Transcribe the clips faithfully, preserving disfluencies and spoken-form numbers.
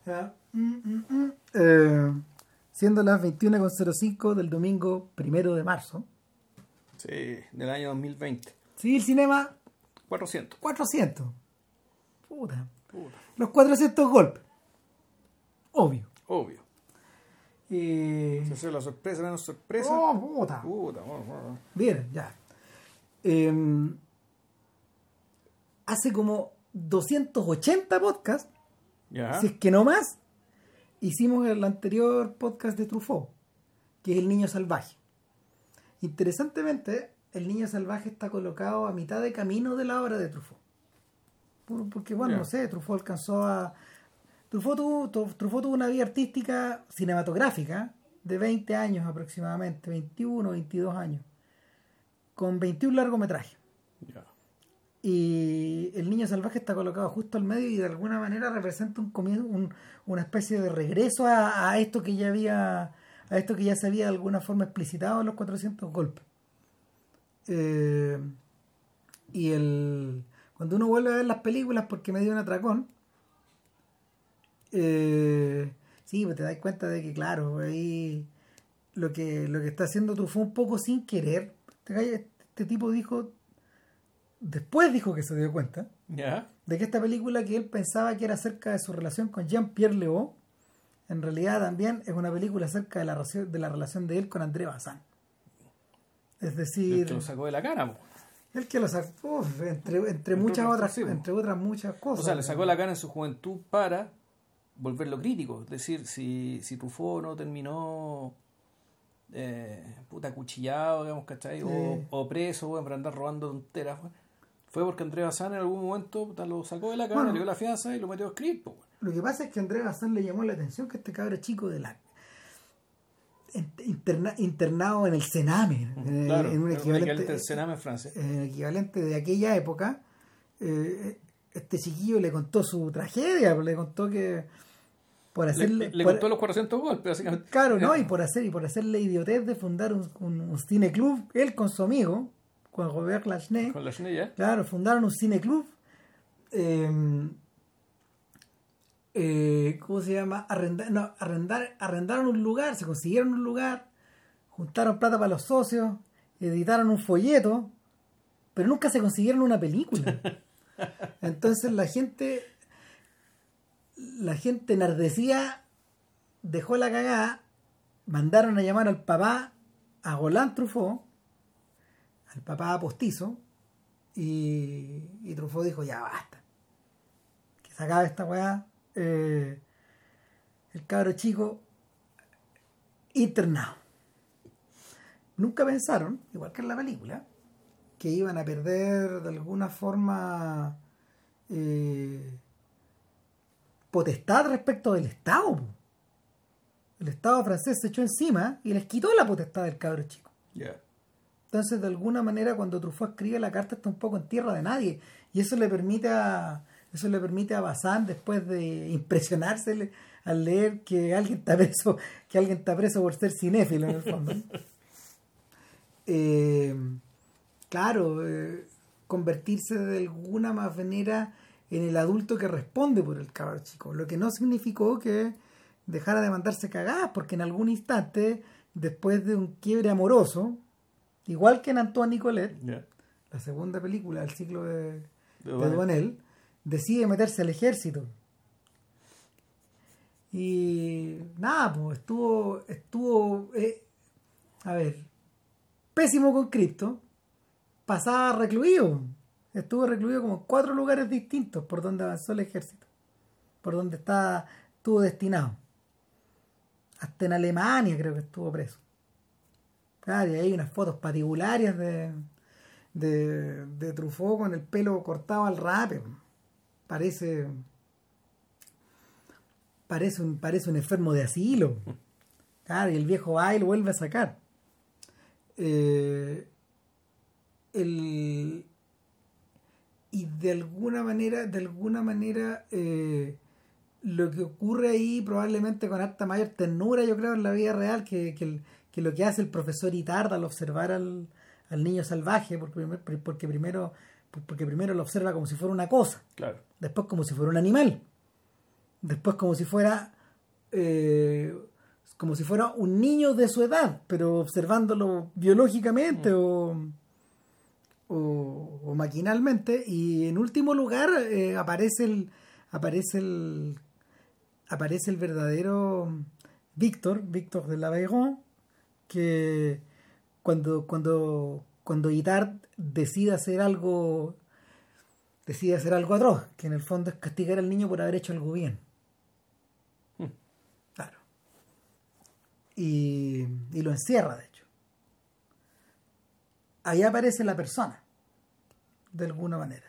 Ya. Mm, mm, mm. Eh, siendo las veintiuna cero cinco del domingo primero de marzo. Sí, del año dos mil veinte. Sí, el cinema. cuatrocientos. cuatrocientos. Puta. Puta. Los cuatrocientos golpes. Obvio. Obvio. Eh... Se hace la sorpresa, menos sorpresa. Oh, puta. Puta, oh, oh. Bien, ya. Eh, hace como doscientos ochenta podcasts, Ya. si es que no más, hicimos el anterior podcast de Truffaut, que es El Niño Salvaje. Interesantemente, El Niño Salvaje está colocado a mitad de camino de la obra de Truffaut. Por- Porque, bueno, Ya. no sé, Truffaut alcanzó a... Truffaut tuvo, tu- Truffaut tuvo una vida artística cinematográfica de veinte años aproximadamente, veintiuno, veintidós años, con veintiún largometrajes. Ya. Y El Niño Salvaje está colocado justo al medio y de alguna manera representa un comienzo, un- una especie de regreso a, a esto que ya había, a esto que ya se había de alguna forma explicitado en los cuatrocientos golpes. Eh, y el cuando uno vuelve a ver las películas porque me dio un atracón, eh, sí, pues te das cuenta de que claro, ahí lo que lo que está haciendo Truffaut un poco sin querer. Este, este tipo dijo, después dijo que se dio cuenta Ya. de que esta película que él pensaba que era acerca de su relación con Jean-Pierre Léaud, en realidad también es una película acerca de la, relación- de la relación de él con André Bazin. Es El decir, que lo sacó de la cara, po. el que lo sacó, uf, entre, entre, Entre muchas otras otras, cosas, sí, po. entre otras muchas cosas. O sea, le sacó la cara en su juventud para volverlo crítico. Es decir, si, si Truffaut no terminó eh, puta cuchillado, digamos, ¿cachai? O, Sí. o preso, weón, por andar robando tonteras, weón, fue porque André Bazin en algún momento puta, lo sacó de la cara, Bueno. le dio la fianza y lo metió a escribir, po, weón. Lo que pasa es que a André Bazin le llamó la atención que este cabro chico de la interna- internado en el Sename, en, Claro, en un el equivalente, del Sename en Francia. en el equivalente de aquella época. eh, este chiquillo le contó su tragedia, le contó que por Le, hacerle le por- contó los cuatrocientos golpes, básicamente. claro, no, y por hacer y por hacer la idiotez de fundar un, un, un cineclub, él con su amigo, con Robert Lachné, Con la chenilla. claro, fundaron un cineclub. Eh, eh, ¿Cómo se llama? Arrendar, no, arrendar, arrendaron un lugar, se consiguieron un lugar, juntaron plata para los socios, editaron un folleto, pero nunca se consiguieron una película. Entonces la gente, la gente enardecida dejó la cagada, mandaron a llamar al papá, a Roland Truffaut, al papá postizo, y, y Truffaut dijo, ya basta, que se acabe esta weá. Eh, el cabro chico internado. Nunca pensaron, igual que en la película, que iban a perder de alguna forma eh, potestad respecto del Estado, po. El Estado francés se echó encima y les quitó la potestad del cabro chico. Ya. Entonces, de alguna manera, cuando Truffaut escribe la carta, está un poco en tierra de nadie. Y eso le permite a eso le permite a Bazin, después de impresionarse le- al leer que alguien está preso, que alguien está preso por ser cinéfilo, en el fondo. Eh, claro, eh, convertirse de alguna manera en el adulto que responde por el cabro chico. Lo que no significó que dejara de mandarse cagadas, porque en algún instante, después de un quiebre amoroso, igual que en Antoine Nicolet, Ya. la segunda película del ciclo de, De de Duanel. Duanel, decide meterse al ejército. Y nada, pues estuvo, estuvo, eh, a ver, pésimo con Cristo, pasaba recluido, estuvo recluido como en cuatro lugares distintos por donde avanzó el ejército, por donde está, estuvo destinado. Hasta en Alemania creo que estuvo preso. Claro, y hay unas fotos patibularias de, de, de Truffaut con el pelo cortado al rape. Parece, parece un, parece un enfermo de asilo. Claro, y el viejo va y lo vuelve a sacar. Eh, el, y de alguna manera, de alguna manera, eh, lo que ocurre ahí probablemente con harta mayor ternura, yo creo, en la vida real, que, que, el, que lo que hace el profesor Itard al observar al, al niño salvaje, porque, primer- porque primero porque primero lo observa como si fuera una cosa, Claro. después como si fuera un animal. después como si fuera eh, como si fuera un niño de su edad, pero observándolo biológicamente mm. o, o, o maquinalmente, y en último lugar eh, aparece el aparece el aparece el verdadero Víctor, Víctor de la Veyron, que cuando cuando cuando Itard decide hacer algo decide hacer algo atroz, que en el fondo es castigar al niño por haber hecho algo bien. Hmm. Claro. Y, y lo encierra, de hecho. Ahí aparece la persona, de alguna manera.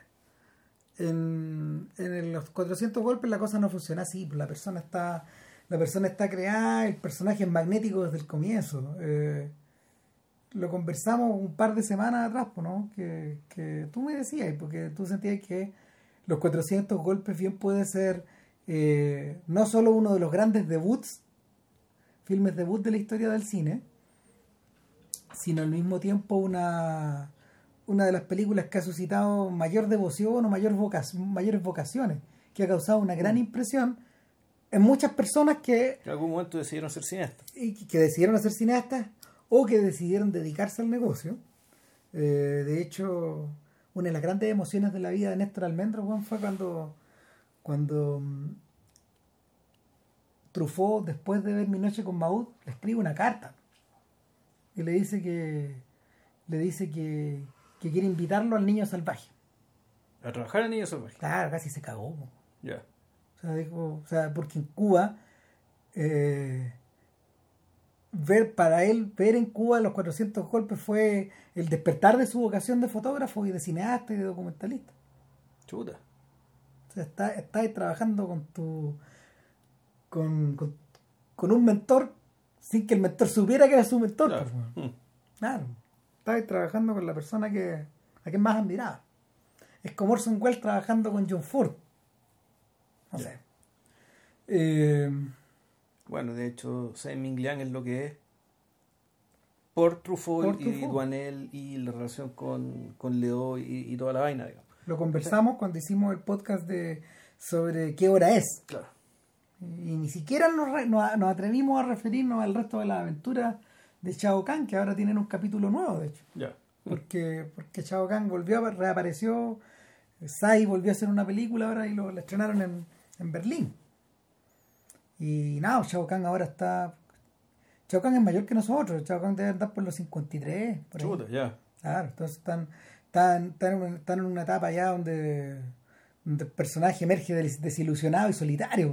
En, en los cuatrocientos golpes la cosa no funciona así. La persona está, la persona está creada, el personaje es magnético desde el comienzo. Eh, lo conversamos un par de semanas atrás, ¿no? Que, que tú me decías, porque tú sentías que los cuatrocientos golpes bien puede ser eh, no solo uno de los grandes debuts, filmes debut de la historia del cine, sino al mismo tiempo una, una de las películas que ha suscitado mayor devoción o mayor vocación, mayores vocaciones, que ha causado una gran impresión en muchas personas que en algún momento decidieron ser cineastas. Y que decidieron ser cineastas o que decidieron dedicarse al negocio. Eh, de hecho, una de las grandes emociones de la vida de Néstor Almendro, Juan, fue cuando, cuando um, Truffaut, después de ver Mi noche con Maud, le escribe una carta y le dice que le dice que, que quiere invitarlo al Niño Salvaje. ¿A trabajar en Niño Salvaje? Claro, casi se cagó. Ya. Yeah. O sea, dijo, o sea, porque en Cuba eh, ver para él, ver en Cuba los cuatrocientos golpes fue el despertar de su vocación de fotógrafo y de cineasta y de documentalista. Chuta. O sea, estás está trabajando con tu con, con, con un mentor sin que el mentor supiera que era su mentor. Claro. Pues, mm. Claro. Estás trabajando con la persona que a quien más admiraba. Es como Orson Welles trabajando con John Ford. No yeah. sé. Eh, Bueno, de hecho, Saint-Ming-Liang es lo que es por Truffaut, por Truffaut. y Duanel y la relación con, con Leo y, y toda la vaina, digamos. Lo conversamos cuando hicimos el podcast de sobre qué hora es. Claro. Y ni siquiera nos, re, nos, nos atrevimos a referirnos al resto de las aventuras de Shao Kahn, que ahora tienen un capítulo nuevo, de hecho. Ya. Yeah. Porque, porque Shao Kahn volvió, reapareció, Sai volvió a hacer una película ahora y lo, lo estrenaron en, en Berlín. Y nada, Shao Kahn ahora está... Shao Kahn es mayor que nosotros. Shao Kahn debe andar por los cincuenta y tres. Por Chuta, ya. Yeah. Claro, entonces están, están, están, en una, están en una etapa ya donde, donde el personaje emerge desilusionado y solitario.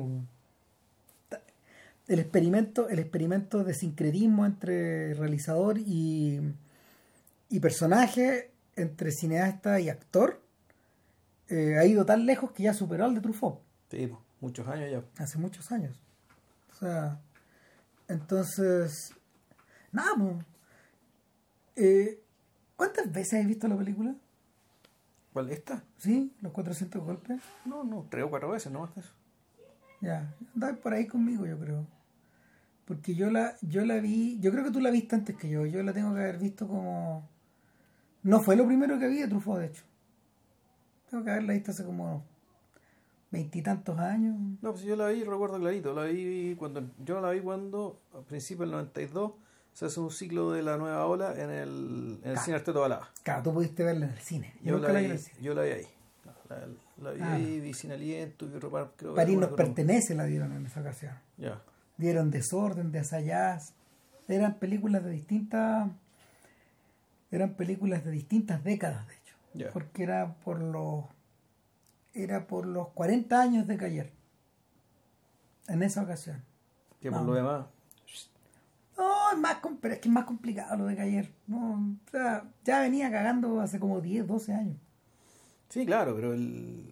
El experimento, el experimento de sincretismo entre realizador y, y personaje, entre cineasta y actor, eh, ha ido tan lejos que ya superó al de Truffaut. Sí, muchos años ya. Hace muchos años. O sea, entonces, nada, pues, eh, ¿cuántas veces has visto la película? ¿Cuál, esta? Sí, los cuatrocientos golpes. No, no, tres o cuatro veces, no más que eso. Ya, andabas por ahí conmigo, yo creo. Porque yo la, yo la vi, yo creo que tú la viste antes que yo. Yo la tengo que haber visto como... No fue lo primero que vi de Truffaut, de hecho. Tengo que haberla visto hace como veintitantos años. No, pues yo la vi, recuerdo clarito, la vi cuando, yo la vi cuando, a principios del noventa y dos, se hace un ciclo de la nueva ola en el, en el claro. cine Arteto Balada. Claro, tú pudiste verla en el cine. Yo, la, la vi, yo la vi ahí. La, la vi ah. ahí, vi Sin Aliento, vi otro par, creo París nos pertenece, la dieron en esa ocasión. Ya. Yeah. Dieron Desorden, Desayás. Eran películas de distintas, eran películas de distintas décadas, de hecho. Yeah. Porque era por los era por los cuarenta años de Cayer en esa ocasión. Que por no. lo demás no, es más, pero es que es más complicado lo de Cayer. No, o sea, ya venía cagando hace como diez, doce años. Sí, claro, pero el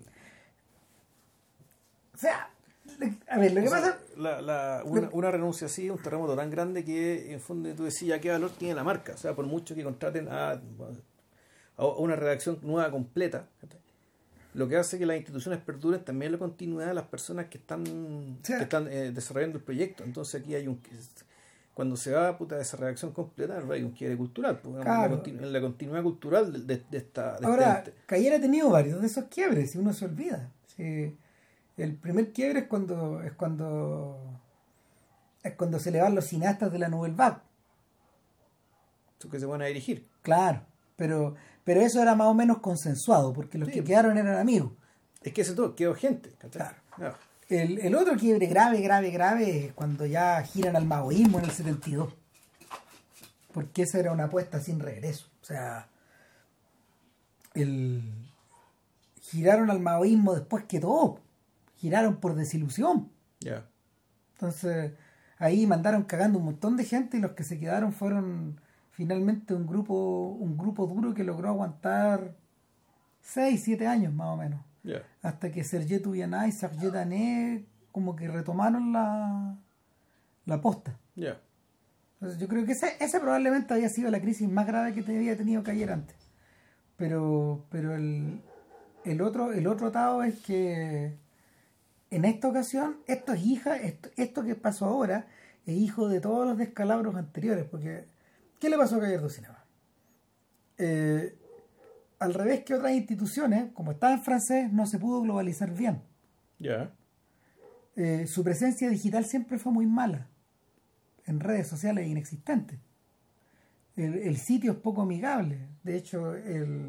o sea, a ver, lo que o sea, pasa la, la, una, una renuncia así, un terremoto tan grande que en fondo tú decías qué valor tiene la marca. O sea, por mucho que contraten a, a una redacción nueva completa, lo que hace que las instituciones perduren también la continuidad de las personas que están, o sea, que están eh, desarrollando el proyecto. Entonces aquí hay un... Cuando se va puta, de esa redacción completa, hay un quiebre cultural. Pues, claro. en, la continu- en la continuidad cultural de, de, de esta... De Ahora, este Cayer ha tenido varios de esos quiebres y uno se olvida. Sí. El primer quiebre es cuando es cuando es cuando se le van los cineastas de la Nouvelle Vague. Esos que se van a dirigir. Claro, pero pero eso era más o menos consensuado, porque los Sí. que quedaron eran amigos. Es que ese todo, quedó gente. ¿cachai? Claro. No. El, el otro quiebre grave, grave, grave es cuando ya giran al maoísmo en el setenta y dos. Porque esa era una apuesta sin regreso. O sea, el giraron al maoísmo después que todo. Giraron por desilusión. Ya. Entonces, ahí mandaron cagando un montón de gente y los que se quedaron fueron finalmente un grupo, un grupo duro que logró aguantar seis, siete años más o menos. Ya. Hasta que Serge Touyanay y Serge Dané como que retomaron la, la posta. Ya. Entonces yo creo que ese, ese probablemente había sido la crisis más grave que te había tenido Cayer antes. Pero, pero el, el otro, el otro atado es que en esta ocasión, esto es hija, esto, esto que pasó ahora, es hijo de todos los descalabros anteriores. Porque, ¿qué le pasó a Cayer du Cinema? Eh, al revés que otras instituciones, como estaba en francés, no se pudo globalizar bien. Ya. Eh, su presencia digital siempre fue muy mala. En redes sociales inexistente. El, el sitio es poco amigable. De hecho, el,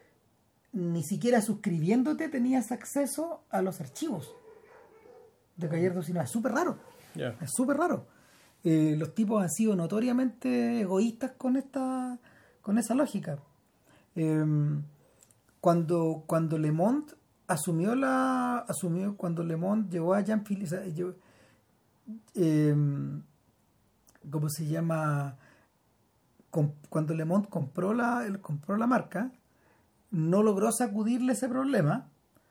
ni siquiera suscribiéndote tenías acceso a los archivos de Cayer du Cinema. Es súper raro. Ya. Es súper raro. Eh, los tipos han sido notoriamente egoístas con esta, con esa lógica. Eh, cuando, cuando Le Monde asumió la. asumió Cuando Le Monde llevó a Jean-Philippe. O sea, yo, eh, ¿cómo se llama? Com- cuando Le Monde compró la, él compró la marca, no logró sacudirle ese problema,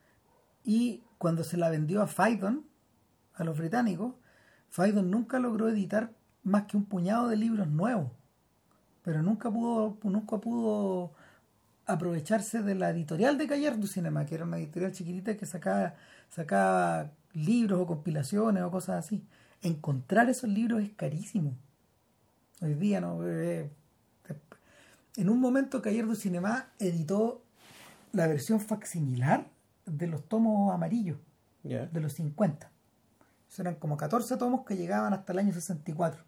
y cuando se la vendió a Phaidon, a los británicos, Phaidon nunca logró editar más que un puñado de libros nuevos, pero nunca pudo nunca pudo aprovecharse de la editorial de Cayer du Cinema, que era una editorial chiquitita que sacaba, sacaba libros o compilaciones o cosas así. Encontrar esos libros es carísimo. Hoy día no. Eh, en un momento Cayer du Cinema editó la versión facsimilar de los tomos amarillos, Ya. de los cincuenta. Eso eran como catorce tomos que llegaban hasta el año sesenta y cuatro.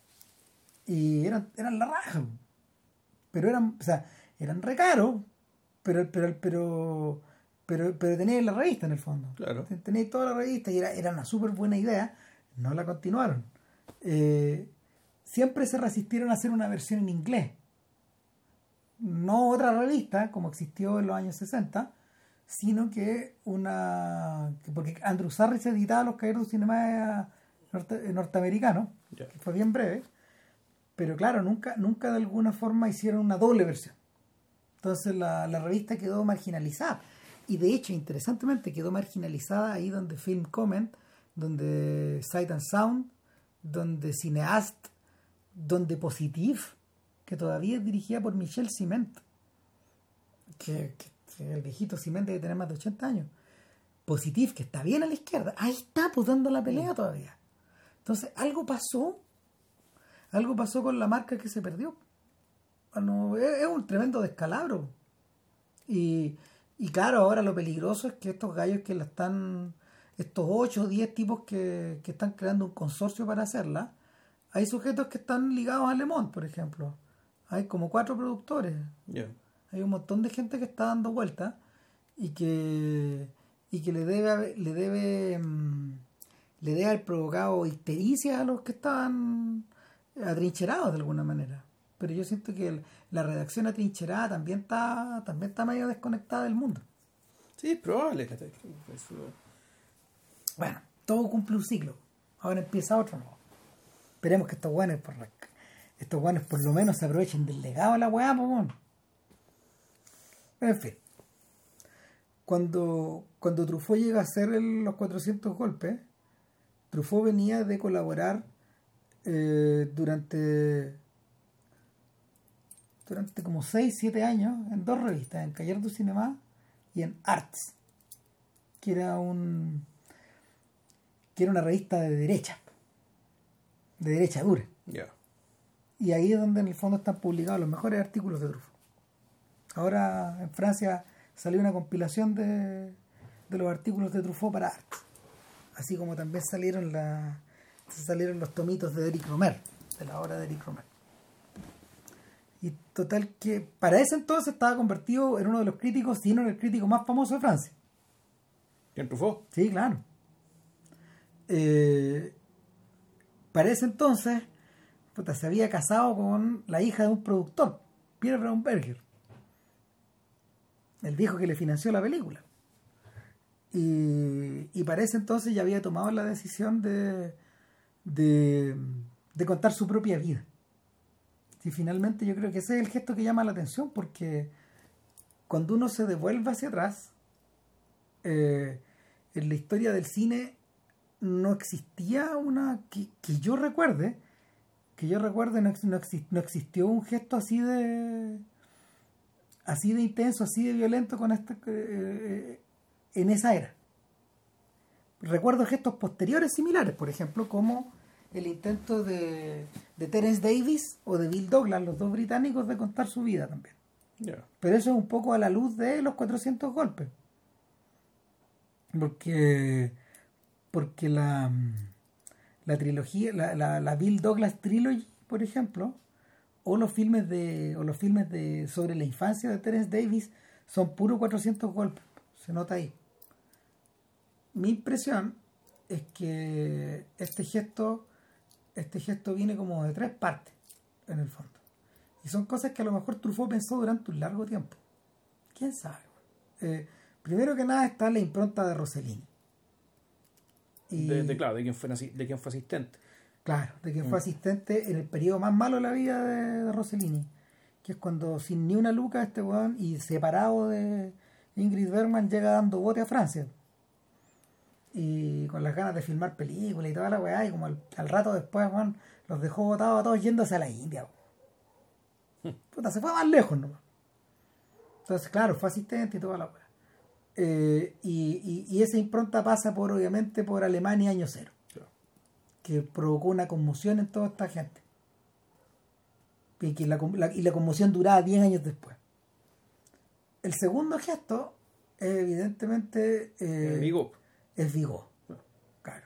Y eran, eran la raja. Pero eran, o sea, eran re caros, pero, pero, pero, pero, pero teníais la revista en el fondo. Claro. Teníais toda la revista y era, era una súper buena idea. No la continuaron. Eh, siempre se resistieron a hacer una versión en inglés. No otra revista, como existió en los años sesenta, sino que una. Porque Andrew Sarris editaba los Cayer du Cinema norte, norteamericanos, Ya. que fue bien breve, pero claro, nunca, nunca de alguna forma hicieron una doble versión. Entonces la, la revista quedó marginalizada. Y de hecho, interesantemente, quedó marginalizada ahí donde Film Comment, donde Sight and Sound, donde Cineast, donde Positive, que todavía es dirigida por Michel Ciment, que, que, que el viejito Ciment debe tener más de ochenta años. Positive, que está bien a la izquierda, ahí está, pues dando la pelea todavía. Entonces, algo pasó, algo pasó con la marca que se perdió. Bueno, es, es un tremendo descalabro. Y, y claro, ahora lo peligroso es que estos gallos que la están, estos ocho o diez tipos que, que están creando un consorcio para hacerla, hay sujetos que están ligados a Le Monde, por ejemplo. Hay como cuatro productores. Ya. Hay un montón de gente que está dando vueltas y que y que le debe haber- le debe mm, le debe haber provocado histericia a los que estaban atrincherados de alguna manera. Pero yo siento que el- la redacción atrincherada también está también está medio desconectada del mundo. Sí, es probable. ¿cachai? Eso- Bueno, todo cumple un ciclo. Ahora empieza otro nuevo. Esperemos que estos guanes por la- estos guanes por lo menos se aprovechen del legado de la weá, pues, bueno. En fin. Cuando, cuando Truffaut llega a hacer el- los cuatrocientos golpes, Truffaut venía de colaborar eh, durante durante como seis siete años en dos revistas, en Cayer du Cinema y en Arts, que era un que era una revista de derecha, de derecha dura. Ya. Y ahí es donde en el fondo están publicados los mejores artículos de Truffaut. Ahora en Francia salió una compilación de, de los artículos de Truffaut para Arts. así como también salieron la, salieron los tomitos de Eric Romer, de la obra de Eric Romer. Y total que para ese entonces estaba convertido en uno de los críticos, si no en el crítico más famoso de Francia. ¿Quién Truffaut? Sí, claro. Eh, para ese entonces, puta, se había casado con la hija de un productor, Pierre Braunberger, el viejo que le financió la película. Y, y para ese entonces ya había tomado la decisión de, de, de contar su propia vida. Y finalmente yo creo que ese es el gesto que llama la atención, porque cuando uno se devuelve hacia atrás, eh, en la historia del cine no existía una que, que yo recuerde que yo recuerde no, no, no existió un gesto así de así de intenso, así de violento con este eh, en esa era. Recuerdo gestos posteriores similares, por ejemplo, como el intento de, de Terence Davis o de Bill Douglas, los dos británicos, de contar su vida también. Yeah. Pero eso es un poco a la luz de los cuatrocientos golpes. Porque porque la la trilogía, la, la, la Bill Douglas Trilogy, por ejemplo, o los filmes de o los filmes de sobre la infancia de Terence Davis son puro cuatrocientos golpes. Se nota ahí. Mi impresión es que este gesto este gesto viene como de tres partes, en el fondo. Y son cosas que a lo mejor Truffaut pensó durante un largo tiempo. ¿Quién sabe? Eh, primero que nada está la impronta de Rossellini. Y, de, de, claro, de quien, fue, de quien fue asistente. Claro, de quien mm. fue asistente en el periodo más malo de la vida de, de Rossellini, que es cuando sin ni una luca este weón y separado de Ingrid Bergman llega dando bote a Francia. Y con las ganas de filmar películas y toda la weá, y como al, al rato después, weón, los dejó botados a todos yéndose a la India. Puta, se fue más lejos, ¿no? Entonces, claro, fue asistente y toda la weá. Eh, y, y, y esa impronta pasa por, obviamente, por Alemania año cero. Claro. Que provocó una conmoción en toda esta gente. Y, que la, la, y la conmoción duraba diez años después. El segundo gesto es evidentemente... Eh, el Vigo. Es Vigo, claro.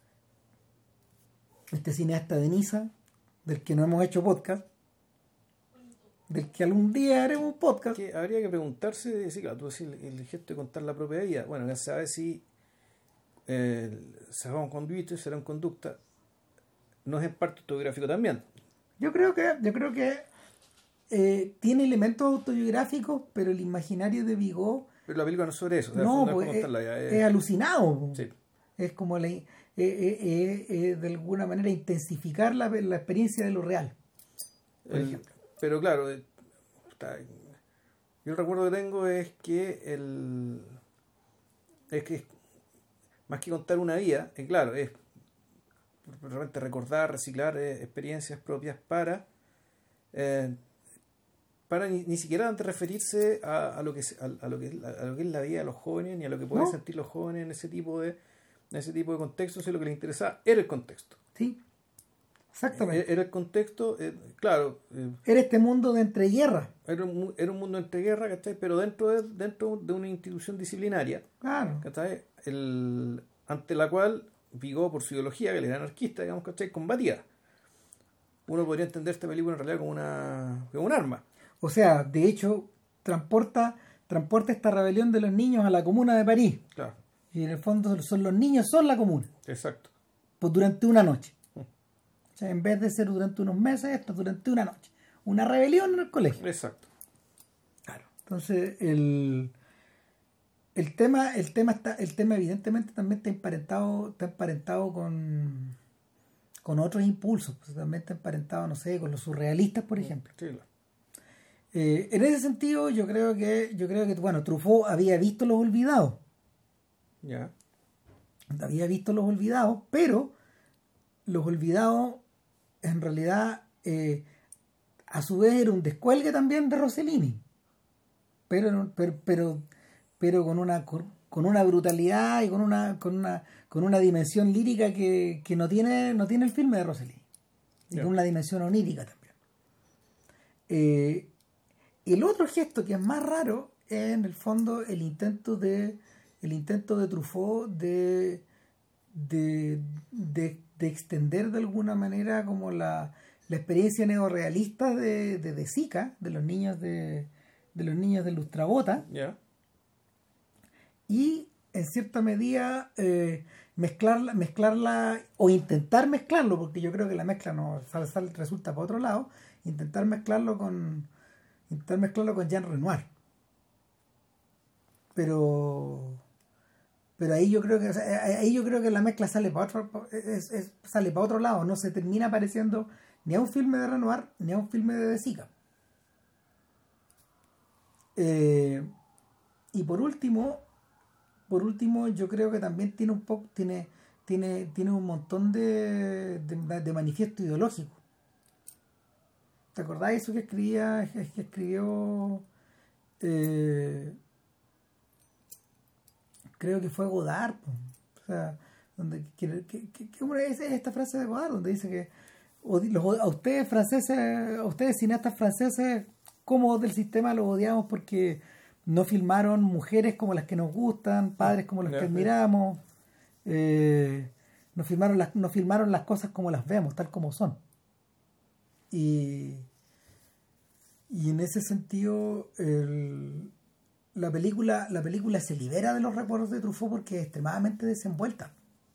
Este cineasta de Niza, del que no hemos hecho podcast, del que algún día haremos un podcast. Que habría que preguntarse, sí, claro, tú decís el, el gesto de contar la propia vida. Bueno, ya sabes si eh, será un conduito, será un conducta, no es en parte autobiográfico también. Yo creo que, yo creo que eh, tiene elementos autobiográficos, pero el imaginario de Vigo. Pero la película no es sobre eso. O sea, no, no pues es, es, ya, es... es alucinado. Sí. Es como la, eh, eh, eh, eh, de alguna manera intensificar la, la experiencia de lo real, por el, ejemplo. Pero claro, eh, está, yo el recuerdo que tengo es que el es que más que contar una vida, eh, claro, es realmente recordar, reciclar eh, experiencias propias para eh, para ni, ni siquiera antes referirse a, a lo que a, a lo que es, a lo que es la vida de los jóvenes, ni a lo que pueden ¿no? sentir los jóvenes en ese tipo de en ese tipo de contextos, sino lo que les interesaba era el contexto. Sí, exactamente. Era el contexto, eh, claro. Eh, era este mundo de entreguerra. Era un, era un mundo de entreguerra, ¿cachai? Pero dentro de, dentro de una institución disciplinaria, claro. ¿cachai? El, ante la cual Vigo, por su ideología, que era anarquista, digamos, ¿cachai? Combatía. Uno podría entender esta película en realidad como una como un arma. O sea, de hecho, transporta, transporta esta rebelión de los niños a la Comuna de París. Claro. Y en el fondo son los niños, son la comuna. Exacto. Pues durante una noche. Mm. O sea, en vez de ser durante unos meses, esto es durante una noche. Una rebelión en el colegio. Exacto. Claro. Entonces, el, el tema, el tema está, el tema evidentemente también está emparentado, está emparentado con, con otros impulsos. Pues también está emparentado, no sé, con los surrealistas, por ejemplo. Sí, claro. Eh, en ese sentido, yo creo que, yo creo que, bueno, Truffaut había visto Los Olvidados. Ya. Había visto Los Olvidados, pero Los Olvidados, en realidad, eh, a su vez era un descuelgue también de Rossellini, pero, pero, pero, pero con una con una brutalidad y con una con una con una dimensión lírica que, que no tiene no tiene el filme de Rossellini, y yeah. con una dimensión onírica también. Eh, el otro gesto que es más raro es en el fondo el intento de el intento de Truffaut de de, de, de extender de alguna manera como la, la experiencia neorrealista de, de, de Zika, de los niños de, de los niños de Lustrabota, ¿Ya? y en cierta medida eh, mezclarla, mezclarla o intentar mezclarlo, porque yo creo que la mezcla no sale, sale- resulta para otro lado, intentar mezclarlo con intentar mezclarlo con Jean Renoir. Pero pero ahí yo creo que o sea, ahí yo creo que la mezcla sale para otro es- es- sale para otro lado, no se termina pareciendo ni a un filme de Renoir ni a un filme de De Sica. Eh, y por último, por último, yo creo que también tiene un poco, tiene, tiene, tiene un montón de, de, de manifiesto ideológico. ¿Te acordáis eso que escribía, que escribió eh, creo que fue Godard, po? O sea, donde que, que, que- que- bueno, es esta frase de Godard donde dice que odi- los- a ustedes franceses, a ustedes cineastas franceses, como del sistema los odiamos porque no filmaron mujeres como las que nos gustan, padres como los Ya, que sí. admiramos, eh, no filmaron las, no filmaron las cosas como las vemos, tal como son. Y, y en ese sentido, el- la película, la película se libera de los recuerdos de Truffaut porque es extremadamente desenvuelta.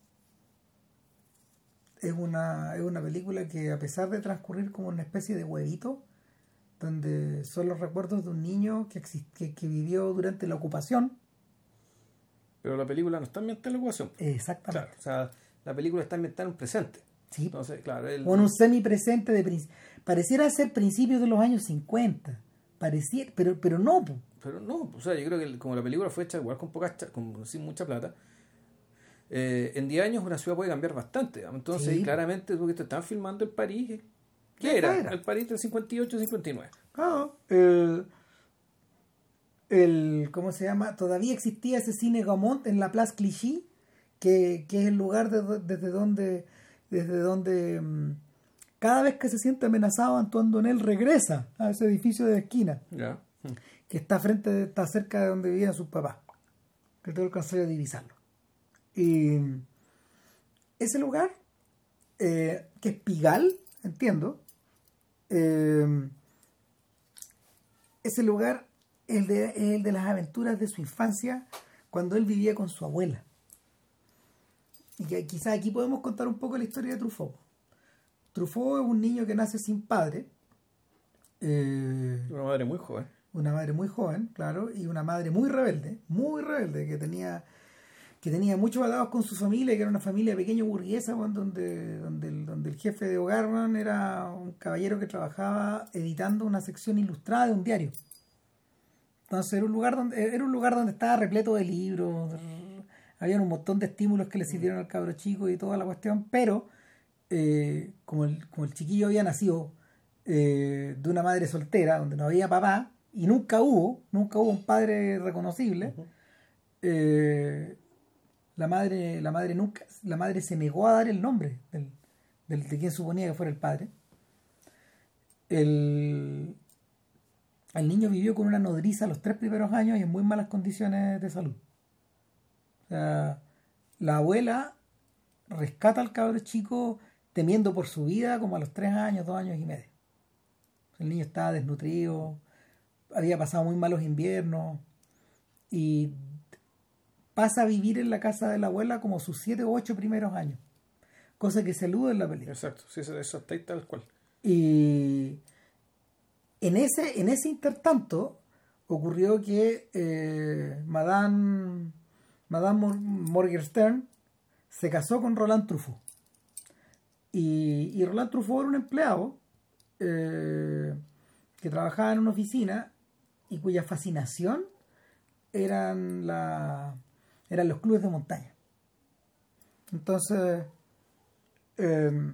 Es una, es una película que, a pesar de transcurrir como una especie de huevito, donde son los recuerdos de un niño que, exist- que, que vivió durante la ocupación. Pero la película no está ambientada en la ocupación. Exactamente. Claro, o sea, la película está ambientada en un presente. Sí. Entonces, claro, el, Con un semipresente de prin- pareciera ser principios de los años cincuenta. Pareciera, pero, pero no, po. pero no, o sea, yo creo que el- como la película fue hecha igual con poca, cha- con, sin mucha plata, eh, en diez años una ciudad puede cambiar bastante. ¿No? Entonces, Sí. claramente, porque te están filmando el París. ¿Qué ¿Qué era? era? El París del cincuenta y ocho cincuenta y nueve. Ah, el, el, ¿cómo se llama? Todavía existía ese cine Gaumont en la Place Clichy, que, que es el lugar de- desde donde, desde donde mm, cada vez que se siente amenazado, Antoine Donel regresa a ese edificio de esquina, Ya. que está frente, de- está cerca de donde vivían sus papás, que tengo alcanzado a divisarlo. Y ese lugar, eh, que es Pigalle, entiendo, eh, ese lugar es el, de, es el de las aventuras de su infancia cuando él vivía con su abuela. Y que quizás aquí podemos contar un poco la historia de Truffaut. Truffaut es un niño que nace sin padre, eh, Una madre muy joven. una madre muy joven, claro, y una madre muy rebelde, muy rebelde, que tenía que tenía muchos atados con su familia, que era una familia pequeña burguesa, bueno, donde, donde, el, donde el jefe de hogar, bueno, era un caballero que trabajaba editando una sección ilustrada de un diario. Entonces era un lugar donde, era un lugar donde estaba repleto de libros, había un montón de estímulos que le sirvieron al cabro chico y toda la cuestión, pero eh, como, el, como el chiquillo había nacido eh, de una madre soltera, donde no había papá, y nunca hubo, nunca hubo un padre reconocible, Uh-huh. eh, la madre, la madre nunca, la madre se negó a dar el nombre del, del- de quien suponía que fuera el padre. El, el niño vivió con una nodriza los tres primeros años y en muy malas condiciones de salud. O sea, la abuela rescata al cabro chico temiendo por su vida como a los tres años, dos años y medio. El niño estaba desnutrido, había pasado muy malos inviernos y pasa a vivir en la casa de la abuela como sus siete o ocho primeros años, cosa que se elude en la película. Exacto, sí, eso, eso está ahí tal cual. Y en ese, en ese intertanto ocurrió que eh, Madame, Madame Mor- Morgenstern se casó con Roland Truffaut. Y, y Roland Truffaut era un empleado eh, que trabajaba en una oficina y cuya fascinación eran, la, eran los clubes de montaña. Entonces, eh,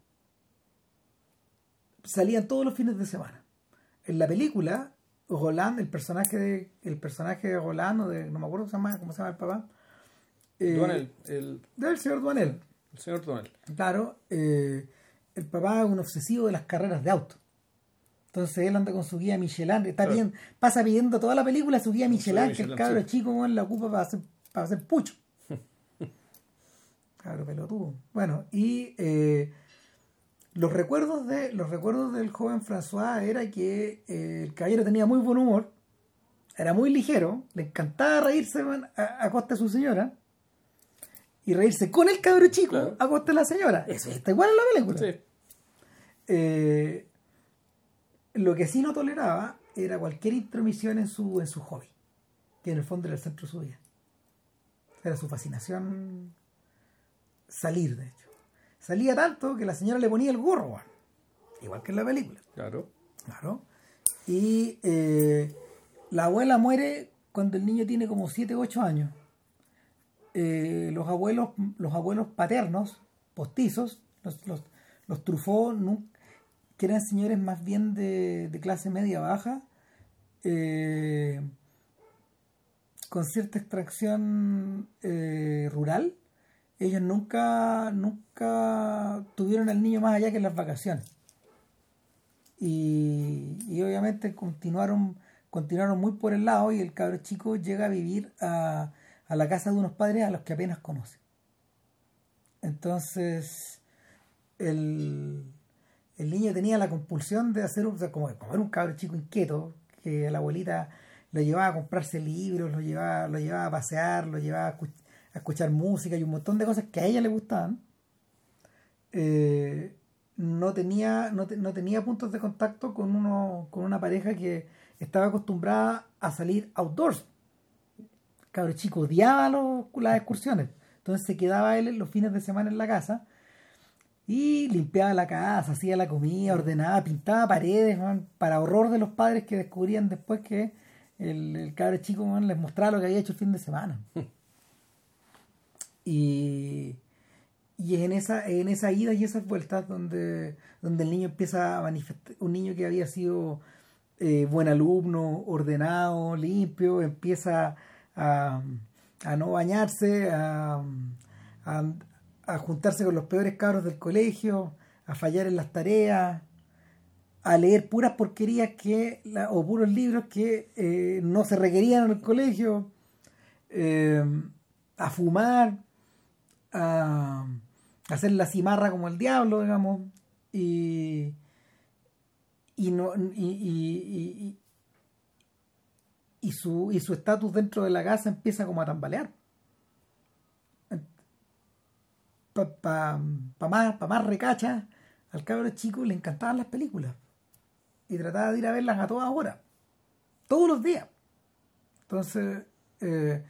salían todos los fines de semana. En la película, Roland, el personaje de, el personaje de Roland, o de, no me acuerdo cómo se llama, cómo se llama el papá, eh, Duanel, el, del señor Duanel. el señor Duanel. Claro, eh, el papá es un obsesivo de las carreras de auto. Entonces él anda con su guía Michelin, está Claro. bien, pasa pidiendo toda la película su guía Su Michelin, guía que el Michelin, cabro sí. chico bueno, la ocupa para hacer, para hacer pucho. Cabro pelotudo. Bueno, y eh, los recuerdos de los recuerdos del joven François era que eh, el caballero tenía muy buen humor, era muy ligero, le encantaba reírse man, a, a costa de su señora y reírse con el cabro chico claro. a costa de la señora. Eso está igual en la película. Sí. Eh, lo que sí no toleraba era cualquier intromisión en su en su hobby, que en el fondo era el centro de su vida. Era su fascinación salir, de hecho. Salía tanto que la señora le ponía el gorro, bueno, igual que en la película. Claro. Claro. Y eh, la abuela muere cuando el niño tiene como siete u ocho años. Eh, los abuelos los abuelos paternos, postizos, los, los, los Truffaut, no, que eran señores más bien de, de clase media baja, eh, con cierta extracción eh, rural, ellos nunca nunca tuvieron al niño más allá que en las vacaciones. Y, y obviamente continuaron continuaron muy por el lado, y el cabro chico llega a vivir a, a la casa de unos padres a los que apenas conoce. Entonces el, el niño tenía la compulsión de hacer, o sea, como, como era un cabro chico inquieto, que la abuelita lo llevaba a comprarse libros, lo llevaba, lo llevaba a pasear, lo llevaba a, escuch- a escuchar música y un montón de cosas que a ella le gustaban. Eh, no tenía no, te, no tenía puntos de contacto con uno con una pareja que estaba acostumbrada a salir outdoors. El cabro chico odiaba los, las excursiones, entonces se quedaba él los fines de semana en la casa y limpiaba la casa, hacía la comida, ordenaba, pintaba paredes, man, para horror de los padres, que descubrían después que el, el cabro chico, man, les mostraba lo que había hecho el fin de semana. y Y es en esa, en esa ida y esas vueltas donde, donde el niño empieza a manifestar, un niño que había sido eh, buen alumno, ordenado, limpio, empieza a, a no bañarse, a, a, a juntarse con los peores cabros del colegio, a fallar en las tareas, a leer puras porquerías que la, o puros libros que eh, no se requerían en el colegio, eh, a fumar, a hacer la cimarra como el diablo, digamos, y y no y, y, y, y su y su estatus dentro de la casa empieza como a tambalear. Para pa, pa más pa más recacha, al cabro chico le encantaban las películas y trataba de ir a verlas a todas horas, todos los días. Entonces eh,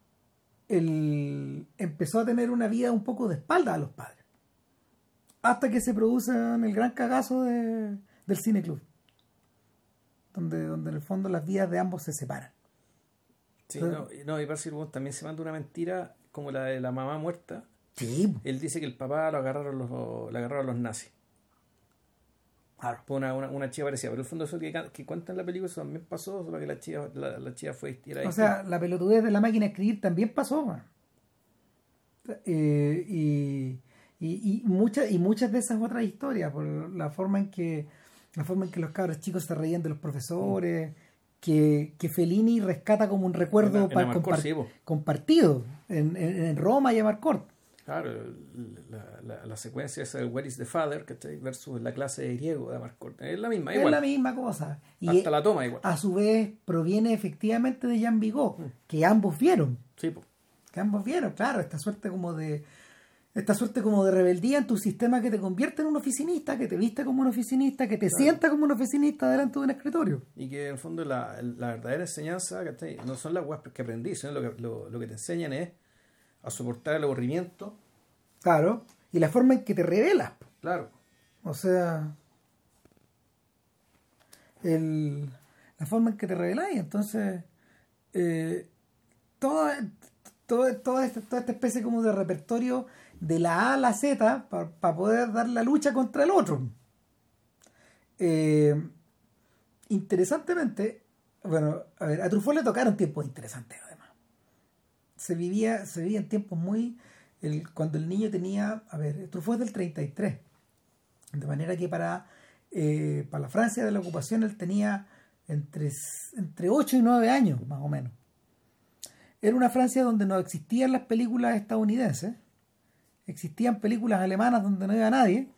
él empezó a tener una vida un poco de espalda a los padres, hasta que se produce el gran cagazo de, del cineclub, donde, donde en el fondo las vidas de ambos se separan. Sí, Entonces, no, no, y Parsi también se manda una mentira como la de la mamá muerta. Sí. Él dice que el papá lo agarraron los, lo agarraron los nazis. Claro. Una, una, una chica parecía, pero el fondo eso que, que cuenta en la película eso también pasó, solo que la chica, la, la chica fue o sea, la pelotudez de la máquina de escribir también pasó, man. Eh, y, y, y muchas y muchas de esas otras historias, por la forma en que la forma en que los cabros chicos se reían de los profesores, mm. que, que Fellini rescata como un recuerdo en, para en compar- sí, compartido en, en, en Roma y Amarcord. Claro, la, la, la secuencia esa de Where is the Father, ¿cachai? Versus la clase de griego de Amarcord. Es la misma, igual. Es la misma cosa. Y hasta la toma igual. A su vez proviene efectivamente de Jean Vigo, mm. que ambos vieron. Sí, po. Que ambos vieron, claro, esta suerte como de esta suerte como de rebeldía en tu sistema que te convierte en un oficinista, que te viste como un oficinista, que te claro. sienta como un oficinista delante de un escritorio. Y que en el fondo la, la verdadera enseñanza, ¿cachai? No son las weas que aprendí, sino lo que, lo, lo que te enseñan es a soportar el aburrimiento. Claro, y la forma en que te revelas. Claro. O sea, el, la forma en que te revelas, y entonces eh, toda, toda, toda, esta, toda esta especie como de repertorio de la A a la Z para pa poder dar la lucha contra el otro. Eh, interesantemente, bueno, a ver, a Truffaut le tocaron tiempos interesantes además. Se vivía, se vivía en tiempos muy... El, cuando el niño tenía, a ver, Truffaut es del treinta y tres, de manera que para, eh, para la Francia de la ocupación él tenía entre, entre ocho y nueve años, más o menos. Era una Francia donde no existían las películas estadounidenses, existían películas alemanas donde no iba nadie.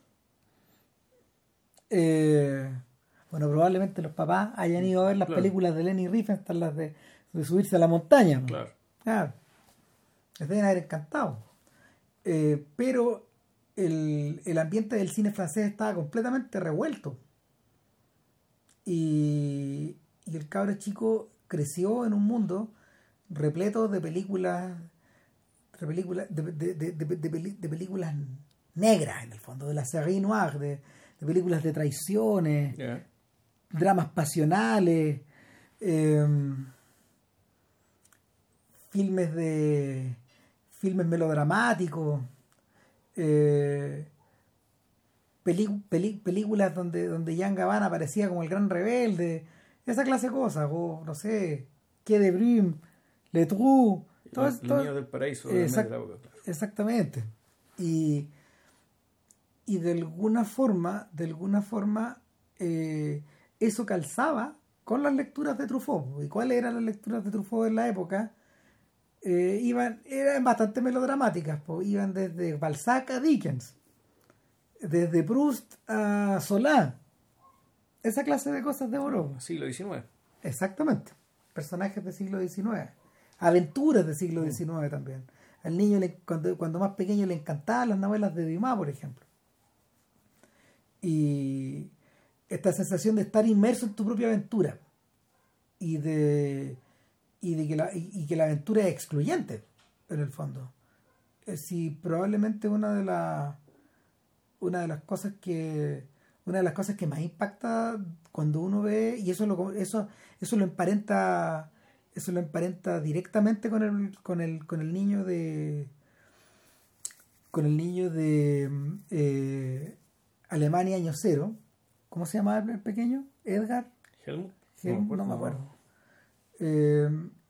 Eh, bueno, probablemente los papás hayan ido a ver las Claro. películas de Leni Riefenstahl, las de, de subirse a la montaña. Claro. Claro. Les deben haber encantado. Eh, pero el, el ambiente del cine francés estaba completamente revuelto. Y, y el cabro chico creció en un mundo repleto de películas de películas de, de, de, de, de peli- de películas negras, en el fondo, de la série noire, de, de películas de traiciones, Yeah. dramas pasionales, eh, filmes de filmes melodramáticos, eh, peli- peli- películas donde donde Jean Gabin aparecía como el gran rebelde, esa clase de cosas, o no sé, Quai de Brume, Le Trou, todo Los, eso- los todo- niños del paraíso también exact- de la época, claro. exactamente. Y y de alguna forma, de alguna forma, eh, eso calzaba con las lecturas de Truffaut. ¿Y cuáles eran las lecturas de Truffaut en la época? Eh, iban, eran bastante melodramáticas, po. Iban desde Balzac a Dickens, desde Proust a Solá. Esa clase de cosas devoró. Siglo diecinueve. Exactamente. Personajes del siglo diecinueve. Aventuras del siglo diecinueve también. Al niño, le, cuando, cuando más pequeño, le encantaban las novelas de Dumas, por ejemplo. Y esta sensación de estar inmerso en tu propia aventura y de y de que la, y, y que la aventura es excluyente en el fondo. Eh, si probablemente una de las una de las cosas que una de las cosas que más impacta cuando uno ve, y eso lo eso eso lo emparenta eso lo emparenta directamente con el con el con el niño de con el niño de eh, Alemania año cero. ¿Cómo se llamaba el pequeño? Edgar. Helmut. Helmut, no me acuerdo. Eh,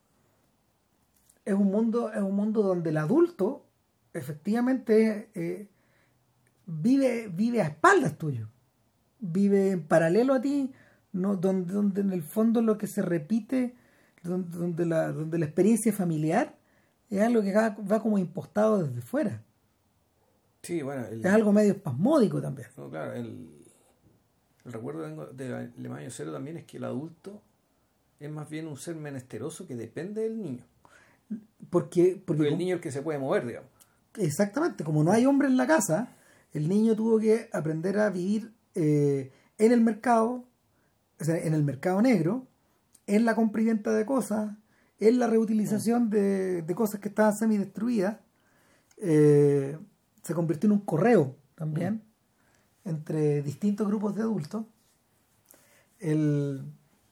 es un mundo, es un mundo donde el adulto efectivamente eh, vive, vive a espaldas tuyo, vive en paralelo a ti, no, donde, donde en el fondo lo que se repite, donde, donde la, donde la experiencia familiar es algo que va, va como impostado desde fuera. Sí, bueno. El, Es algo medio espasmódico también. no, claro, el, el recuerdo tengo de Alemania Cero también es que el adulto es más bien un ser menesteroso que depende del niño. Porque, porque Porque el como- niño es el que se puede mover, digamos. exactamente, como no hay hombre en la casa, el niño tuvo que aprender a vivir eh, en el mercado, o sea, en el mercado negro, en la compra y venta de cosas, en la reutilización de, de cosas que estaban semidestruidas. Eh, se convirtió en un correo también entre distintos grupos de adultos. El,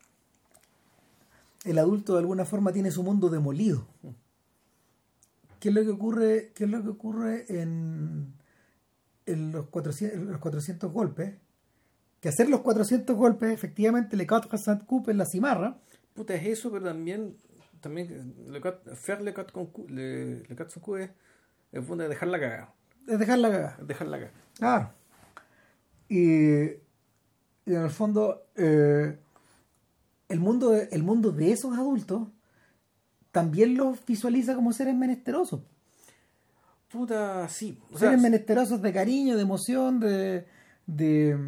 el adulto de alguna forma tiene su mundo demolido. ¿Qué es lo que ocurre, qué es lo que ocurre en, en los cuatrocientos, en los cuatrocientos golpes? Que hacer los cuatrocientos golpes, efectivamente, le quatre cents coups en la cimarra. Puta, es eso, pero también, también le, cat- faire le quatre cents coups le, le quatre cents coups es, es bueno, dejar la cagada. Es dejar la cagada. Es dejar la cagada. Claro. Y, y en el fondo, eh, el, mundo de, el mundo de esos adultos también los visualiza como seres menesterosos. Puta, sí. O Seres sea, menesterosos de cariño, de emoción, de, de,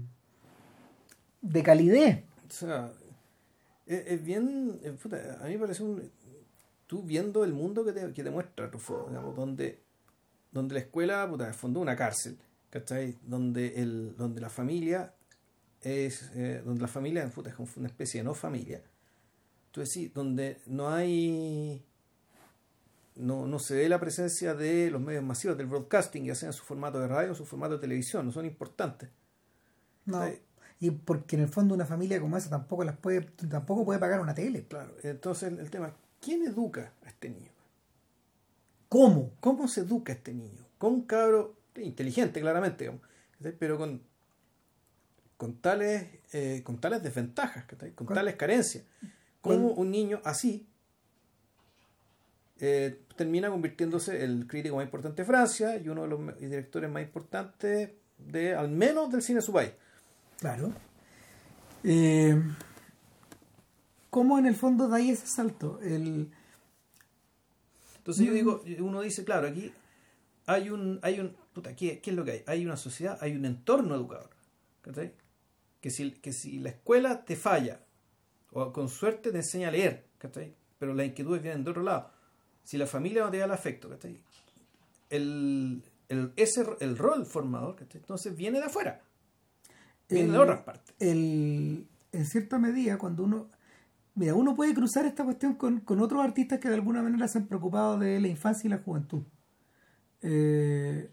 de calidez. o sea, es, es bien. eh, puta, a mí me parece un. Tú viendo el mundo que te, que te muestra Truffaut, digamos, donde, donde la escuela, puta, fundó una cárcel, ¿cachai? Donde, el, donde la familia es. Eh, donde la familia, puta, es como una especie de no familia. Entonces, sí, donde no hay. No, no se ve la presencia de los medios masivos del broadcasting, ya sea en su formato de radio o su formato de televisión, no son importantes. No. Sí. Y porque en el fondo una familia como esa tampoco las puede, tampoco puede pagar una tele. Claro, entonces el, el tema, ¿quién educa a este niño? ¿Cómo? ¿Cómo se educa a este niño? Con un cabro inteligente, claramente, digamos, ¿cachai? Pero con, con tales eh, con tales desventajas, ¿cachai? Con, Con- tales carencias. ¿Cómo con- un niño así eh, termina convirtiéndose el crítico más importante de Francia y uno de los me- directores más importantes de, al menos del cine de su país? Claro. Eh, ¿Cómo en el fondo da ahí ese salto? El, Entonces yo digo, uno dice, claro, aquí hay un, hay un, puta, ¿qué, qué es lo que hay? Hay una sociedad, hay un entorno educador, ¿cachai? Que si, que si la escuela te falla, o con suerte te enseña a leer, ¿cachai? Pero las inquietudes vienen de otro lado. Si la familia no te da el afecto, ¿cachai? El, el, ese, el rol formador, ¿cachai? Entonces viene de afuera, viene El- de otras partes. el- en cierta medida, cuando uno... Mira, uno puede cruzar esta cuestión con, con otros artistas que de alguna manera se han preocupado de la infancia y la juventud. Eh,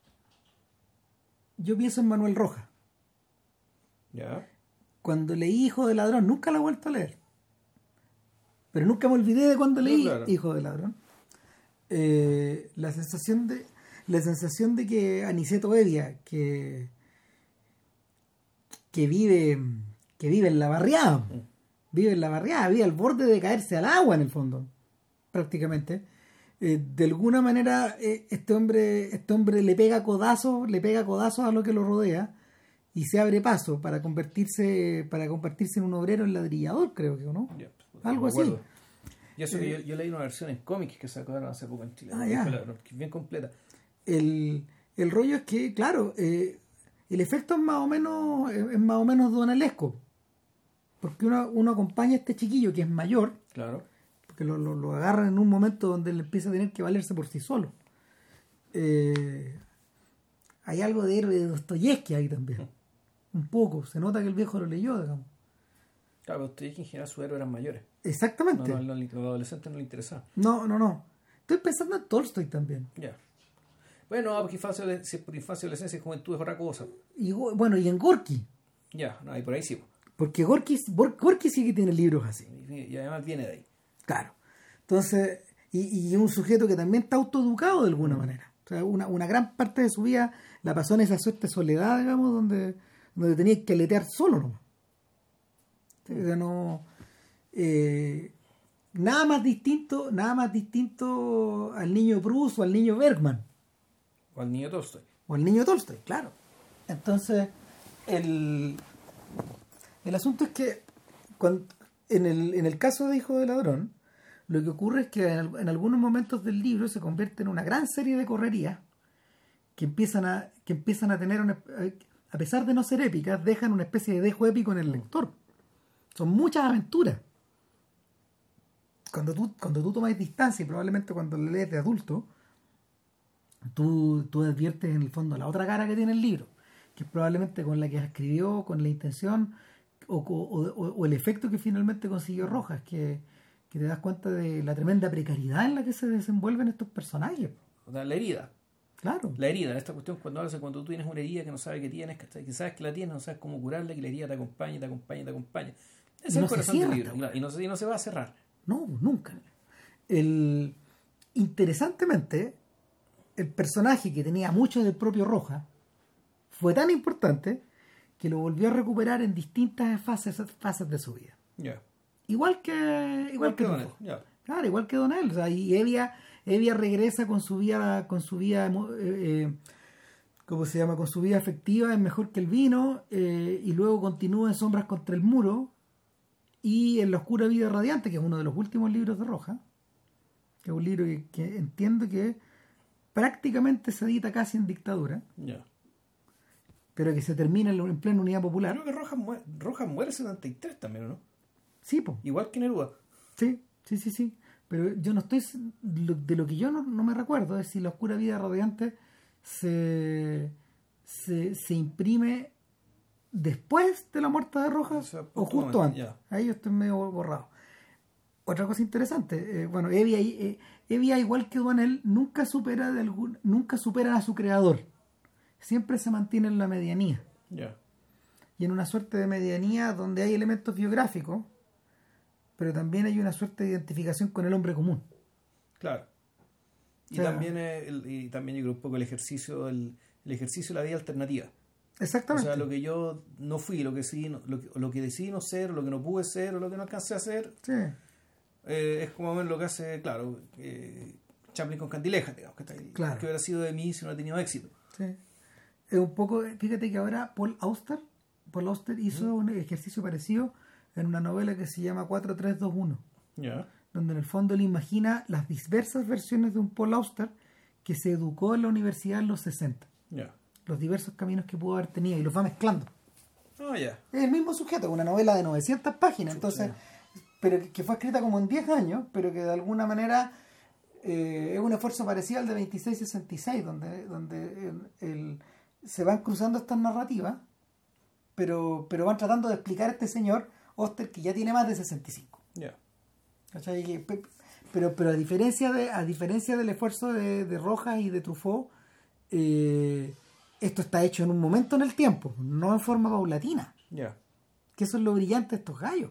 yo pienso en Manuel Rojas. ¿Ya? Cuando leí Hijo de Ladrón, nunca la he vuelto a leer. Pero nunca me olvidé de cuando No, leí claro. Hijo de Ladrón. Eh, la sensación de la sensación de que Aniceto Evia, que que vive que vive en la barriada, vive en la barriada, vive al borde de caerse al agua en el fondo, prácticamente. Eh, de alguna manera eh, este hombre este hombre le pega codazos, le pega codazos a lo que lo rodea y se abre paso para convertirse para convertirse en un obrero en ladrillador, creo que, ¿no? Ya, pues, Algo me así. acuerdo. Y eso que Eh, yo, yo leí una versión en cómics que sacaron hace poco en Chile, Ah, que ya. fue la- que es bien completa. El, el rollo es que, claro, eh, el efecto es más o menos es es más o menos donalesco, porque uno, uno acompaña a este chiquillo que es mayor, Claro. porque lo, lo, lo agarran en un momento donde él empieza a tener que valerse por sí solo. Eh, hay algo de héroe de Dostoyevsky ahí también, un poco, se nota que el viejo lo leyó, digamos. Claro, pero usted dice que en general sus héroes eran mayores. No, Exactamente. no, no, los adolescentes no le interesaba. No, no, no. Estoy pensando en Tolstoy también. Ya. Bueno, no, porque infancia, si es por infancia, adolescencia y juventud es otra cosa. Y Go- bueno, y en Gorky, Ya, no, y por ahí sí. porque Gorky, Bor- Gorky sí que tiene libros así. Y, y además viene de ahí. Claro. Entonces, y, y un sujeto que también está autoeducado de alguna manera. O sea, una, una gran parte de su vida la pasó en esa suerte de soledad, digamos, donde, donde tenía que aletear solo nomás. O sea, no, eh, nada más distinto, nada más distinto al niño Proust o al niño Bergman O al niño Tolstoy. o al niño Tolstoy, claro. Entonces, el, el asunto es que cuando, en, el, en el caso de Hijo de Ladrón, lo que ocurre es que en, al- en algunos momentos del libro se convierte en una gran serie de correrías que empiezan a, que empiezan a tener, una, a pesar de no ser épicas, dejan una especie de dejo épico en el lector. Son muchas aventuras. Cuando tú, cuando tú tomas distancia, y probablemente cuando lo lees de adulto, tú, tú adviertes en el fondo la otra cara que tiene el libro, que es probablemente con la que escribió, con la intención o, o- o- o el efecto que finalmente consiguió Rojas, que, que te das cuenta de la tremenda precariedad en la que se desenvuelven estos personajes. O sea, la herida. Claro, La herida, en esta cuestión, cuando hablas de cuando tú tienes una herida que no sabes que tienes, ¿cachai? Que sabes que la tienes, no sabes cómo curarla, que la herida te acompaña, te acompaña, te acompaña. Ese Y es no el se corazón cierra del esta libro. Y no, se, y no se va a cerrar. no, nunca. El, interesantemente, el personaje que tenía mucho del propio Rojas fue tan importante que lo volvió a recuperar en distintas fases, fases de su vida. Ya. Igual que igual que Donald, Truffaut. ya. Claro, igual que Donald. O sea, y Evia, Evia regresa con su vida, con su vida, emo- eh, eh, ¿cómo se llama? Con su vida afectiva, es mejor que el vino, eh, y luego continúa en Sombras contra el muro y en La oscura vida radiante, que es uno de los últimos libros de Rojas, que es un libro que, que entiendo que prácticamente se edita casi en dictadura, Ya. pero que se termina en, en plena unidad popular. Creo que Rojas muere, Rojas muere en setenta y tres también, ¿o no? Sí, po. Igual que Neruda. Sí, sí, sí, sí. Pero yo no estoy. lo- De lo que yo no, no me recuerdo es si La oscura vida radiante se, se, se imprime después de la muerte de Rojas O sea, o justo póstumamente, antes. ya. Ahí yo estoy medio borrado. Otra cosa interesante, eh, bueno, Evia, eh, Evia, igual que Donel, nunca supera de algún, nunca supera a su creador. Siempre se mantiene en la medianía. Ya. Y en una suerte de medianía donde hay elementos biográficos, pero también hay una suerte de identificación con el hombre común. Claro. Y O sea, también eh, el- y también yo creo un poco el ejercicio, el, el ejercicio de la vida alternativa. O Exactamente. sea, lo que yo no fui, lo que sí, no- lo que, lo que decidí no ser, o lo que no pude ser, o lo que no alcancé a hacer, Sí. eh, es como lo que hace, claro, eh, Chaplin con Candileja, digamos, que, está ahí, Claro. que hubiera sido de mí si no hubiera tenido éxito. Sí. Es un poco, fíjate que ahora Paul Auster, Paul Auster hizo un ejercicio parecido en una novela que se llama cuatro tres dos uno, Ya. donde en el fondo él imagina las diversas versiones de un Paul Auster que se educó en la universidad en los sesenta. Ya. Los diversos caminos que pudo haber tenido y los va mezclando. Ah, ya. Es el mismo sujeto, una novela de novecientas páginas, entonces, pero que fue escrita como en diez años, pero que de alguna manera eh, es un esfuerzo parecido al de veintiséis sesenta y seis, donde, donde el, el, se van cruzando estas narrativas, pero, pero van tratando de explicar a este señor Oster que ya tiene más de sesenta y cinco. Ya. ¿Cachai? Pero, pero a diferencia de, a diferencia del esfuerzo de, de Rojas y de Truffaut, eh, esto está hecho en un momento en el tiempo, no en forma paulatina. Ya. Que eso es lo brillante de estos gallos.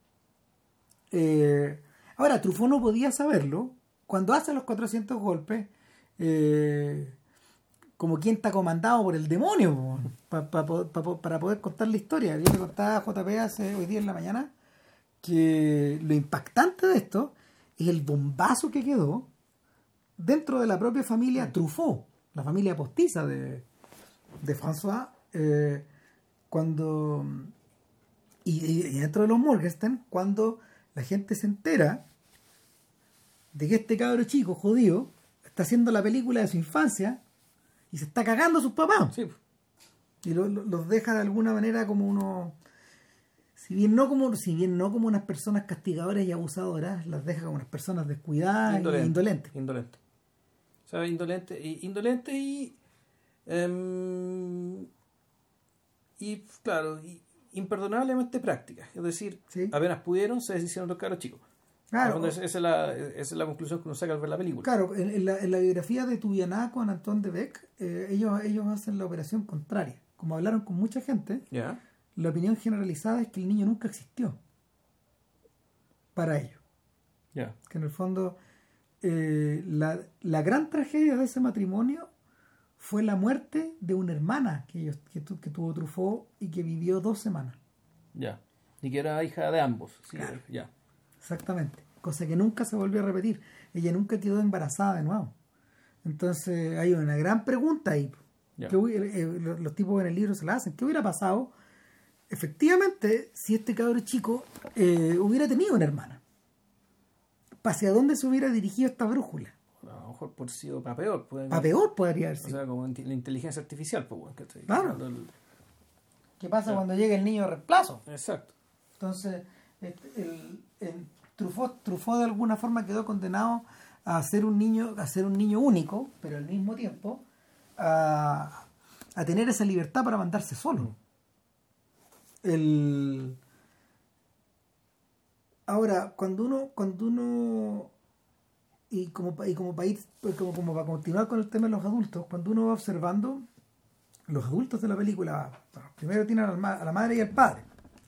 Eh, ahora, Truffaut no podía saberlo cuando hace los cuatrocientos golpes, eh, como quien está comandado por el demonio, pa, pa, pa, pa, para poder contar la historia. Yo le contaba a J P hace hoy día en la mañana que lo impactante de esto es el bombazo que quedó dentro de la propia familia Truffaut, la familia postiza de, de François, eh, cuando y, y dentro de los Morgenstern, cuando la gente se entera de que este cabro chico jodido está haciendo la película de su infancia y se está cagando a sus papás. Sí. Y lo, lo, los deja de alguna manera como unos, si bien no como si bien no como unas personas castigadoras y abusadoras, las deja como unas personas descuidadas Indolente. e indolentes. Indolente. O sea, indolente y indolente y um, y claro, y, imperdonablemente prácticas. Es decir, ¿Sí? apenas pudieron, se deshicieron los caros chicos. Claro, Esa es, la, esa es la conclusión que uno saca al ver la película. claro, en, en, la, en la biografía de Tuvianá con Antoine de Beck, eh, ellos, ellos hacen la operación contraria. Como hablaron con mucha gente, ¿Ya? la opinión generalizada es que el niño nunca existió para ellos. Ya. Que en el fondo eh, la, la gran tragedia de ese matrimonio fue la muerte de una hermana que, ellos, que, tu, que tuvo Truffaut y que vivió dos semanas. Ya. Y que era hija de ambos. Sí, Claro. Ya. Exactamente. Cosa que nunca se volvió a repetir. Ella nunca quedó embarazada de nuevo. Entonces hay una gran pregunta ahí. Ya. Que eh, los, los tipos en el libro se la hacen. ¿Qué hubiera pasado efectivamente si este cabro chico eh, hubiera tenido una hermana? ¿Hacia dónde se hubiera dirigido esta brújula? A lo mejor por sido para peor. Pueden, A peor podría haber O sido. sea, como in- la inteligencia artificial, pues, bueno, ¿cachai? Claro. Cuando el- ¿Qué pasa Claro. cuando llega el niño de reemplazo? Exacto. Entonces, este, el, el Truffaut, Truffaut de alguna forma quedó condenado a ser un niño, a ser un niño único, pero al mismo tiempo a, a tener esa libertad para mandarse solo. El, ahora, cuando uno, cuando uno y como pa- y como para ir, como, como para continuar con el tema de los adultos, cuando uno va observando los adultos de la película, bueno, primero tienen a la, ma- a la madre y al padre.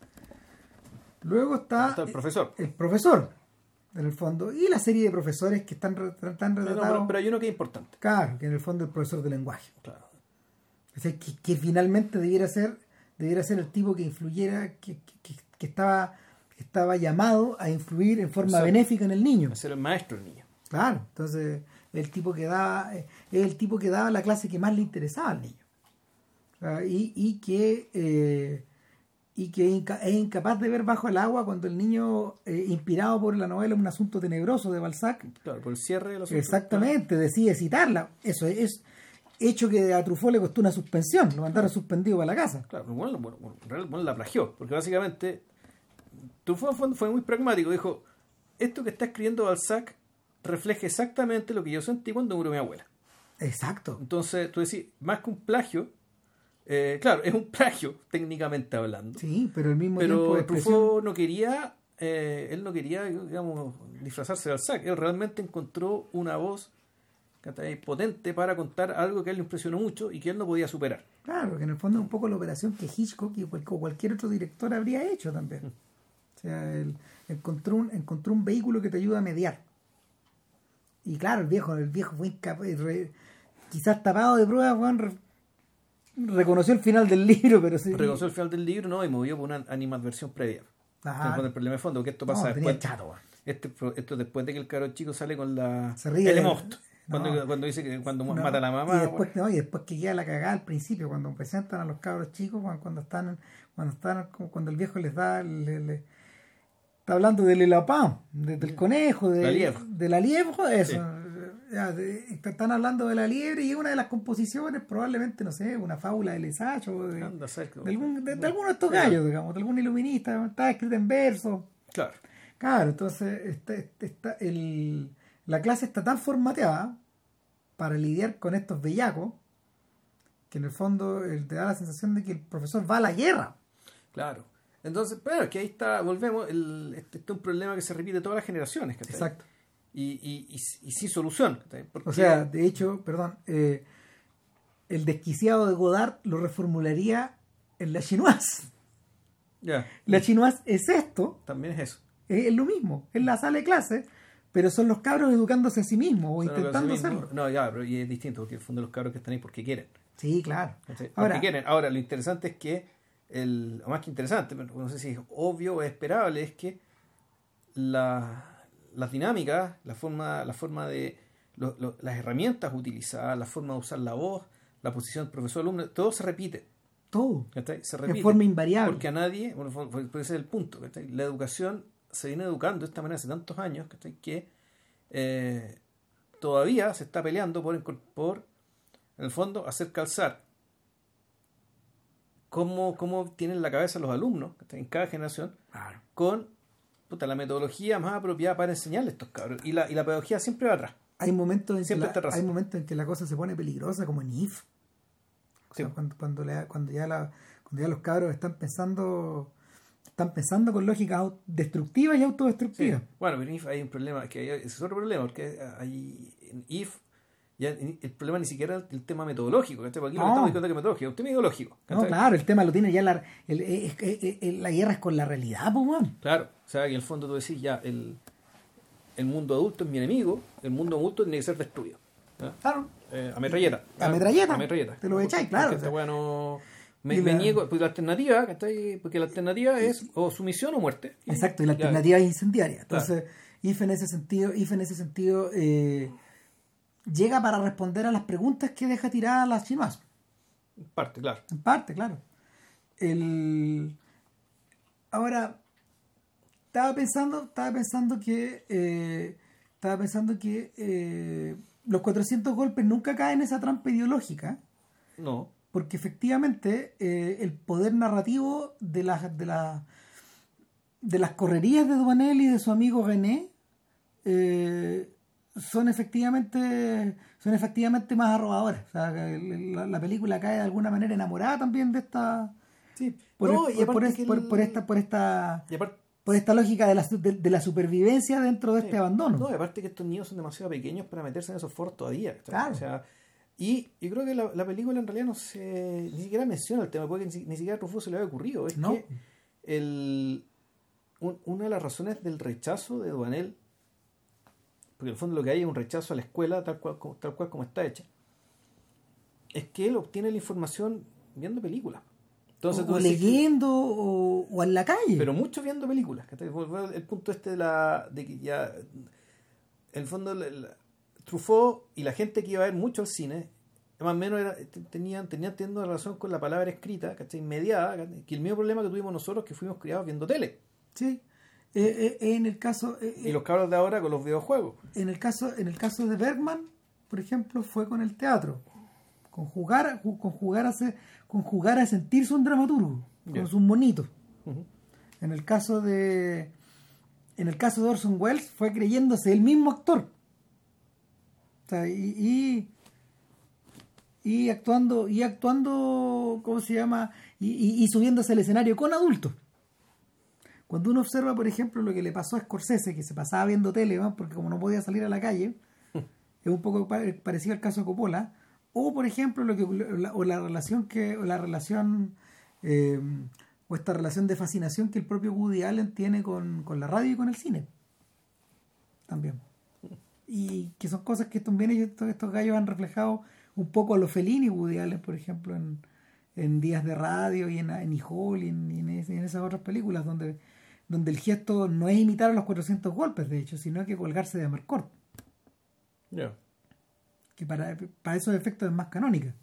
Luego está, Está el profesor. el profesor, en el fondo, y la serie de profesores que están, re- están Pero, retratados. pero, pero hay uno que es importante. Claro, que en el fondo es el profesor de lenguaje. Claro. O sea, que, que finalmente debiera ser, debiera ser el tipo que influyera, que, que, que estaba, que estaba llamado a influir en forma Exacto. benéfica en el niño. Va a ser el maestro el niño. Claro, entonces el tipo que daba, eh, es el tipo que daba la clase que más le interesaba al niño. Ah, y, y que eh, y que inca- es incapaz de ver bajo el agua cuando el niño, eh, inspirado por la novela Un asunto tenebroso de Balzac, Claro, por el cierre de la exactamente, decide citarla. Eso es, es hecho que a Truffaut le costó una suspensión, lo mandaron suspendido para la casa. Claro, pero bueno, bueno, bueno, en realidad, bueno, la plagió, porque básicamente Truffaut fue, fue muy pragmático. Dijo, esto que está escribiendo Balzac refleja exactamente lo que yo sentí cuando murió mi abuela. Exacto. Entonces, tú decís, más que un plagio, eh, claro, es un plagio técnicamente hablando, Sí, pero al mismo tiempo pero expresión- Truffaut no quería, eh, él no quería, digamos, disfrazarse de Balzac. Él realmente encontró una voz, ¿cachai?, potente para contar algo que a él le impresionó mucho y que él no podía superar. Claro, que en el fondo es un poco la operación que Hitchcock y cual- o cualquier otro director habría hecho también. O sea, él encontró un, encontró un vehículo que te ayuda a mediar. Y claro, el viejo, el viejo fue incapaz, re- quizás tapado de pruebas, Juan, re- reconoció el final del libro, pero sí. Reconoció el final del libro, ¿no? Y movió por una animadversión previa. Ajá. Con el problema de fondo, que esto pasa No, tenía después. chato, Juan. Este, esto después de que el caro chico sale con la. Se ríe el de- emost. no. Cuando, cuando dice que cuando No, mata a la mamá. y después, bueno. no, y después que queda la cagada al principio, cuando presentan a los cabros chicos, cuando, cuando están, cuando están, cuando el viejo les da, le- le- está hablando del elapán, de- del conejo, de La liebra. de la liebra, eso. Sí. ya, de- están hablando de la liebre y una de las composiciones, probablemente, no sé, una fábula de Lesage o de, Anda a ser- de algún, de, de alguno de estos Claro. gallos, digamos, de algún iluminista, está escrita en verso. Claro. Claro, entonces está, está el, la clase está tan formateada para lidiar con estos bellacos que en el fondo el- te da la sensación de que el profesor va a la guerra. Claro. Entonces, pero es que ahí está, volvemos, el, este, este es un problema que se repite todas las generaciones, ¿cachai? Exacto. Y, y, y, y sin solución, ¿cachai? Porque- O sea, de hecho, perdón, eh, el desquiciado de Godard lo reformularía en la chinoise. ya, La chinoise es esto, también es eso. es, es lo mismo, es la sala de clase, pero son los cabros educándose a sí mismos o Son lo que intentando hace mismo. hacerlo. No, ya, pero y es distinto, porque en el fondo los cabros que están ahí porque quieren. Sí, claro. ¿cachai? Porque Ahora, quieren. Ahora, lo interesante es que, el, o más que interesante, pero no sé si es obvio o esperable, es que la, las dinámicas, la forma, la forma de lo- lo- las herramientas utilizadas, la forma de usar la voz, la posición del profesor-alumno, todo se repite. todo, ¿cachai? Se de repite. forma invariable. Porque a nadie, bueno, fue- fue- ese es el punto, ¿cachai? La educación se viene educando de esta manera hace tantos años, ¿cachai? Que eh, todavía se está peleando por, incor- por, en el fondo, hacer calzar cómo, cómo tienen la cabeza los alumnos, ¿cachai? En cada generación, Claro. con puta, la metodología más apropiada para enseñarle a estos cabros. Y la, y la pedagogía siempre va atrás. Hay momentos en que Siempre la, te razón. hay momentos en que la cosa se pone peligrosa, como en If. O sea, Sí. cuando, cuando, le- cuando ya la, cuando ya los cabros están pensando, están pensando con lógicas au- destructivas y Sí. autodestructivas. Bueno, pero en If hay un problema, que hay, ese es otro problema, porque hay, en If ya en- el problema ni siquiera es el tema metodológico, ¿cachai? Porque aquí lo que No. estamos discutiendo que es metodológico, es un tema ideológico. No, ¿cachai? claro, el tema lo tiene ya la, el- es- es- es- la guerra es con la realidad, pues, weón. Claro, o sea, que en el fondo tú decís ya, el, el mundo adulto es mi enemigo, el mundo adulto tiene que ser destruido. ¿ya? Claro. Eh, a metralleta. A metralleta. A metralleta. Te lo echáis, claro, Porque o esta sea. weá no- Me, Y me la- niego, porque la alternativa, ¿cachai? Porque la alternativa es o sumisión o muerte. Exacto, y la Ya, alternativa es incendiaria. Entonces, I F en ese sentido, I F en ese sentido eh, llega para responder a las preguntas que deja tiradas las chinoas. en parte, claro. En parte, claro. El... Ahora, estaba pensando, estaba pensando que eh, estaba pensando que eh, los cuatrocientos golpes nunca caen en esa trampa ideológica, No. porque efectivamente eh, el poder narrativo de las de las de las correrías de Duanel y de su amigo René eh, son efectivamente son efectivamente más arrobadoras. O sea, que la, la película cae de alguna manera enamorada también de esta Sí. por, No, el- y por, aparte por, que por- el- por esta por esta Y aparte, por esta lógica de la, su- de, de la supervivencia dentro de este abandono. no, y aparte que estos niños son demasiado pequeños para meterse en esos foros todavía. ¿cachai? Claro. O sea, y yo creo que la, la película en realidad no se ni siquiera menciona el tema, porque ni, si- ni siquiera a Truffaut se le había ocurrido. Es No. que el, un- una de las razones del rechazo de Duanel, porque en el fondo lo que hay es un rechazo a la escuela tal cual, como- tal cual como está hecha, es que él obtiene la información viendo películas. Entonces, tú o decís que- leyendo o, o en la calle. pero mucho viendo películas. ¿cachai? Volver al- el punto este de la de que ya en el fondo la- la- Truffaut y la gente que iba a ver mucho al cine más o menos era, te- tenían tenían teniendo relación con la palabra escrita, ¿cachai? Mediada, ¿cachai? Que el mismo problema que tuvimos nosotros que fuimos criados viendo tele Sí. Eh, eh, en el caso eh, y los cabros de ahora con los videojuegos. en el caso en el caso de Bergman, por ejemplo, fue con el teatro, con jugar ju- con jugar a se- con jugar a sentirse un dramaturgo, Ya. con sus monitos. Ujú. En el caso de en el caso de Orson Welles fue creyéndose el mismo actor. O sea, y, y, y actuando y actuando ¿cómo se llama? Y, y- y subiéndose al escenario con adultos. Cuando uno observa, por ejemplo, lo que le pasó a Scorsese, que se pasaba viendo tele, ¿no? Porque como no podía salir a la calle, es un poco pa- parecido al caso de Coppola, o por ejemplo lo que la, o la relación que o la relación eh, o esta relación de fascinación que el propio Woody Allen tiene con, con la radio y con el cine también, y que son cosas que también ellos, estos, estos gallos han reflejado un poco a los Fellini y Woody Allen, por ejemplo, en, en Días de Radio y en, en E-Hall y en, y en, es- en esas otras películas donde, donde el gesto no es imitar a los cuatrocientos golpes, de hecho, sino que colgarse de Amarcord, Ya. que para, para esos efectos es más canónica.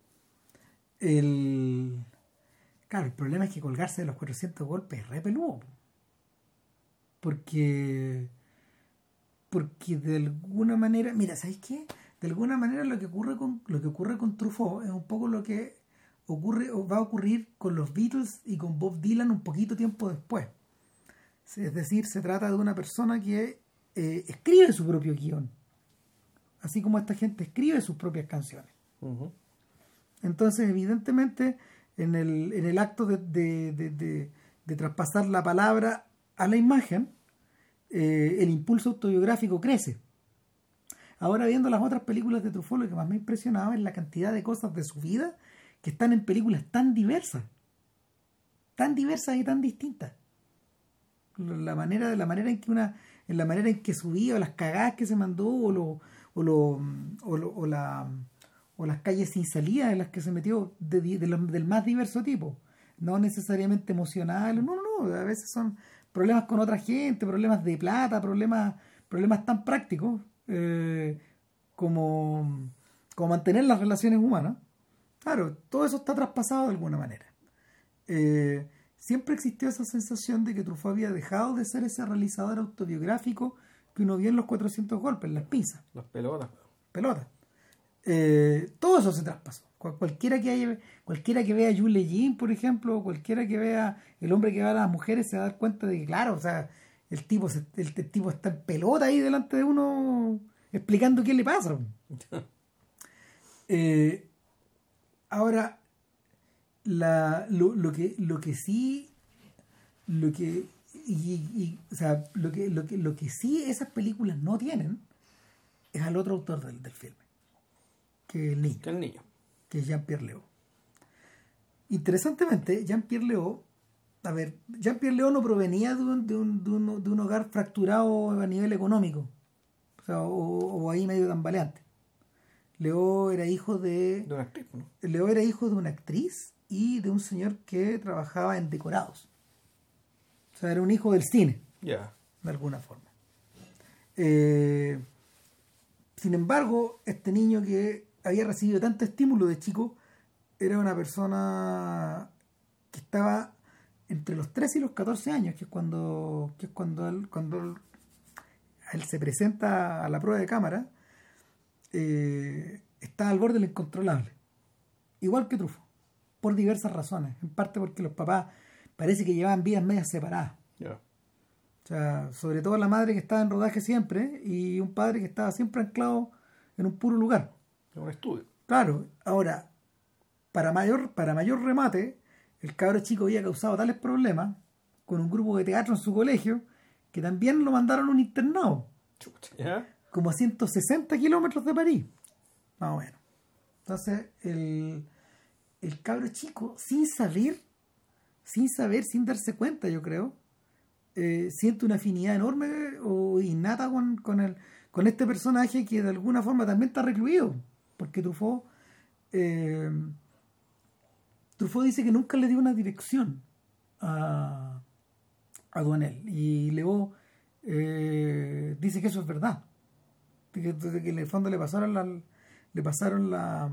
El... Claro, el problema es que colgarse de los cuatrocientos golpes es re peludo. Porque porque de alguna manera, mira, ¿sabes qué? De alguna manera lo que ocurre con lo que ocurre con Truffaut es un poco lo que ocurre o va a ocurrir con los Beatles y con Bob Dylan un poquito tiempo después. Es decir, se trata de una persona que eh, escribe su propio guión, así como esta gente escribe sus propias canciones. Uh-huh. Entonces, evidentemente, en el, en el acto de, de, de, de, de traspasar la palabra a la imagen, eh, el impulso autobiográfico crece. Ahora, viendo las otras películas de Truffaut, lo que más me impresionaba es la cantidad de cosas de su vida que están en películas tan diversas, tan diversas y tan distintas. La manera, la manera en que una, en la manera en que subía, o las cagadas que se mandó, o lo, o lo, o, lo, o la o las calles sin salida en las que se metió de, de los, del más diverso tipo, no necesariamente emocionales, no, no, no, a veces son problemas con otra gente, problemas de plata, problemas, problemas tan prácticos eh, como, como mantener las relaciones humanas. Claro, todo eso está traspasado de alguna manera. Eh, siempre existió esa sensación de que Truffaut había dejado de ser ese realizador autobiográfico que uno vio en Los cuatrocientos golpes, en las pinzas. Las pelotas. Pelotas. Eh, todo eso se traspasó. Cual, cualquiera que haya, cualquiera que vea a Jules Leguin, por ejemplo, cualquiera que vea El hombre que va a las mujeres, se va a dar cuenta de que, claro, o sea, el tipo, se, el, el tipo está en pelota ahí delante de uno explicando qué le pasa. eh, ahora, la, lo, lo que lo que sí, lo que y, y, o sea, lo que lo que lo que sí esas películas no tienen es al otro autor del, del filme, que el niño, que el niño, que es Jean-Pierre Léaud. Interesantemente, Jean-Pierre Léaud, a ver, Jean-Pierre Léaud no provenía de un, de un, de un, de un hogar fracturado a nivel económico, o sea, o, o ahí medio tambaleante. Léaud era hijo de, de una actriz, ¿no? Léaud era hijo de una actriz y de un señor que trabajaba en decorados. O sea, era un hijo del cine, ya, yeah. De alguna forma. Eh, sin embargo, este niño que había recibido tanto estímulo de chico era una persona que estaba entre los trece y los catorce años, que es cuando, que es cuando, él, cuando él, él se presenta a la prueba de cámara, eh, está al borde de lo incontrolable. Igual que Truffaut, por diversas razones. En parte porque los papás parece que llevaban vidas medias separadas. Yeah. O sea, sobre todo la madre que estaba en rodaje siempre y un padre que estaba siempre anclado en un puro lugar. En un estudio. Claro, ahora, para mayor, para mayor remate, el cabro chico había causado tales problemas con un grupo de teatro en su colegio que también lo mandaron a un internado. ¿Ya? Como a ciento sesenta kilómetros de París, más o menos. Entonces, el, el cabro chico, sin saber, sin saber, sin darse cuenta, yo creo, eh, siente una afinidad enorme o innata con, con, el, con este personaje que de alguna forma también está recluido. Porque Truffaut, eh, Truffaut dice que nunca le dio una dirección a, a Duanel. Y Léaud eh, dice que eso es verdad. De que, de que en el fondo le pasaron la, le pasaron la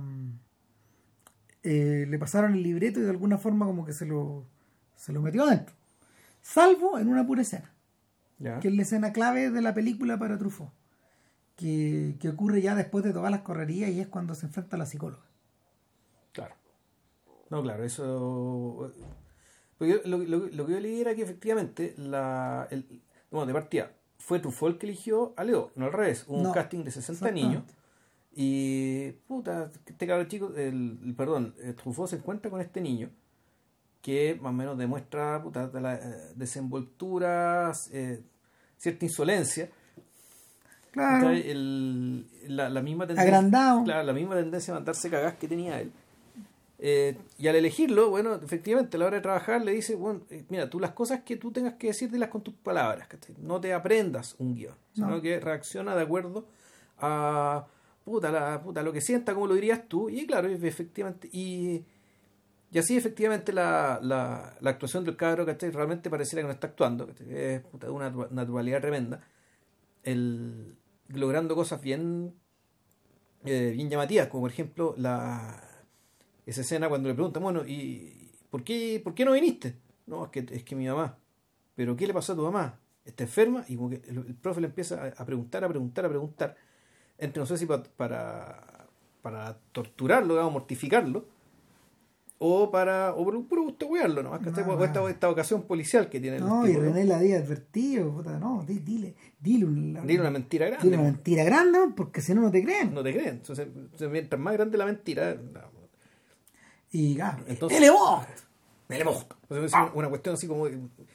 eh, le pasaron el libreto y de alguna forma como que se lo se lo metió adentro, salvo en una pura escena, ¿Ya? que es la escena clave de la película para Truffaut, que, que ocurre ya después de todas las correrías y es cuando se enfrenta a la psicóloga. Claro. No, claro, eso porque lo, lo, lo que yo leí era que efectivamente la el, bueno, de partida fue Truffaut el que eligió a Léaud, no al revés. Hubo No, un casting de sesenta niños y, puta, este cabrón chico, el, el, perdón, el Truffaut se encuentra con este niño que más o menos demuestra, puta, de la eh, desenvoltura, eh, cierta insolencia. Claro. El, la, la misma tendencia, agrandado. Claro, la misma tendencia a mandarse cagás que tenía él. Eh, y al elegirlo, bueno, efectivamente a la hora de trabajar le dice, bueno, eh, mira, tú las cosas que tú tengas que decir, dilas con tus palabras, ¿cachai? No te aprendas un guión, sino No. que reacciona de acuerdo a puta, la, puta, lo que sienta, como lo dirías tú, y claro, efectivamente, y, y así efectivamente la, la, la actuación del cabro, ¿cachai? Realmente pareciera que no está actuando, ¿cachai? Es puta, de una naturalidad tremenda, el, logrando cosas bien, eh, bien llamativas, como por ejemplo la esa escena cuando le preguntan, bueno, ¿y por qué, por qué no viniste? No, es que, es que mi mamá. ¿Pero qué le pasó a tu mamá? está enferma, y como que el, el profe le empieza a, a preguntar, a preguntar, a preguntar, entre no sé si pa, para, para torturarlo, digamos, mortificarlo, o para o por puro gusto wearlo, ¿no? Esta, No, esta, esta vocación policial que tiene el No, tipo, y ¿no? René la había advertido, puta, no, di- dile, dile una, Dile una mentira grande. dile una mentira grande, porque si no, no te creen. No te creen. Entonces, mientras más grande la mentira, no. Y claro, Entonces, ¡el emo! ¡el emo! Entonces, es una, una cuestión así como...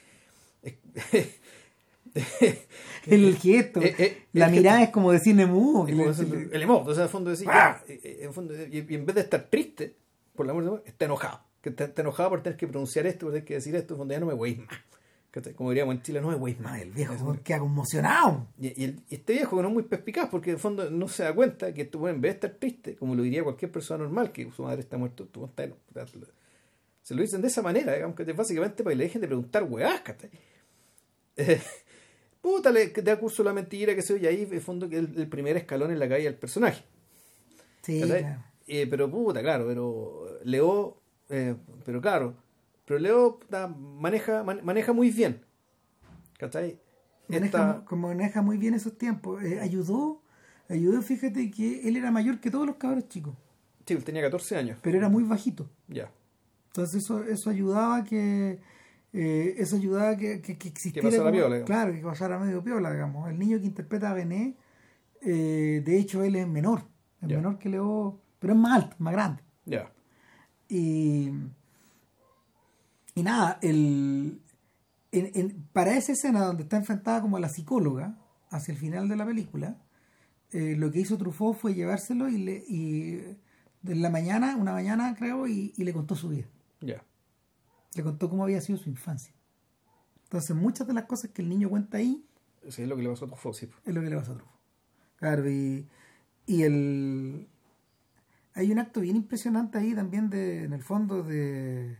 El gesto, Eh, eh, la el mirada gesto. es como decir Nemu. Y como es el, el emo, entonces en el fondo decir, ya, eh, eh, en el fondo, y, y en vez de estar triste, por la muerte de Dios, está enojado. Que está, está enojado por tener que pronunciar esto, por tener que decir esto, en el fondo ya no me weis más. ¿Cachai? Como diríamos en Chile, no me weis más. No, el viejo queda conmocionado. Y, y, el, y este viejo que no es muy perspicaz, porque en el fondo no se da cuenta que esto, bueno, en vez de estar triste, como lo diría cualquier persona normal, que su madre está muerta, tú estás, se lo dicen de esa manera, digamos, que básicamente para que le dejen de preguntar weás, ¿cachai? Eh, puta, le te da curso la mentira, que se oye ahí, en el fondo, que es el, el primer escalón en la caída del personaje. Sí, ¿Cachai? claro. Eh, pero puta, claro, pero Leo, eh, pero claro, pero Leo puta, maneja, man, maneja muy bien. ¿Cachai? Maneja, Esta- como maneja muy bien esos tiempos. Eh, ayudó, ayudó, fíjate que él era mayor que todos los cabros chicos, sí, él tenía catorce años. pero era muy bajito. Ya. Entonces eso, eso ayudaba a que eh, eso ayudaba a que, que, que existiera pasara como- piola, digamos. claro, que pasara medio piola, digamos. El niño que interpreta a Bené, eh, de hecho él es menor, es Ya. menor que Leo, pero es más alto, más grande. Ya. Y, y nada, el, en- en- para esa escena donde está enfrentada como a la psicóloga, hacia el final de la película, eh, lo que hizo Truffaut fue llevárselo y, le, y de la mañana, una mañana creo, y, y le contó su vida. Ya. Le contó cómo había sido su infancia. Entonces muchas de las cosas que el niño cuenta ahí Eso es lo que le pasó a Truffaut, sí. es lo que le pasa a Truffaut. Claro, y, y el... hay un acto bien impresionante ahí también de, en el fondo de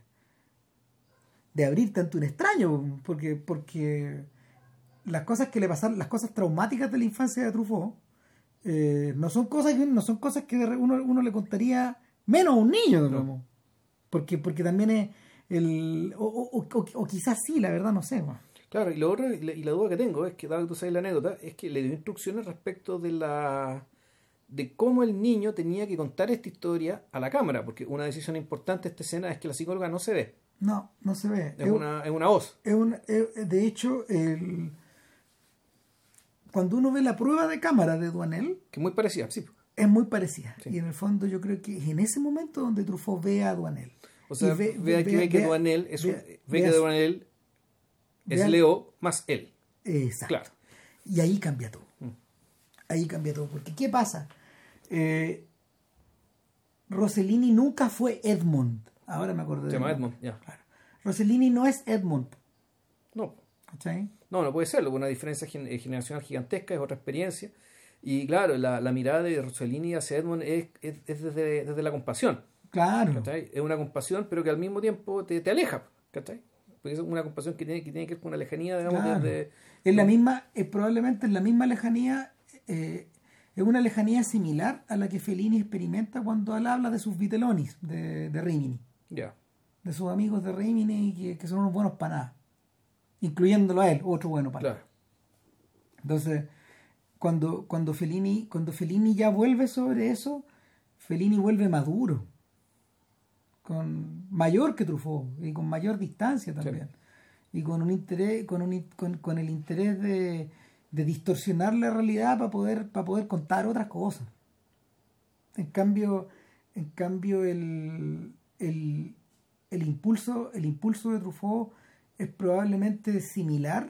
de abrirte ante un extraño, porque porque las cosas que le pasaron, las cosas traumáticas de la infancia de Truffaut, eh, no son cosas que no son cosas que de re- uno, uno le contaría menos a un niño, digamos. Porque porque también es el o, o, o- o quizás sí, la verdad no sé, man. Claro, y lo otro, y la, y la duda que tengo es que, dado que tú sabes la anécdota, es que le dio instrucciones respecto de la de cómo el niño tenía que contar esta historia a la cámara, porque una decisión importante de esta escena es que la psicóloga no se ve, No, no se ve. es una, es una voz. Es un- es- de hecho, el, cuando uno ve la prueba de cámara de Duanel, Que es muy parecida, sí. es muy parecida. Sí. Y en el fondo yo creo que es en ese momento donde Truffaut ve a Duanel. O sea, Y ve, ve, que, ve que Duanel es un- ve- ve ve que a- Duanel es ve a- Leo más él. Exacto. Claro. Y ahí cambia todo. Mm. Ahí cambia todo. Porque ¿qué pasa? Eh, Rossellini nunca fue Edmond. Ahora me acordé. Se del llama nombre. Edmond, ya. Claro. Rossellini no es Edmond. No, ¿Cachai? no, no puede serlo, una diferencia gen- generacional gigantesca, es otra experiencia. Y claro, la, la mirada de Rossellini hacia Edmond es, es, es desde, desde la compasión. Claro. ¿Cachai? Es una compasión, pero que al mismo tiempo te, te aleja. ¿Cachai? Porque es una compasión que tiene que, tiene que ver con una lejanía, digamos, Claro. desde... Es la misma, es probablemente en la misma lejanía, eh, es una lejanía similar a la que Fellini experimenta cuando él habla de sus vitelonis de, de Rimini, Ya, de sus amigos de Rimini que, que son unos buenos para nada, incluyéndolo a él, otro bueno para nada. claro. Entonces, cuando, cuando Fellini, cuando Fellini ya vuelve sobre eso, Fellini vuelve maduro, con mayor que Truffaut y con mayor distancia también. Y con un interés, con un in- con, con el interés de, de distorsionar la realidad para poder, para poder contar otras cosas. En cambio, en cambio el, el, el impulso, el impulso de Truffaut es probablemente similar.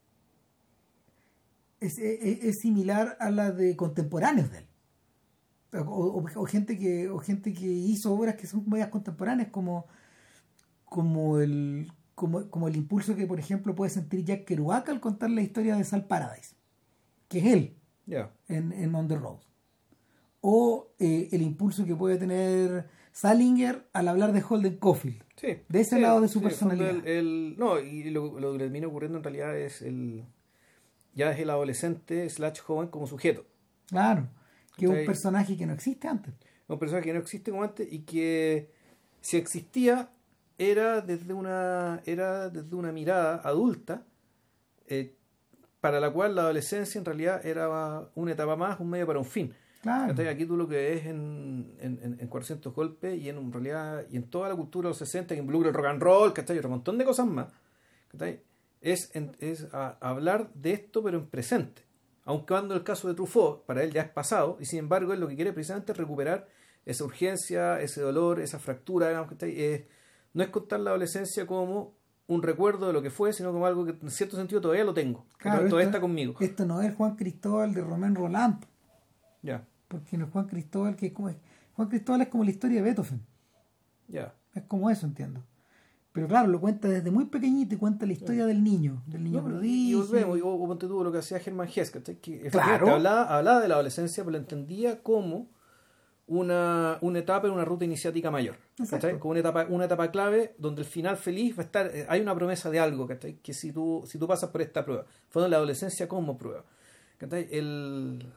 Es, es, es similar a la de contemporáneos de él. O, o- o gente que, o gente que hizo obras que son medias contemporáneas, como, como el como, como el impulso que, por ejemplo, puede sentir Jack Kerouac al contar la historia de Sal Paradise, que es él Ya, en, en On the Road. O eh, el impulso que puede tener Salinger al hablar de Holden Caulfield. sí. De ese Sí, lado de su sí, en el fondo personalidad. el- el- no, y lo, lo que termina ocurriendo en realidad es el... Ya es el adolescente slash joven como sujeto. Claro, que es un ¿Cachai? personaje que no existe antes. Un personaje que no existe como antes y que si existía era desde una era desde una mirada adulta, eh, para la cual la adolescencia en realidad era una etapa más, un medio para un fin. Claro. ¿Cachai? Aquí tú lo que ves en, en, en, en cuatrocientos golpes y en, en realidad y en toda la cultura de los sesenta que involucra el rock and roll, ¿cachai? Y otro montón de cosas más, ¿cachai? Es, en, es a, a hablar de esto pero en presente. Aunque cuando el caso de Truffaut, para él ya es pasado, y sin embargo él lo que quiere precisamente es recuperar esa urgencia, ese dolor, esa fractura, digamos, ¿cachai? Es, no es contar la adolescencia como un recuerdo de lo que fue, sino como algo que en cierto sentido todavía lo tengo, Claro, todavía esto, está conmigo. Esto no es Juan Cristóbal de Romén Roland, Ya, porque no es Juan Cristóbal que es como Juan Cristóbal es como la historia de Beethoven, ya. es como eso, entiendo. Pero claro, lo cuenta desde muy pequeñito y cuenta la historia Ya. del niño, del niño No, y prodigio. volvemos, y o, o ponte tú lo que hacía Germán Hesse, ¿cachai? Que Claro. efectivamente hablaba, hablaba de la adolescencia, pero la entendía como una, una etapa en una ruta iniciática mayor, ¿cachai? Exacto. Como una etapa, una etapa clave donde el final feliz va a estar, eh, hay una promesa de algo, ¿cachai? Que si tú, si tú pasas por esta prueba, fue la adolescencia como prueba, ¿cachai? El,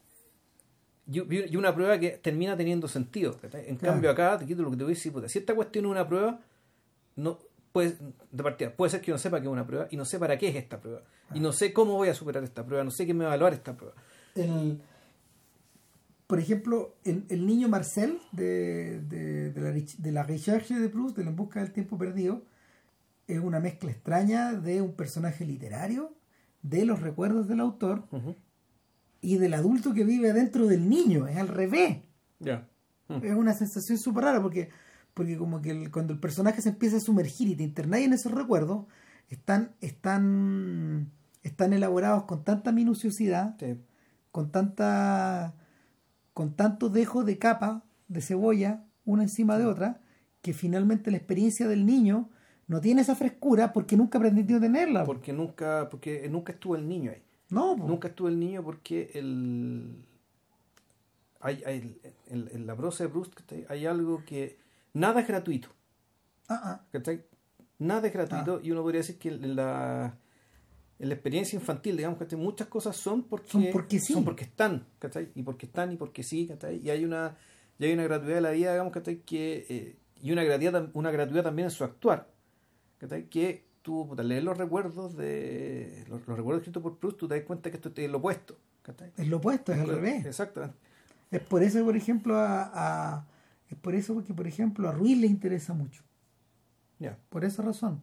y, y una prueba que termina teniendo sentido, ¿cachai? En Claro. cambio acá, te quito lo que te voy a decir, puta, si esta cuestión es una prueba, no puede, de partida, puede ser que yo no sepa que es una prueba y no sé para qué es esta prueba, y no sé cómo voy a superar esta prueba, no sé quién me va a evaluar esta prueba. El, por ejemplo, el, el niño Marcel de, de, de, la, de la Recherche de Proust, de la En busca del tiempo perdido, es una mezcla extraña de un personaje literario, de los recuerdos del autor Uh-huh. y del adulto que vive dentro del niño, es al revés. Ya. Mm. Es una sensación súper rara porque, porque como que el- cuando el personaje se empieza a sumergir y te internáis en esos recuerdos, están, están, están elaborados con tanta minuciosidad, Sí. con tanta con tanto dejo de capa de cebolla una encima de otra, que finalmente la experiencia del niño no tiene esa frescura porque nunca aprendió a tenerla. Porque nunca, porque nunca estuvo el niño ahí. No, po. Nunca estuvo el niño porque el hay, hay en, en la prosa de Proust, ¿cachai? Hay algo que nada es gratuito, Ah, ah. ¿cachai? Nada es gratuito y uno podría decir que en la, en la experiencia infantil, digamos, que muchas cosas son porque, Son porque sí. son porque están, ¿cachai? Y porque están y porque sí, ¿cachai? Y hay una, y hay una gratuidad de la vida, digamos, ¿cachai? Que, eh, y una gratuidad, una gratuidad también en su actuar, ¿cachai? Que tú, puta, lees los recuerdos de los, los recuerdos escritos por Proust, tú te das cuenta que esto es lo opuesto, ¿cachai? Es lo opuesto, es al revés. Exactamente. Es por eso, por ejemplo, a, a- es por eso porque, por ejemplo, a Ruiz le interesa mucho. Ya. Por esa razón.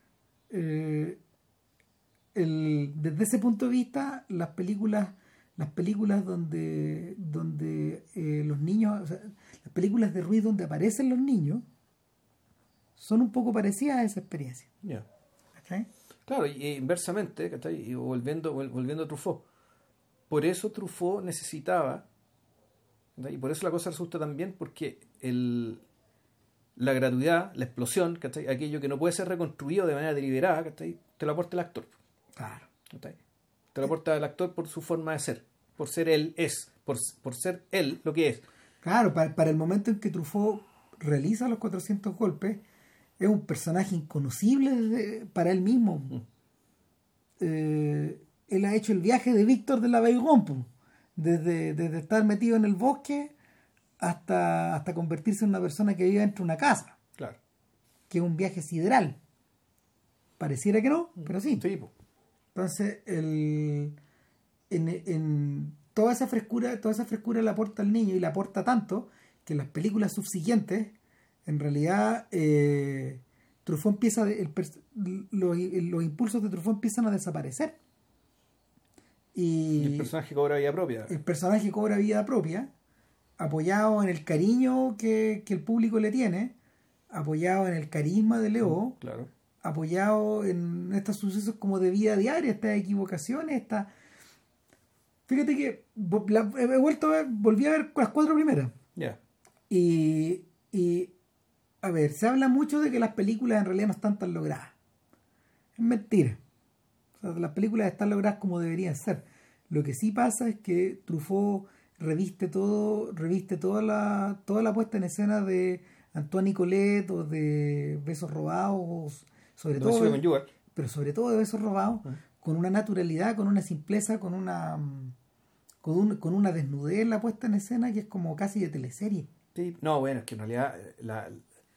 Eh, el- desde ese punto de vista, las películas, las películas donde, donde eh, los niños, o sea, las películas de Ruiz donde aparecen los niños, son un poco parecidas a esa experiencia. Ya. ¿Cachai? Claro, y, e inversamente, ¿cachai? Y volviendo, vol- volviendo a Truffaut. Por eso Truffaut necesitaba, ¿cachai? Y por eso la cosa resulta tan bien, porque el, la gratuidad, la explosión, ¿cachai? Aquello que no puede ser reconstruido de manera deliberada, ¿cachai? Te lo aporta el actor. Claro. ¿Cachai? Te lo aporta el actor por su forma de ser, por ser él es, por, por ser él lo que es. Claro, para, para el momento en que Truffaut realiza los cuatrocientos golpes, es un personaje inconocible desde- para él mismo. Mm. Eh, él ha hecho el viaje de Víctor de la Veyron, po. desde, desde estar metido en el bosque hasta, hasta convertirse en una persona que vive dentro de una casa, Claro. que es un viaje sideral. Pareciera que no, pero sí. Sí, po. Entonces, el, en, en toda esa frescura, toda esa frescura la aporta el niño y la aporta tanto que en las películas subsiguientes, en realidad, eh, Truffaut empieza, de- el pers- los, los impulsos de Truffaut empiezan a desaparecer. Y el Y personaje cobra vida propia. el personaje cobra vida propia, apoyado en el cariño que, que el público le tiene, apoyado en el carisma de Leo, Claro. apoyado en estos sucesos como de vida diaria, estas equivocaciones, esta... Fíjate que vo- la- he vuelto a ver, volví a ver las cuatro primeras. Ya. Y, y, a ver, se habla mucho de que las películas en realidad no están tan logradas. Es mentira. O sea, las películas están logradas como deberían ser. Lo que sí pasa es que Truffaut reviste todo, reviste toda la, toda la puesta en escena de Antoine Colette o de Besos Robados, sobre todo, Domicilio conyugal. pero sobre todo de Besos Robados, Ah. con una naturalidad, con una simpleza, con una mm, con, un- con una desnudez en la puesta en escena que es como casi de teleserie. Sí. No, bueno, es que en realidad eh, la,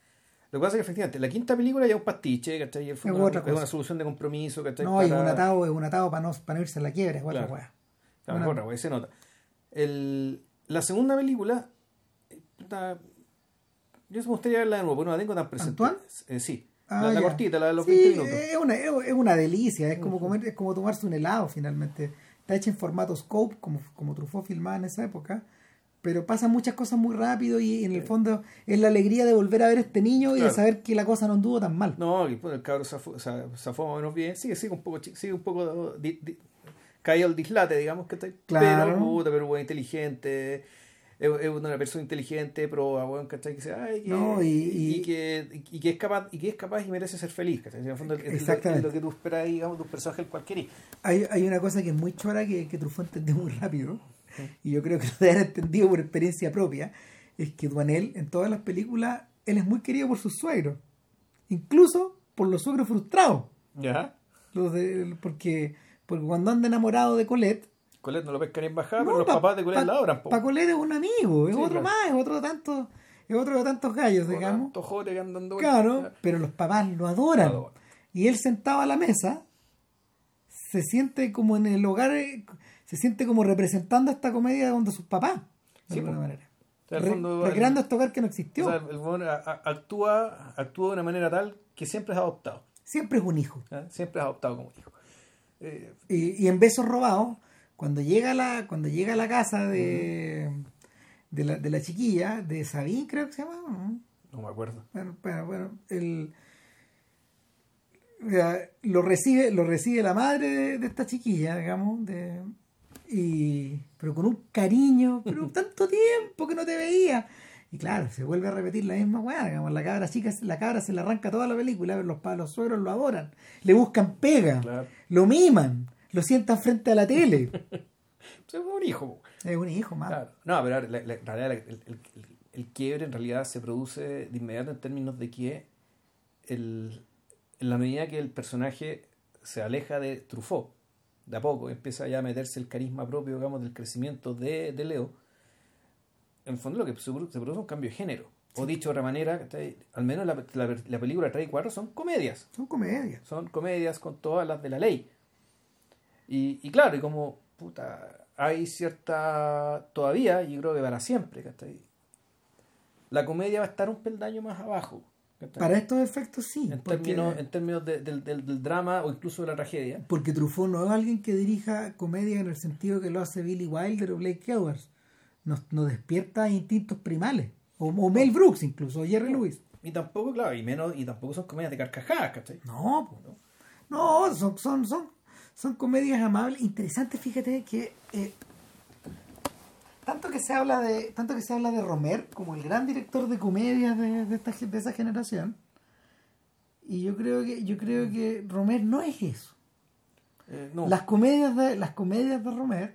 Lo que pasa es que efectivamente la quinta película ya es un pastiche, ¿cachai? Y el fondo Es otra es cosa. una solución de compromiso, ¿cachai? No, y es Para- un atado, es un atado para no, para no irse a la quiebra, es otra Claro. weá. Claro, Una- es otra, güey, se nota. El, la segunda película, eh, puta, yo me gustaría verla de nuevo, porque no la tengo tan presente. ¿Antoine? Eh, sí, Ah, la, la ya. cortita, la de los Sí, veinte minutos. es una, es una delicia, es como comer, es como tomarse un helado finalmente. Está hecha en formato scope, como, como Truffaut filmaba en esa época, pero pasan muchas cosas muy rápido y en el fondo es la alegría de volver a ver a este niño y Claro. de saber que la cosa no anduvo tan mal. No, y pues el cabro zafó, o sea, zafó más o menos bien. Sigue, sigue un poco, chi- sigue un poco di- di- caído el dislate, digamos, que está ahí. Claro. Pero, puta, pero bueno, inteligente. Es, es una persona inteligente, pero weón, ¿cachai? Que, se- ay, que, No, y- y- y que, y que es capaz, y que es capaz y merece ser feliz, ¿cachai? En el fondo, es lo- Exactamente. es lo que tú esperas, digamos, de un personaje el cual querís. Hay, hay una cosa que es muy chora que, que Truffaut entendió muy rápido, y yo creo que lo debe haber entendido por experiencia propia, es que Duanel en todas las películas, él es muy querido por sus suegros, incluso por los suegros frustrados, ¿Ya? los de, porque, porque cuando anda enamorado de Colette, Colette no lo pescan en bajada, no, pero los pa- papás de Colette pa- la obran, po. pa' Colette es un amigo, es Sí, otro claro. más, es otro de tantos, es otro de tantos gallos, Con digamos. tantos jotes que andan dando Claro, vueltas. pero los papás lo adoran. Lo adoran. Y él sentado a la mesa se siente como en el hogar, eh, se siente como representando esta comedia donde sus papás, de Sí, alguna po. manera. O sea, al Re- fondo, recreando el- este hogar que no existió. O sea, el weón a- a- actúa, actúa de una manera tal que siempre es adoptado. Siempre es un hijo. ¿eh? Siempre es adoptado como hijo. Eh, Y, y en Besos Robados, cuando llega a la, cuando llega a la casa de, de, la, de la chiquilla, de Sabine, creo que se llama, ¿no? no me acuerdo. Bueno, bueno, bueno, el, o sea, lo recibe, lo recibe la madre de, de esta chiquilla, digamos, de, y, pero con un cariño, pero tanto tiempo que no te veía. Y claro, se vuelve a repetir la misma weá, digamos, la cabra chica, la cabra se le arranca toda la película, los, pa- los suegros lo adoran, le buscan pega, Claro. lo miman, lo sientan frente a la tele. Es un hijo. po. Es un hijo más. Claro. No, pero la- la- en realidad la- el, el- el- el quiebre en realidad se produce de inmediato en términos de que el, en la medida que el personaje se aleja de Truffaut, de a poco empieza ya a meterse el carisma propio, digamos, del crecimiento de, de Leo, en el fondo lo que se, produ- se produce es un cambio de género. O dicho de otra manera, ¿cachai? Al menos la, la, la película tres y cuatro son comedias. Son comedias. Son comedias con todas las de la ley. Y, y claro, y como puta, hay cierta, todavía, y creo que para siempre, ¿cachai? La comedia va a estar un peldaño más abajo. ¿cachai? Para estos efectos sí. en, porque- términos, en términos de- del, del, del drama o incluso de la tragedia. Porque Truffaut no es alguien que dirija comedia en el sentido que lo hace Billy Wilder o Blake Edwards. Nos, nos despierta instintos primales. O, o Mel Brooks incluso, o Jerry Lewis. Y tampoco, claro, y menos, y tampoco son comedias de carcajadas, ¿cachai? No, po. no, son, son, son, son comedias amables, interesantes. Fíjate que eh, tanto que se habla de, tanto que se habla de Romer como el gran director de comedias de, de esta, de esa generación. Y yo creo que, yo creo que Romer no es eso. Eh, no. Las comedias de, las comedias de Romer,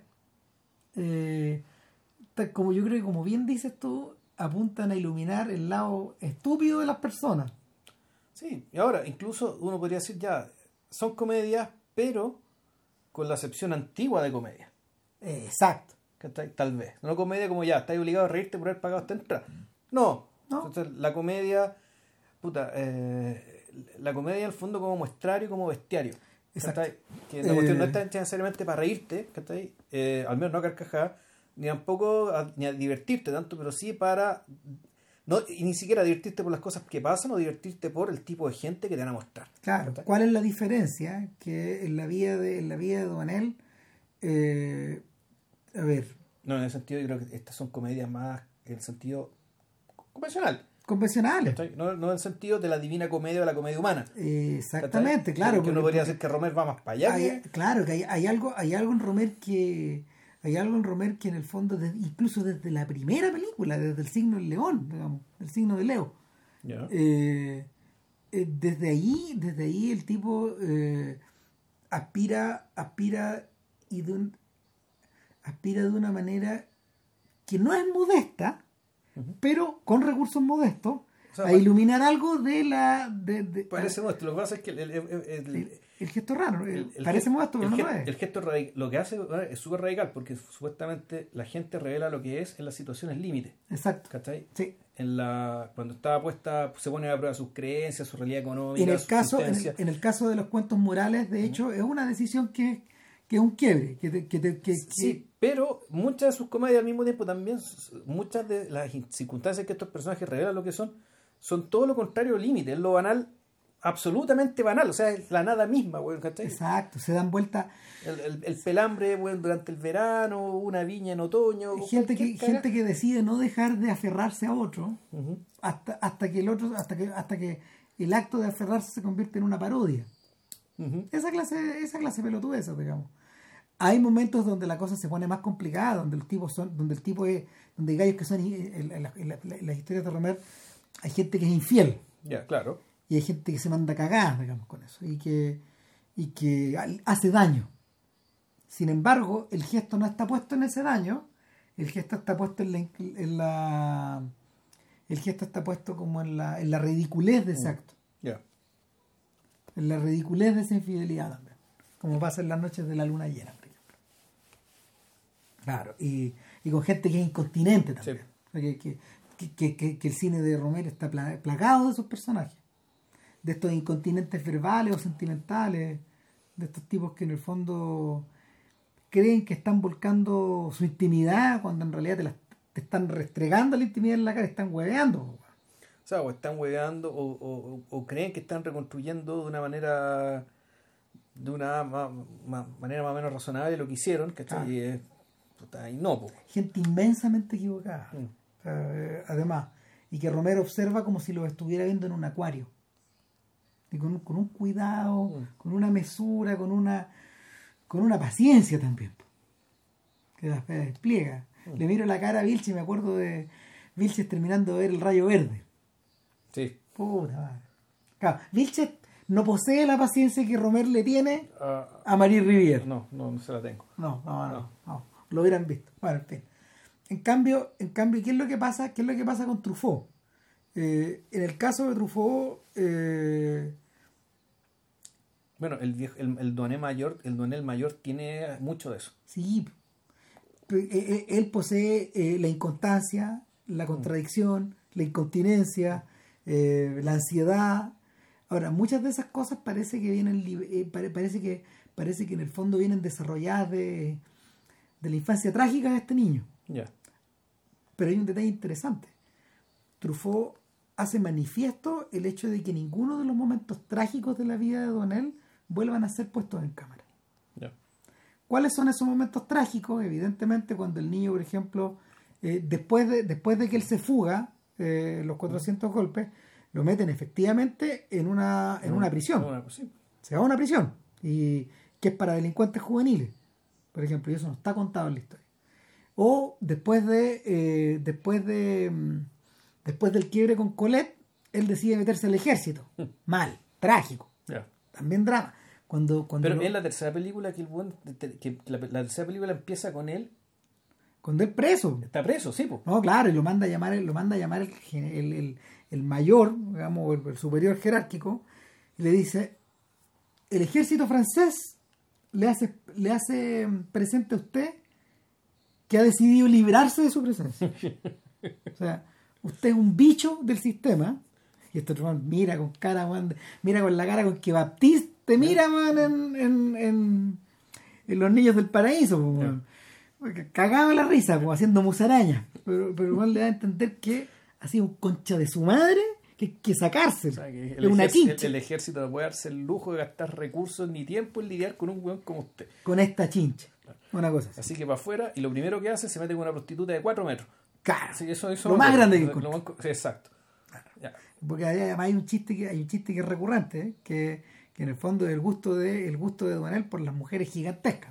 eh, ta- como yo creo que como bien dices tú, apuntan a iluminar el lado estúpido de las personas. Sí, y ahora, incluso uno podría decir ya, son comedias, pero con la acepción antigua de comedia. Eh, exacto. ¿Cachai? Tal vez. No comedia como ya, estás obligado a reírte por haber pagado esta entrada. No. No. Entonces, la comedia, puta, eh, la comedia al fondo como muestrario y como bestiario. Exacto. ¿Cachai? Que la cuestión Eh. no está hecha necesariamente para reírte, ¿cachai? Eh, al menos no a carcajadas, ni tampoco a, ni a divertirte tanto, pero sí para, no, y ni siquiera divertirte por las cosas que pasan o divertirte por el tipo de gente que te van a mostrar. Claro. ¿cachai? ¿Cuál es la diferencia? Que en la vida de, en la vida de Duanel, eh, a ver, No, en ese sentido yo creo que estas son comedias más en el sentido convencional. convencionales. ¿cachai? No, no en el sentido de la divina comedia o la comedia humana. Eh, exactamente, ¿cachai? claro. Que uno porque- podría porque decir que Romer va más para allá. hay- que- claro, que hay, hay algo, hay algo en Romer que, hay algo en Romer que en el fondo, de- incluso desde la primera película, desde el signo del león, digamos, el signo de Leo, Ya. eh, eh, desde ahí, desde ahí el tipo eh, aspira, aspira y de un- aspira de una manera que no es modesta, Ujú. pero con recursos modestos, sea, a iluminar algo de la... De, de, parece modesto. Lo que pasa es que el, el, el, el, el, el gesto es raro. El, el parece gesto, modesto, pero no gesto, lo es. El gesto lo que hace es súper radical porque supuestamente la gente revela lo que es en las situaciones límite. Exacto. ¿Cachai? Sí. En la, cuando está puesta, se pone a prueba sus creencias, su realidad económica. En el, su caso, en el, en el caso de los cuentos morales, de hecho, uh-huh. es una decisión que, que es un quiebre. Que, te, que, te, que Sí, que... pero muchas de sus comedias al mismo tiempo también, muchas de las circunstancias que estos personajes revelan lo que son, son todo lo contrario al límite, es lo banal, absolutamente banal, o sea, es la nada misma, güey, ¿cachai? Exacto, se dan vuelta. El, el, el pelambre, güey, durante el verano, una viña en otoño. Gente que, gente que decide no dejar de aferrarse a otro uh-huh. hasta, hasta que el otro, hasta que, hasta que el acto de aferrarse se convierte en una parodia. Uh-huh. Esa clase, esa clase de pelotudeza, digamos. Hay momentos donde la cosa se pone más complicada, donde los tipos son, donde el tipo es, donde hay gallos que son en, en, en, en, la, en las historias de Romer, hay gente que es infiel. Ya, yeah, claro. Y hay gente que se manda cagadas, digamos, con eso, y que, y que hace daño. Sin embargo, el gesto no está puesto en ese daño, el gesto está puesto en la, en la el gesto está puesto como en la, en la ridiculez de ese acto. Yeah. En la ridiculez de esa infidelidad también. Como pasa en las noches de la luna llena, por ejemplo. Claro, y, y con gente que es incontinente también. Sí. Que, que, que, que, que el cine de Romero está plagado de esos personajes. De estos incontinentes verbales o sentimentales, de estos tipos que en el fondo creen que están volcando su intimidad cuando en realidad te, la, te están restregando la intimidad en la cara, están hueveando. O sea, o están hueveando o, o, o creen que están reconstruyendo de una manera de una ma, ma, manera más o menos razonable lo que hicieron, ¿cachai? Ah. Y es, puta, y no, po. Gente inmensamente equivocada. Mm. O sea, eh, además, y que Romero observa como si lo estuviera viendo en un acuario. Y con, con un cuidado, mm. con una mesura, con una con una paciencia también, que la despliega. Mm. Le miro la cara a Vilches y me acuerdo de Vilches terminando de ver El Rayo Verde. Sí. Puta madre. Claro, Vilches no posee la paciencia que Romer le tiene uh, a Marie Rivière. No, no, no se la tengo. No, no, no, no, no. Lo hubieran visto. Bueno, en fin. En cambio, en cambio, ¿qué es lo que pasa? ¿Qué es lo que pasa con Truffaut? Eh, en el caso de Truffaut, eh, bueno, el viejo, el, el Duanel mayor, el Duanel mayor tiene mucho de eso. Sí, él posee eh, la inconstancia, la contradicción, la incontinencia, eh, la ansiedad. Ahora, muchas de esas cosas parece que vienen, eh, parece que parece que en el fondo vienen desarrolladas de, de la infancia trágica de este niño. Ya. Yeah. Pero hay un detalle interesante. Truffaut hace manifiesto el hecho de que ninguno de los momentos trágicos de la vida de Duanel vuelvan a ser puestos en cámara. Yeah. ¿Cuáles son esos momentos trágicos? Evidentemente cuando el niño, por ejemplo, eh, después, de, después de que él se fuga, eh, los cuatrocientos golpes, lo meten efectivamente en una, en una prisión. Una, sí. Se va a una prisión, y que es para delincuentes juveniles, por ejemplo, y eso no está contado en la historia. O después de eh, después de después del quiebre con Colette, él decide meterse al ejército. Mal, trágico. Yeah. También drama. Cuando, cuando Pero lo, en la tercera película que el buen, que la, la tercera película empieza con él cuando él preso. Está preso, sí, pues. No, claro, y lo manda a llamar, lo manda a llamar el, el, el, el mayor, digamos, el, el superior jerárquico, y le dice: el ejército francés le hace, le hace presente a usted que ha decidido librarse de su presencia. O sea, usted es un bicho del sistema. Y esto mira con cara, man, mira con la cara con que Baptiste te mira, man, en, en, en, en Los Niños del Paraíso, man. Cagaba la risa, como haciendo musaraña. Pero, pero igual le da a entender que ha sido un concha de su madre que hay que sacarse. O sea, que el, es una ejército, el, el ejército no puede darse el lujo de gastar recursos ni tiempo en lidiar con un weón como usted. Con esta chincha. Una cosa así. Así que para afuera, y lo primero que hace se mete con una prostituta de cuatro metros. Claro. Así que eso, eso lo más lo, grande que lo, lo, sí, exacto. Ya. Porque además hay un chiste que hay un chiste que es recurrente, ¿eh? que, que en el fondo es el gusto de el gusto de Duanel por las mujeres gigantescas.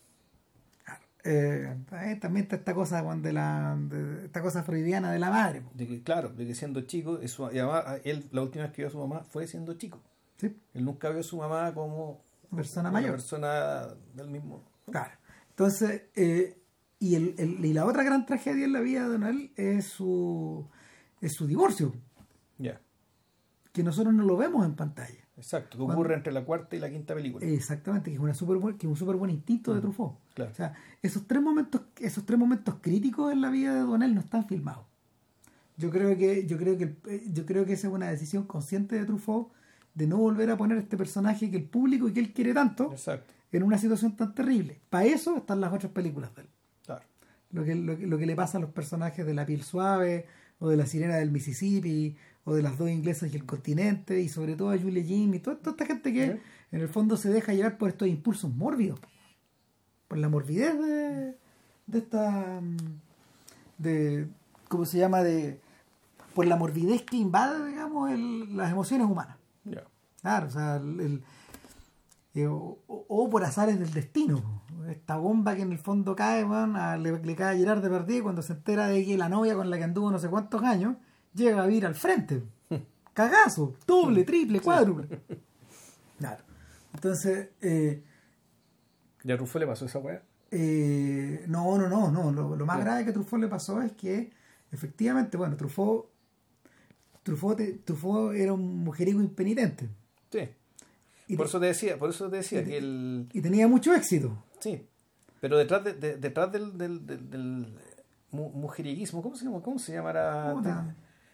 Claro. Eh, también está esta cosa de la de, esta cosa freudiana de la madre. De que, claro, de que siendo chico, eso, y además él la última vez que vio a su mamá fue siendo chico. ¿Sí? Él nunca vio a su mamá como persona una mayor. persona del mismo. Claro. Entonces, eh, y, el, el, y la otra gran tragedia en la vida de Duanel es su es su divorcio. Ya. que nosotros no lo vemos en pantalla. Exacto, que Cuando- ocurre entre la cuarta y la quinta película. Exactamente, que es una super buen, que es un súper buen instinto de Mm, Truffaut. claro. O sea, esos tres momentos, esos tres momentos críticos en la vida de Donel no están filmados. Yo creo que, yo creo que el- eh, yo creo que esa es una decisión consciente de Truffaut de no volver a poner este personaje que el público y que él quiere tanto Exacto, en una situación tan terrible. Para eso están las otras películas de él. claro. Lo que, lo, que- lo que le pasa a los personajes de La piel suave, o de La sirena del Mississippi, o de Las dos inglesas y el continente, y sobre todo a Julie Jim y toda, toda esta gente que Sí. en el fondo se deja llevar por estos impulsos mórbidos, por la morbidez de, de esta mm, de ¿cómo se llama? de por la morbidez que invade, digamos, el- las emociones humanas. Ya. Claro, o sea, el, el- eh, o, o- o por azares del destino. Esta bomba que en el fondo cae, weón, a- le, le cae a Gerard Depardieu cuando se entera de que la novia con la que anduvo no sé cuántos años llega a vivir al frente. Cagazo, doble, triple, cuádruple. Claro. Entonces, eh, ¿Y a Truffaut le pasó esa weá? eh, no, no, no, no. Lo, lo más Ya. grave que a Truffaut le pasó es que, efectivamente, bueno, Truffaut, Truffaut, te- Truffaut era un mujeriego impenitente. Sí. Y Por te- eso te decía, por eso te decía y te- que el... y tenía mucho éxito. Sí. Pero detrás de, de- detrás del, del, del, del mu- mujerieguismo, ¿cómo se llama? ¿Cómo se llamará? Puta.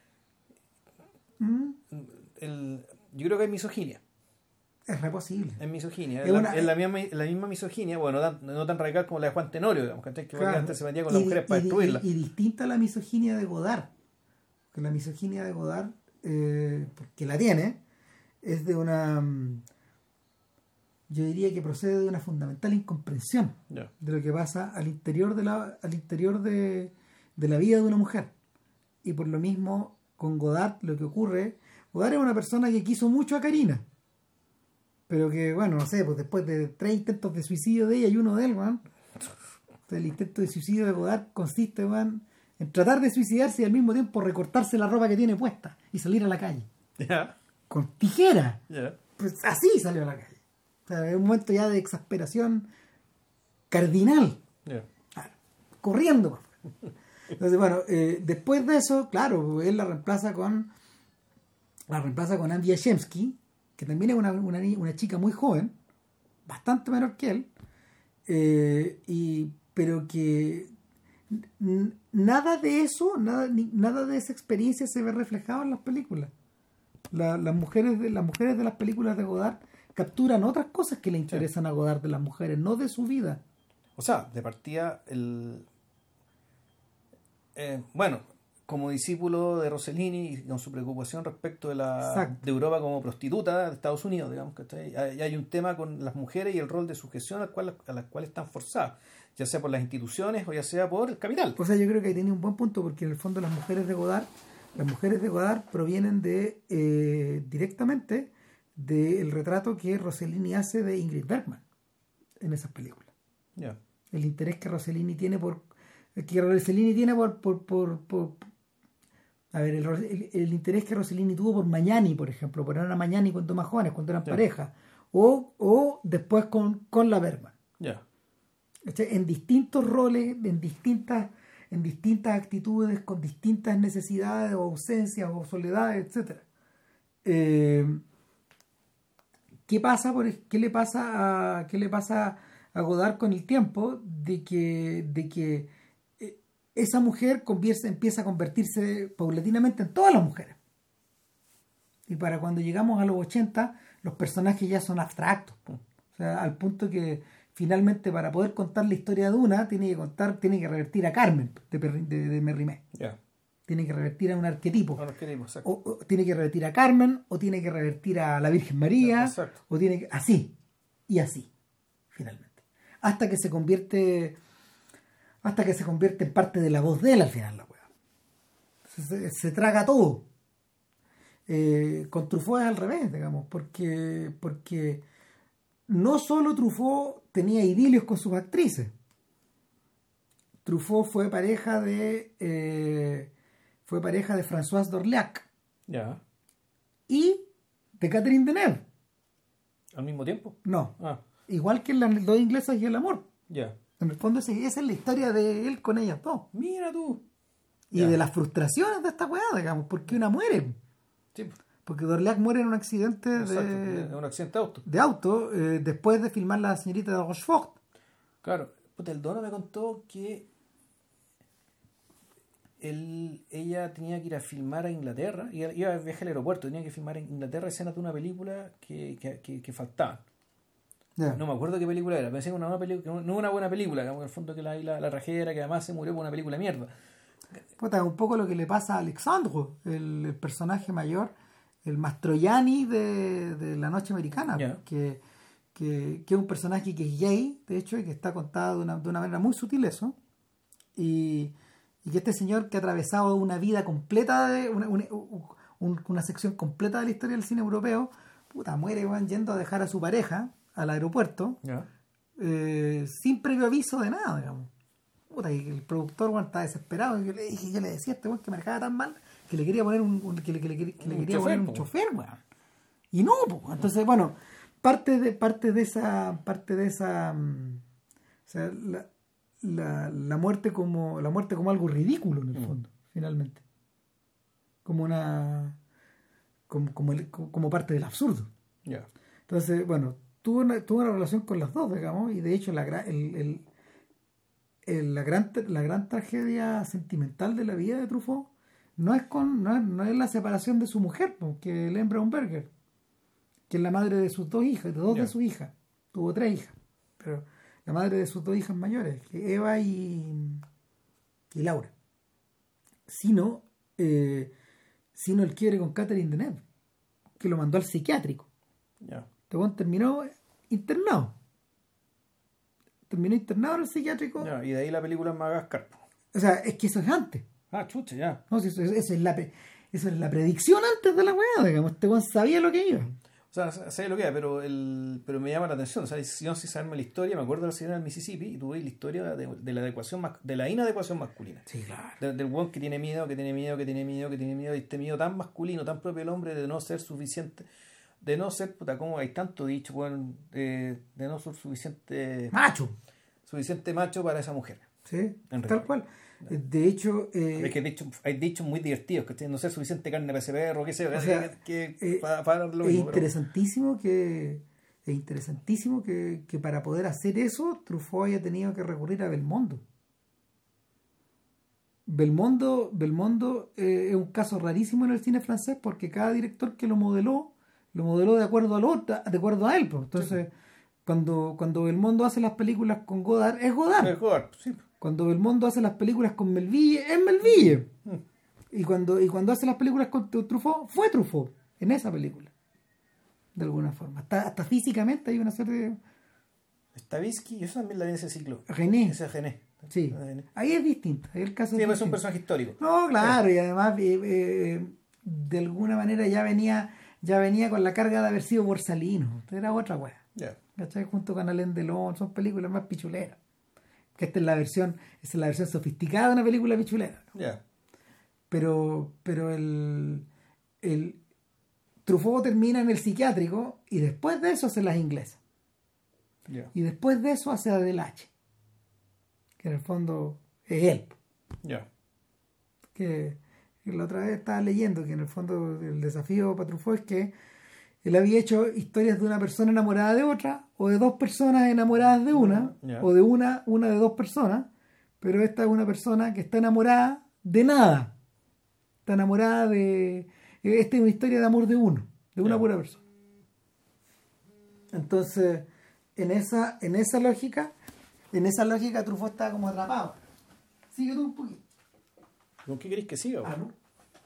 Mm, El, yo creo que hay misoginia. Es re posible. Es misoginia. Es Es, la, una- es la misma, la misma misoginia, bueno, no tan, no tan radical como la de Juan Tenorio, digamos, ¿cachai? Que Claro. antes se metía con las Y- mujeres para y- destruirla. Y, y distinta a la misoginia de Godard. Porque la misoginia de Godard, eh, porque la tiene, es de una. mm, Yo diría que procede de una fundamental incomprensión Ya. de lo que pasa al interior de la, al interior de, de la vida de una mujer. Y por lo mismo, con Godard lo que ocurre, Godard es una persona que quiso mucho a Karina. Pero que, bueno, no sé, pues después de tres intentos de suicidio de ella y uno de él, weón. El intento de suicidio de Godard consiste, weón, en tratar de suicidarse y al mismo tiempo recortarse la ropa que tiene puesta y salir a la calle. Ya. Con tijera. Ya. Pues así salió a la calle. O sea, es un momento ya de exasperación cardinal. Ya. Claro, corriendo. Entonces, bueno, eh, después de eso, claro, él la reemplaza con la reemplaza con Andy Yashemsky, que también es una, una, ni- una chica muy joven, bastante menor que él, eh, y, pero que n- nada de eso, nada, ni- nada de esa experiencia se ve reflejado en las películas. La- las mujeres de las mujeres de las películas de Godard capturan otras cosas que le interesan a Godard de las mujeres, no de su vida. O sea, de partida, el. eh, bueno, como discípulo de Rossellini y con su preocupación respecto de la Exacto. de Europa como prostituta de Estados Unidos, digamos, que hay, hay un tema con las mujeres y el rol de sujeción al cual, a las cuales están forzadas, ya sea por las instituciones o ya sea por el capital. O sea, yo creo que ahí tiene un buen punto porque en el fondo las mujeres de Godard, las mujeres de Godard provienen de eh, directamente del retrato que Rossellini hace de Ingrid Bergman en esas películas. Ya. El interés que Rossellini tiene por que Rossellini tiene por, por, por, por- a ver, el, el- el interés que Rossellini tuvo por Magnani, por ejemplo, por Ana Magnani cuando más jóvenes, cuando eran Ya. pareja, o, o después con, con la Bergman. Ya. ¿Cachai? En distintos roles, en distintas, en distintas actitudes, con distintas necesidades o ausencias o soledades, etcétera. Eh, ¿qué pasa por, qué le pasa a qué le pasa a Godard con el tiempo de que de que eh, esa mujer convierte, empieza a convertirse paulatinamente en todas las mujeres? Y para cuando llegamos a los ochenta, los personajes ya son abstractos, po. O sea, al punto que finalmente para poder contar la historia de una tiene que contar, tiene que revertir a Carmen de, Perri- de, de Mérimée. Ya. Tiene que revertir a un arquetipo. Bueno, ¿qué digo? Exacto. O, o tiene que revertir a Carmen, o tiene que revertir a la Virgen María, Exacto. o tiene que. Así, y así, finalmente. Hasta que se convierte. Hasta que se convierte en parte de la voz de él al final, la weá. Se, se- se traga todo. Eh, con Truffaut es al revés, digamos, porque, porque no solo Truffaut tenía idilios con sus actrices. Truffaut fue pareja de eh, fue pareja de Françoise d'Orléac Ya. y de Catherine Deneuve. ¿Al mismo tiempo? No, Ah, igual que en las dos inglesas y el amor. ya. En el fondo esa esa es la historia de él con ellas dos. Mira tú. Y Ya. de las frustraciones de esta weá, digamos, porque una muere. Sí. Porque Dorleac muere en un accidente Exacto, de, en un accidente de auto. de auto eh, después de filmar La señorita de Rochefort. Claro. Puta, el Dono me contó que él, ella tenía que ir a filmar a Inglaterra, iba iba a viajar al aeropuerto, tenía que filmar en Inglaterra escenas de una película que, que, que, que faltaban. Yeah. No me acuerdo qué película era, pensé que una, una película, no una buena película, digamos, en el fondo que la, la, la tragediera que además se murió por una película de mierda. Puta, un poco lo que le pasa a Alexandro, el, el personaje mayor, el Mastroianni de, de La Noche Americana, Yeah. que, que, que es un personaje que es gay, de hecho, y que está contado de una, de una manera muy sutil eso, y, y que este señor que ha atravesado una vida completa, de una, una, un, una sección completa de la historia del cine europeo, puta, muere van yendo a dejar a su pareja al aeropuerto, Yeah. eh, sin previo aviso de nada, digamos. Puta, y el productor, bueno, estaba desesperado. Y yo le dije, yo le decía a este weón que me dejaba tan mal que le quería poner un, un- que le, que le- que le Un quería chofer, poner un po. chofer, weón. Y no, pues. Entonces, bueno, parte de, parte de esa, parte de esa, mm, o sea, la, la, la muerte como, la muerte como algo ridículo en el Mm. fondo, finalmente. Como una, como, como, el- como parte del absurdo. Yeah. Entonces, bueno, tuvo una, tuvo una relación con las dos, digamos, y de hecho la, gra- el, el- el- la, gran, tra- la gran tragedia sentimental de la vida de Truffaut no es con no es, no es la separación de su mujer, po, que es Ellen Braunberger, que es la madre de sus dos hijas, de dos Ya. de sus hijas. Tuvo tres hijas, pero la madre de sus dos hijas mayores, que Eva y, y Laura. Sino, eh, sino el quiebre con Catherine Deneuve, que lo mandó al psiquiátrico. Yeah. Este weón terminó internado. Terminó internado en el psiquiátrico. Yeah. Y de ahí la película en Madagascar. po. O sea, es que eso es antes. Ah, chucha, ya. ¿No? Si eso, es- eso es la, pre- eso es la predicción antes de la weá, digamos. Este weón sabía lo que iba. O sea, sé lo que es, pero el, pero me llama la atención. O sea, si no sé saberme la historia, me acuerdo de la señora del Mississippi y tuve la historia de, de la adecuación mas- de la inadecuación masculina. Sí, claro. De- del weón que tiene miedo, que tiene miedo, que tiene miedo, que tiene miedo, y este miedo tan masculino, tan propio del hombre, de no ser suficiente, de no ser, puta, como hay tanto dicho, weón, eh, de no ser suficiente, Macho. suficiente macho para esa mujer. Sí, En tal realidad. cual. De hecho, eh, Es que de hecho, hay dichos muy divertidos, que no ser suficiente carne para ese perro, qué sé yo, O sea, que, que- eh, para, para lo es mismo, pero- interesantísimo que es interesantísimo que, que para poder hacer eso Truffaut haya tenido que recurrir a Belmondo. Belmondo, Belmondo eh, es un caso rarísimo en el cine francés porque cada director que lo modeló lo modeló de acuerdo al otro, de acuerdo a él, pues. Entonces, cuando, cuando Belmondo hace las películas con Godard, es Godard. Es Godard, sí. Cuando Belmondo hace las películas con Melville, es Melville. Mm. Y cuando, y cuando hace las películas con Truffaut, fue Truffaut en esa película. De alguna forma. Hasta, hasta físicamente hay una serie de... Stavisky, yo también la vi en ese ciclo. René. Ese es René. Sí. René. Ahí es distinto. Ahí el caso Sí, es pero es un distinto. personaje histórico. No, claro, y además eh, eh, de alguna manera ya venía ya venía con la carga de haber sido Borsalino. Era otra wea. Ya. ¿Cachai? Junto con Alain Delon, son películas más pichuleras. Que esta es la versión, esta es la versión sofisticada de una película pichulera. Ya. Pero, pero el, el Truffaut termina en el psiquiátrico y después de eso hace Las Inglesas. Ya. Y después de eso hace Adel H. Que en el fondo es él. Ya. Que, que la otra vez estaba leyendo que en el fondo el desafío para Truffaut es que él había hecho historias de una persona enamorada de otra, o de dos personas enamoradas de una, Ya. o de una, una de dos personas, pero esta es una persona que está enamorada de nada. Está enamorada de... Esta es una historia de amor de uno, de una Ya. pura persona. Entonces, en esa, en esa lógica, en esa lógica Truffaut está como atrapado. Sigue tú un poquito. ¿Con qué queréis que siga? Ah, ¿no?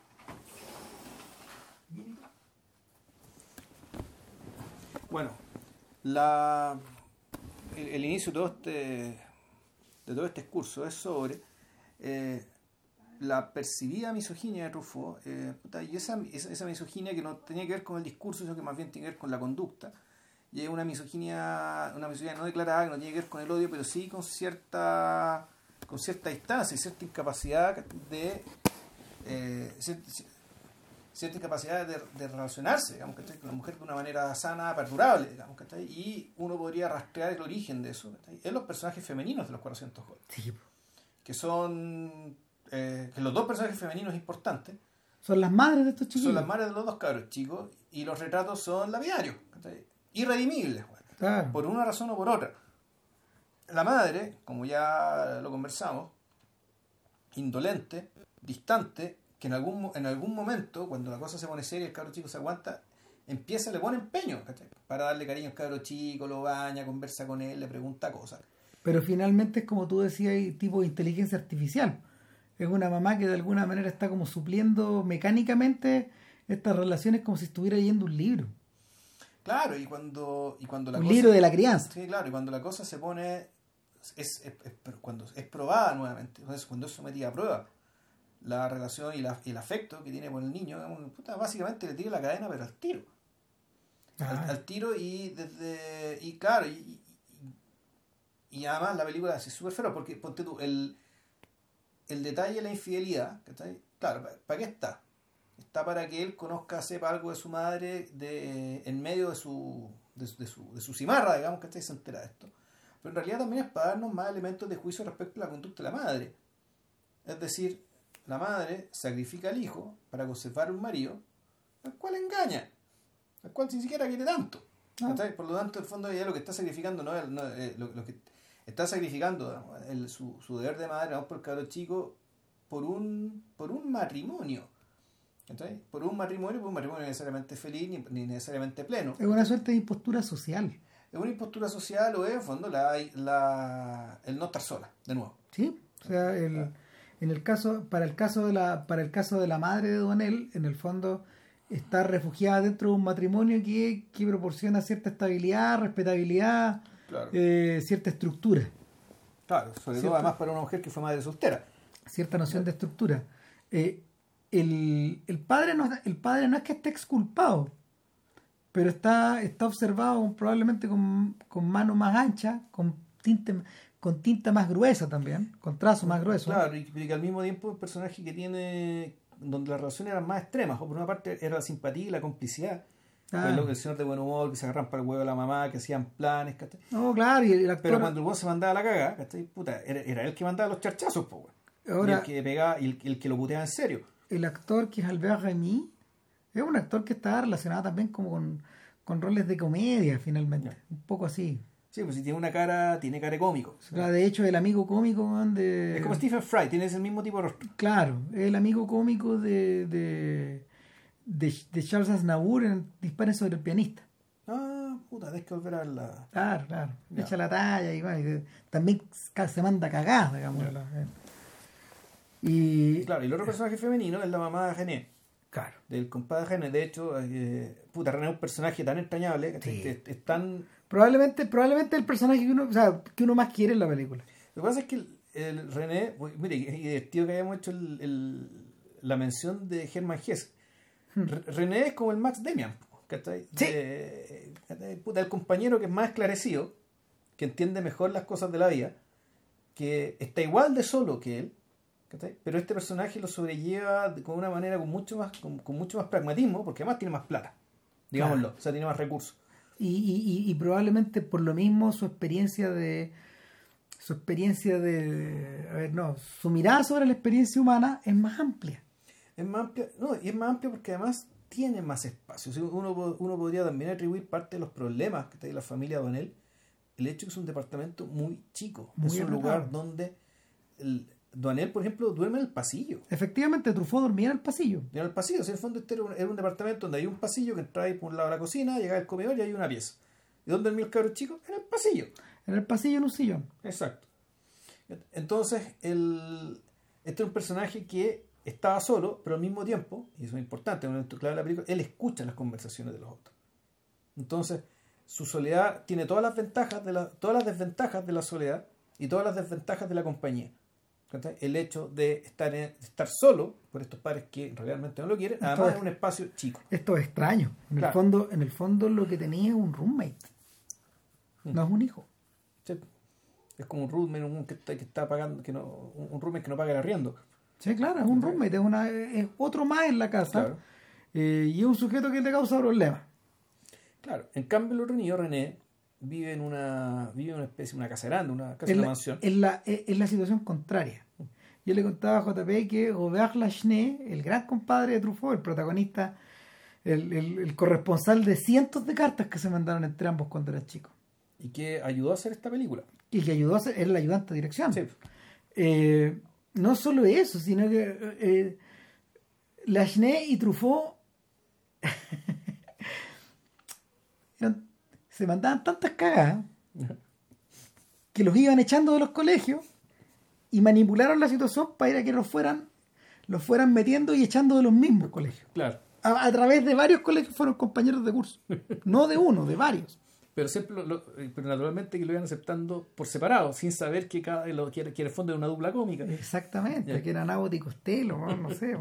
Bueno, la, el, el inicio de todo este, de todo este curso es sobre eh, la percibida misoginia de Truffaut, eh, puta, y esa, esa, esa misoginia que no tenía que ver con el discurso, sino que más bien tiene que ver con la conducta, y es una misoginia, una misoginia no declarada, que no tiene que ver con el odio, pero sí con cierta, con cierta distancia y cierta incapacidad de eh, cier- cierta incapacidad de, de relacionarse, digamos, ¿cachai? Con la mujer de una manera sana, perdurable, digamos, ¿cachai? Y uno podría rastrear el origen de eso, ¿cachai? En los personajes femeninos de los cuatrocientos goles, Sí. que son, eh, que los dos personajes femeninos importantes Son las madres de estos chiquillos. Son las madres de los dos cabros chicos y los retratos son lapidarios, ¿cachai? Irredimibles, bueno, Claro. por una razón o por otra. La madre, como ya lo conversamos, indolente, distante, que en algún, mo- en algún momento, cuando la cosa se pone seria, el cabro chico se aguanta, empieza, le pone empeño, ¿cachai? Para darle cariño al cabro chico, lo baña, conversa con él, le pregunta cosas. Pero finalmente es como tú decías, hay tipo de inteligencia artificial. Es una mamá que de alguna manera está como supliendo mecánicamente estas relaciones como si estuviera leyendo un libro. Claro, y cuando, y cuando la Un cosa... libro de la crianza. Sí, claro, y cuando la cosa se pone... Es, es- es- cuando es probada nuevamente, entonces cuando es sometida a prueba, la relación y, la, y el afecto que tiene por el niño, digamos, puta, básicamente le tira la cadena, pero al tiro. Ah, Al, al tiro y desde... Y claro, y, y, y además la película es súper feroz, porque ponte tú, el, el detalle de la infidelidad, ¿cachai? Claro, ¿para qué está? Está para que él conozca, sepa algo de su madre de, en medio de su, de, su- de su, de su cimarra, digamos, que se entera de esto. Pero en realidad también es para darnos más elementos de juicio respecto a la conducta de la madre. Es decir, la madre sacrifica al hijo para conservar un marido al cual engaña, al cual ni siquiera quiere tanto. Ah. ¿Cachai? Por lo tanto, en el fondo ella lo que está sacrificando no es no, eh, lo, lo que está sacrificando, digamos, el- su, su deber de madre, vamos, por el cabro chico, por un, por un matrimonio. ¿Cachai? Por un matrimonio, por un matrimonio no necesariamente feliz ni, ni necesariamente pleno. es una suerte de impostura social. Es una impostura social o es, en fondo, la, la, el no estar sola, de nuevo. ¿Sí? O sea, el, en el caso, para el caso de la, para el caso de la madre de Donel, en el fondo está refugiada dentro de un matrimonio que, que proporciona cierta estabilidad, respetabilidad, Claro. eh, cierta estructura, Claro, sobre ¿cierto? todo además para una mujer que fue madre soltera. cierta noción de estructura. Eh, el, el padre no, el padre no es que esté exculpado, pero está, está observado con- probablemente con, con mano más ancha, con tinte, con tinta más gruesa también, con trazo más grueso. Claro, y que al mismo tiempo es un personaje que tiene, donde las relaciones eran más extremas, o por una parte era la simpatía y la complicidad. Ah. El, el señor de buen humor, que se agarran para el huevo de la mamá, que hacían planes, ¿cachai? No, claro, y el actor, Pero cuando el huevo se mandaba a la cagada, ¿cachai? Puta, era, era él que mandaba los charchazos, po, weón. Y ahora, el que pegaba, y el, el que lo puteaba en serio. el actor que es Albert Remy es un actor que está relacionado también como con, con roles de comedia finalmente, Ya. un poco así. Sí, pues si tiene una cara, tiene cara de cómico. O sea, de hecho, el amigo cómico man, de... Es como Stephen Fry, tiene ese mismo tipo de rostro. Claro, es el amigo cómico de, de, de, de Charles Aznavour en Disparen sobre el pianista. Ah, puta, tenés que volver a la... Claro, claro. Ya. Echa la talla y, bueno, y de- también ca- se manda cagada, digamos. Ya. la- eh. Y Claro, y el otro personaje femenino es la mamá de René, claro, del compadre René. De hecho, eh, puta, René es un personaje tan entrañable, ¿cachai? Sí. que es, es tan... probablemente, probablemente el personaje que uno, o sea, que uno más quiere en la película. Lo que pasa es que el, el René, uy, mire, y divertido que hayamos hecho el, el- la mención de Hermann Hesse. Re- René es como el Max Demian, ¿cachai? Sí. De- ¿cachai? Puta, el compañero que es más esclarecido, que entiende mejor las cosas de la vida, que está igual de solo que él, ¿cachai? Pero este personaje lo sobrelleva de- con una manera con mucho más con, con mucho más pragmatismo, porque además tiene más plata, digámoslo, o sea, tiene más recursos. Y, y, y, y probablemente por lo mismo su experiencia de su experiencia de a ver, no, su mirada sobre la experiencia humana es más amplia. Es más amplia, no, y es más amplia porque además tiene más espacio. O sea, uno, po- uno podría también atribuir parte de los problemas que tiene la familia Donel el hecho de que es un departamento muy chico. Muy es un apretado. lugar donde el, Donel, por ejemplo, duerme en el pasillo. Efectivamente, Truffaut dormía en el pasillo. En el pasillo, o sea, en el fondo este era un, era un departamento donde hay un pasillo que entra ahí por un lado a la cocina, llega al comedor y hay una pieza. ¿Y dónde dormía el cabro chico? En el pasillo. En el pasillo en un sillón. Exacto. Entonces, el, este es un personaje que estaba solo, pero al mismo tiempo, y eso es importante, en un momento clave de la película, él escucha las conversaciones de los otros. Entonces, su soledad tiene todas las ventajas de la, todas las desventajas de la soledad y todas las desventajas de la compañía. ¿Cachai? El hecho de estar, en- de estar solo por estos padres que realmente no lo quieren, además es- es un espacio chico. Esto es extraño. En el Claro. fondo, en el fondo lo que tenía es un roommate. No es un hijo. ¿Sí? Es como un roommate un que está, que está pagando, que no, un un roommate que no paga el arriendo. Sí, claro, es un roommate, es, una, es otro más en la casa. Claro. Eh, y es un sujeto que le causa problemas. Claro, en cambio el otro niño, René, vive en una vive en una especie, una casa grande, una casa, Es una la, mansión. es la, es- es la situación contraria. yo le contaba a J P que Robert Lachenay, el gran compadre de Truffaut, el protagonista, el, el, el corresponsal de cientos de cartas que se mandaron entre ambos cuando eran chicos. Y que ayudó a hacer esta película. Y que ayudó a ser el ayudante de dirección. Sí. Eh, no solo eso, sino que eh, Lachenay y Truffaut eran, se mandaban tantas cagadas que los iban echando de los colegios y manipularon la situación para ir a que los fueran, los fueran metiendo y echando de los mismos colegios. Claro. A, a través de varios colegios fueron compañeros de curso. No de uno, de varios. Pero siempre lo, lo, pero naturalmente que lo iban aceptando por separado, sin saber que cada lo que, que en el fondo era una dupla cómica. Exactamente, Ya. que era Nabot y Costello, no, no sé.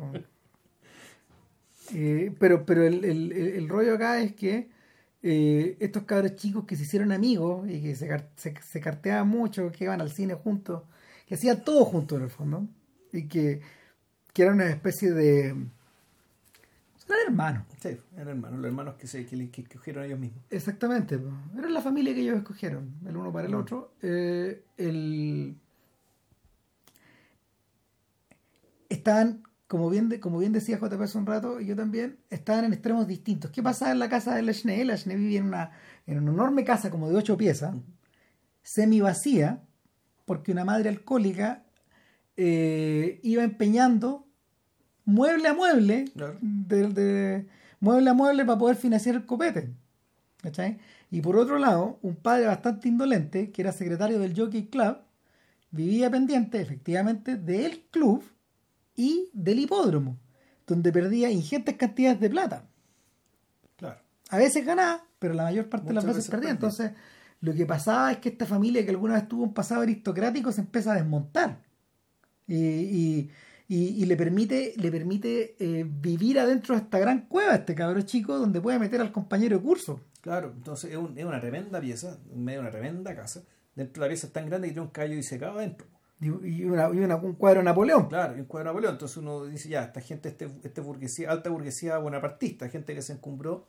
eh, pero pero el, el, el rollo acá es que eh, estos cabros chicos que se hicieron amigos y que se, se, se carteaban mucho, que iban al cine juntos, que hacían todo juntos en el fondo, y que, que eran una especie de... eran hermanos. Sí, eran hermanos, los hermanos que se que, que escogieron ellos mismos. Exactamente, po. Era la familia que ellos escogieron, el uno para el otro. Eh, el... Estaban, como bien, de, como bien decía J P hace un rato, y yo también, estaban en extremos distintos. ¿Qué pasaba en la casa de Lachenay? Lachenay vivía en una, en una enorme casa como de ocho piezas, semi vacía, porque una madre alcohólica eh, iba empeñando mueble a mueble, Claro. de, de, mueble a mueble para poder financiar el copete. ¿Cachai? Y por otro lado, un padre bastante indolente, que era secretario del Jockey Club, vivía pendiente, efectivamente, del club y del hipódromo, donde perdía ingentes cantidades de plata. Claro. A veces ganaba, pero la mayor parte Muchas de las veces veces perdía. perdía. Entonces, lo que pasaba es que esta familia, que alguna vez tuvo un pasado aristocrático, se empieza a desmontar. Y, y, y, y le permite, le permite eh, vivir adentro de esta gran cueva, este cabrón chico, donde puede meter al compañero de curso. Claro, entonces es, un, es una tremenda pieza, en medio de una tremenda casa. Dentro de la pieza es tan grande que tiene un callo disecado adentro. Y, y, una, y una, un cuadro de Napoleón. Claro, y un cuadro de Napoleón. Entonces uno dice, ya, esta gente, este, este burguesía, alta burguesía bonapartista, gente que se encumbró,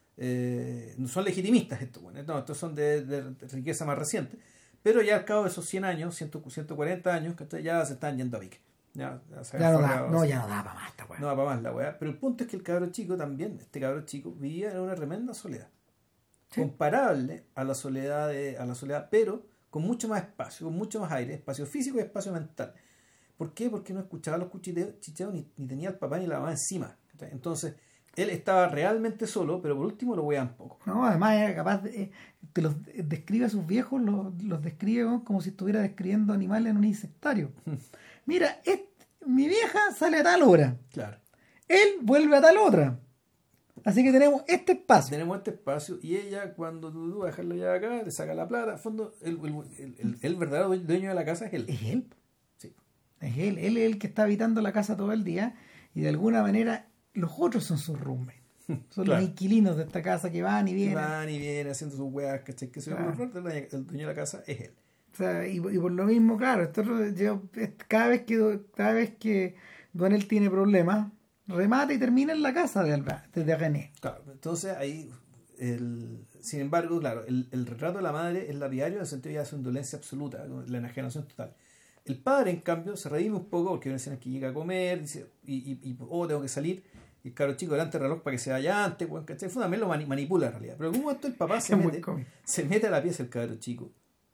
eh, no son legitimistas estos, bueno, no, estos son de, de, de riqueza más reciente. Pero ya al cabo de esos cien años, cien, ciento cuarenta años, que ya se están yendo a pique. Ya, ya, se Ya no, da, forrado, no, así. ya no da para más esta weá. No va para más la weá. Pero el punto es que el cabro chico también, este cabro chico, vivía en una tremenda soledad. Sí. Comparable a la soledad de, a la soledad, pero con mucho más espacio, con mucho más aire, espacio físico y espacio mental. ¿Por qué? Porque no escuchaba los cuchicheos, chicheos, ni, ni tenía al papá ni la mamá encima. Entonces, él estaba realmente solo, pero por último lo wean poco. No, además era capaz de, eh, te los describe a sus viejos, los, los describe ¿no? como si estuviera describiendo animales en un insectario. Mira, este, mi vieja sale a tal hora, Claro. él vuelve a tal otra. Así que tenemos este espacio. Tenemos este espacio y ella, cuando tú, tú vas a dejarlo ya acá, le saca la plata. Al fondo, el, el, el, el, el verdadero dueño de la casa es él. Es él. Sí. Es él. Él es el que está habitando la casa todo el día y de alguna manera los otros son sus roommates. Son Claro. los inquilinos de esta casa que van y Y vienen. van y vienen haciendo sus weas, ¿cachai? Que se Claro. el dueño de la casa es él. O sea, y, y por lo mismo, claro, esto, yo, cada vez que cada vez que Donel tiene problemas, remata y termina en la casa de Alba, de René. Claro, entonces ahí, el, sin embargo, claro, el, el retrato de la madre es lapidario en el sentido de su indolencia absoluta, la enajenación total. El padre, en cambio, se redime un poco porque hay una escena que llega a comer dice, y, y, y oh, tengo que salir. Y el cabro chico delante del reloj para que se vaya antes, bueno, ¿cachai? Fue también lo mani- manipula en realidad. Pero en algún momento el papá se Es muy mete, cómico. se mete a la pieza el cabro chico.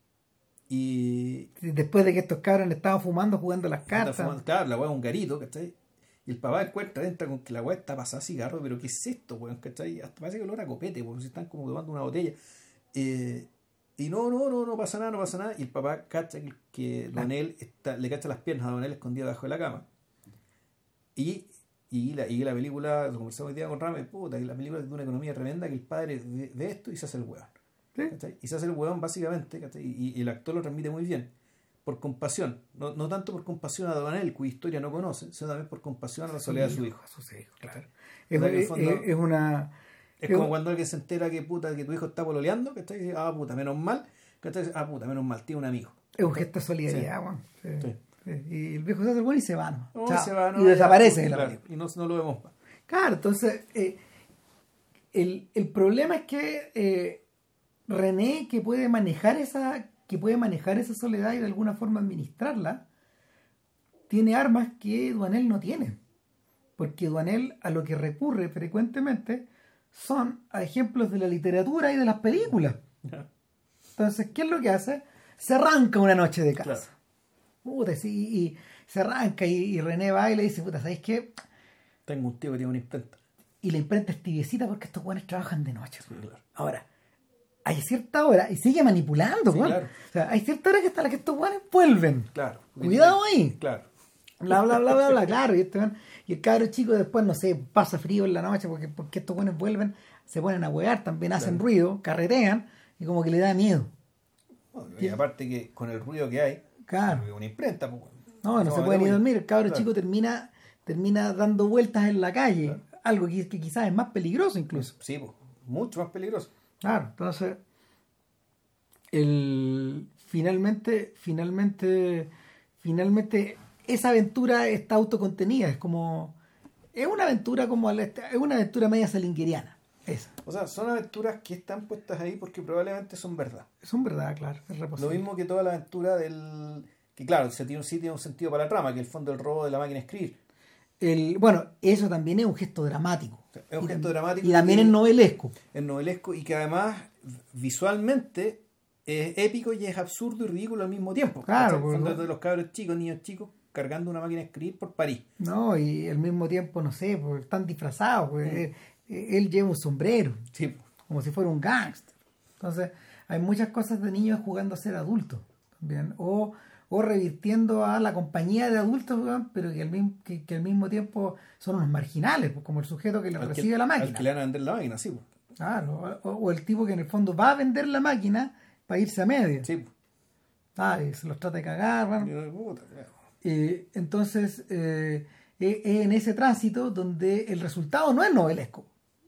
Y Después de que estos cabros le estaban fumando, jugando las está cartas. fumando, claro, la weá es un garito, ¿cachai? Y el papá encuentra adentro con que la weá está pasada a cigarro, pero ¿qué es esto, weón? ¿Cachai? Hasta parece que olor a copete, porque se están como tomando una botella. Eh, y no, no, no, no pasa nada, no pasa nada. Y el papá cacha que, que Donel está, le cacha las piernas a Donel escondido debajo de la cama. Y, y, la, y la película, lo conversamos hoy día con Rame, puta, que la película tiene una economía tremenda, que el padre ve, ve esto y se hace el weón. ¿Sí? ¿Cachai? Y se hace el hueón básicamente, ¿cachai? Y, y el actor lo transmite muy bien, por compasión, no, no tanto por compasión a Donel, cuya historia no conoce, sino también por compasión a la soledad de su hijo. A sus hijos, claro. ¿Cachai? Es, O sea, que en el es- fondo- es- es una... Es es como un- cuando alguien se entera que puta que tu hijo está pololeando, ¿cachai? Y dice, ah, puta, menos mal, ¿cachai? Dice, ah, puta, menos mal, tiene un amigo. Es un gesto de solidaridad, weón. Sí. Sí. Sí. Y el viejo se hace el bueno y se va, ¿no? No, Chao. se va, no, y ya, desaparece de la claro, película. y no, no lo vemos más. Claro, entonces, eh, el, el problema es que eh, René, que puede manejar esa que puede manejar esa soledad y de alguna forma administrarla, tiene armas que Duanel no tiene. Porque Duanel a lo que recurre frecuentemente son a ejemplos de la literatura y de las películas. Entonces, ¿qué es lo que hace? Se arranca una noche de casa. Claro. Puta, sí, y se arranca y, y René va y le dice, puta, ¿sabes qué? Tengo un tío que tiene una imprenta. Y la imprenta es tibiecita porque estos guanes trabajan de noche. Sí, claro. Ahora, hay cierta hora, y sigue manipulando, sí, claro. O sea, hay cierta hora que hasta la que estos guanes vuelven. Claro. Cuidado ahí. Claro. Bla, bla, bla, bla, bla, claro. Y, este, y el cabro chico después, no sé, pasa frío en la noche porque, porque estos guanes vuelven, se ponen a huear, también hacen claro. ruido, carretean, y como que le da miedo. Bueno, y, y aparte que con el ruido que hay, claro. una imprenta. Pues, no, no, no se puede ni dormir. El cabro claro. chico termina, termina dando vueltas en la calle. Claro. Algo que, que quizás es más peligroso incluso. Sí, pues, mucho más peligroso. Claro, entonces el finalmente, finalmente, finalmente esa aventura está autocontenida, es como es una aventura como es una aventura media salingueriana, esa. O sea, son aventuras que están puestas ahí porque probablemente son verdad. Son verdad, claro, es lo mismo que toda la aventura del que claro, se tiene un sitio, un sentido para la trama, que el fondo del robo de la máquina de escribir. El, bueno, eso también es un gesto dramático. Es un y gesto tam- dramático. Y también es novelesco. Es novelesco y que además visualmente es épico y es absurdo y ridículo al mismo tiempo. Claro. Por de los cabros chicos, niños chicos, cargando una máquina de escribir por París. No, y al mismo tiempo, no sé, pues, están disfrazados. Pues, mm. él, él lleva un sombrero. Sí. Como si fuera un gángster. Entonces, hay muchas cosas de niños jugando a ser adultos también. O... o revirtiendo a la compañía de adultos, pero que al mismo, que, que al mismo tiempo son unos marginales, pues, como el sujeto que le al recibe que, la máquina. Al que le van a vender la máquina, sí. Pues. Claro, o, o el tipo que en el fondo va a vender la máquina para irse a medio. Sí. Ah, y se los trata de cagar, bueno. Puta, eh, entonces, eh, es en ese tránsito donde el resultado no es novelesco.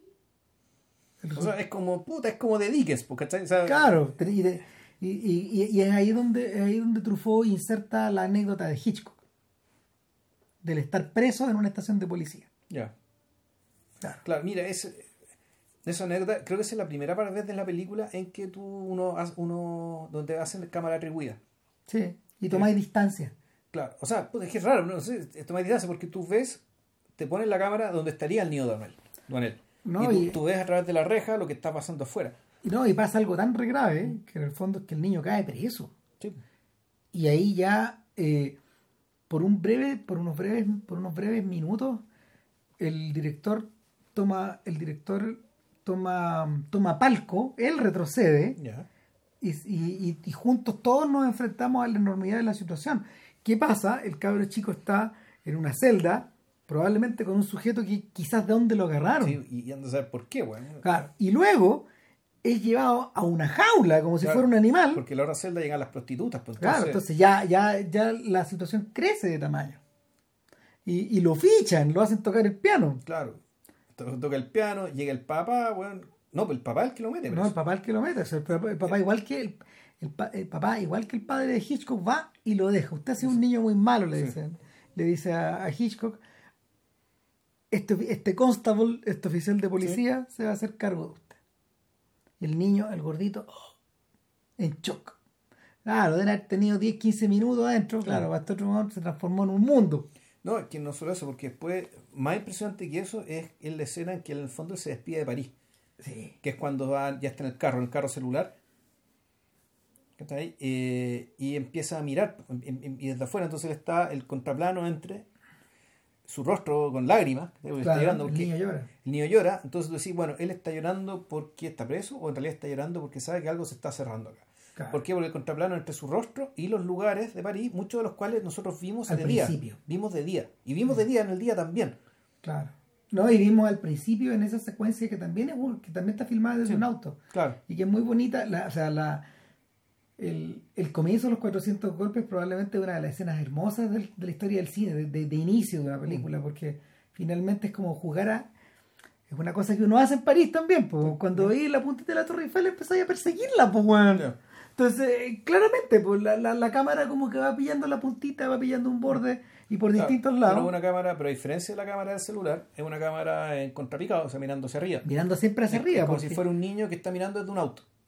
El o sea, es como, puta, es como de Dickens, porque, o sea, claro, y de, Y, y, y es ahí donde, es ahí donde Truffaut inserta la anécdota de Hitchcock, del estar preso en una estación de policía. Ya. Yeah. Claro. claro, mira, es, esa anécdota, creo que esa es la primera vez de la película en que tú, uno, uno donde hacen cámara atribuida. Sí, y tomáis sí. distancia. Claro, o sea, pues es que es raro, no sé, tomáis distancia porque tú ves, te pones la cámara donde estaría el niño Duanel. Duanel. No, y, tú, y tú ves a través de la reja lo que está pasando afuera. Y no, y pasa algo tan re grave, ¿eh? Que en el fondo es que el niño cae preso. Sí. Y ahí ya, eh, por un breve, por unos breves, por unos breves minutos, el director toma, el director toma, toma palco, él retrocede, yeah. y, y, y juntos todos nos enfrentamos a la enormidad de la situación. ¿Qué pasa? El cabro chico está en una celda, probablemente con un sujeto que quizás de dónde lo agarraron. Sí, y anda a saber por qué, bueno. Claro, y luego es llevado a una jaula como si claro, fuera un animal. Porque en la otra celda llegan las prostitutas. Pues, entonces... Claro, entonces ya, ya, ya la situación crece de tamaño. Y, y lo fichan, lo hacen tocar el piano. Claro, toca el piano, llega el papá, bueno, no, pues el papá es el que lo mete. No, el papá es el que lo mete. O sea, el, papá, el papá igual que el, el, el papá, igual que el padre de Hitchcock, va y lo deja. Usted ha sido un niño muy malo, le dicen. Sí. Le dice a, a Hitchcock, este, este constable, este oficial de policía, sí. se va a hacer cargo de usted. Y el niño, el gordito, oh, en shock. Claro, de haber tenido diez, quince minutos adentro, claro, claro este otro momento se transformó en un mundo. No, es que no solo eso, porque después, más impresionante que eso, es en la escena en que en el fondo se despide de París. Sí. Que es cuando va, ya está en el carro, en el carro celular. ¿Está ahí? Eh, y empieza a mirar, y desde afuera, entonces está el contraplano entre su rostro con lágrimas, claro, está llorando porque el niño llora. El niño llora, entonces tú decís, bueno, él está llorando porque está preso, o en realidad está llorando porque sabe que algo se está cerrando acá. Claro. ¿Por qué? Porque el contraplano entre su rostro y los lugares de París, muchos de los cuales nosotros vimos al de principio. día. Vimos de día. Y vimos sí. de día en el día también. Claro. No, y vimos al principio en esa secuencia que también es que también está filmada desde sí. un auto. Claro. Y que es muy bonita, la, o sea, la el, el comienzo de los cuatrocientos golpes probablemente es una de las escenas hermosas de, de la historia del cine, de, de, de inicio de una película, mm. porque finalmente es como jugar a... Es una cosa que uno hace en París también, pues cuando veis la puntita de la Torre Eiffel empezáis a perseguirla, pues bueno. Yeah. Entonces, claramente, pues la, la, la cámara como que va pillando la puntita, va pillando un borde y por claro, distintos lados. Pero una cámara, pero a diferencia de la cámara del celular, es una cámara en contrapicado, o sea, mirando hacia arriba. Mirando siempre hacia es, arriba. Es como porque... si fuera un niño que está mirando desde un auto.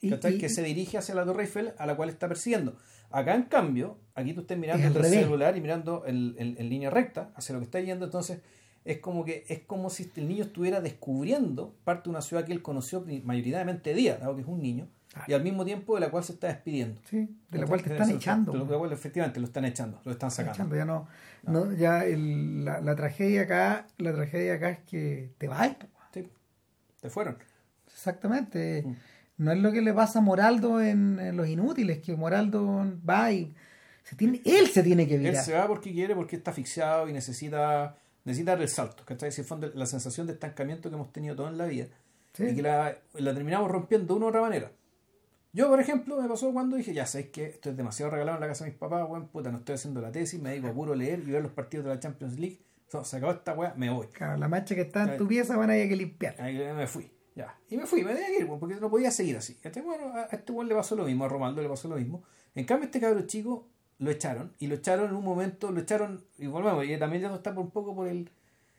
Y, y, que se dirige hacia la Torre Eiffel, a la cual está persiguiendo. Acá, en cambio, aquí tú estás mirando el el revés. celular y mirando en, en, en línea recta hacia lo que está yendo, entonces es como que es como si el niño estuviera descubriendo parte de una ciudad que él conoció mayoritariamente de día, dado que es un niño, ah. y al mismo tiempo de la cual se está despidiendo. Sí, de la cual te están echando. De la cual efectivamente lo están echando, lo están sacando. Echando, ya no, no. no ya el, la, la tragedia acá, la tragedia acá es que te vas. Sí, te fueron. Exactamente. Mm. No es lo que le pasa a Moraldo en, en Los Inútiles, que Moraldo va y se tiene, él se tiene que virar. Él se va porque quiere, porque está asfixiado y necesita necesita dar el salto, que está diciendo la sensación de estancamiento que hemos tenido toda en la vida, sí. y que la, la terminamos rompiendo de una u otra manera. Yo, por ejemplo, me pasó cuando dije, ya sabéis que esto es demasiado regalado en la casa de mis papás, weón, puta, no estoy haciendo la tesis, me dedico a puro leer y ver los partidos de la Champions League, so, se acabó esta weá, me voy. Claro, la mancha que está en tu pieza, bueno, hay que limpiar. Ahí me fui. Ya. Y me fui, me tenía que ir, porque no podía seguir así. Este, bueno, a este weón le pasó lo mismo, a Romaldo le pasó lo mismo. En cambio, este cabrón chico lo echaron, y lo echaron en un momento, lo echaron, y volvemos, y también ya está por un poco por el.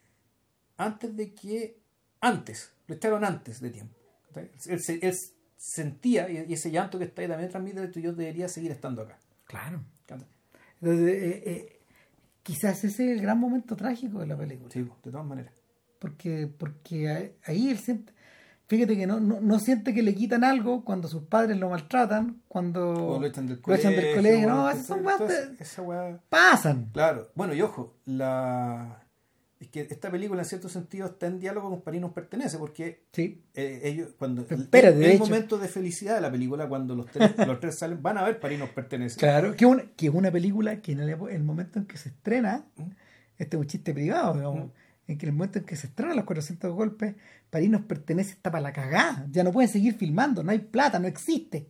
Antes de que. Antes, lo echaron antes de tiempo. Él, él sentía, y ese llanto que está ahí también transmite que yo debería seguir estando acá. Claro. Entonces, eh, eh, quizás ese es el gran momento trágico de la película. Sí, de todas maneras. Porque, porque ahí él siente. Fíjate que no, no, no siente que le quitan algo cuando sus padres lo maltratan, cuando o lo echan del lo colegio. Echan del colegio. Bueno, no, esas son weas pasan. Claro. Bueno, y ojo, la es que esta película en cierto sentido está en diálogo con París nos pertenece, porque sí. eh, ellos, cuando Espera, el, de el hecho. momento de felicidad de la película, cuando los tres, los tres salen, van a ver París nos pertenece. Claro, que, un, que es una película que en el, el momento en que se estrena, ¿Mm? Este es un chiste privado, digamos. ¿Mm? En que en el momento en que se estrenan los cuatrocientos golpes, París nos pertenece, está para la cagada. Ya no pueden seguir filmando, no hay plata, no existe.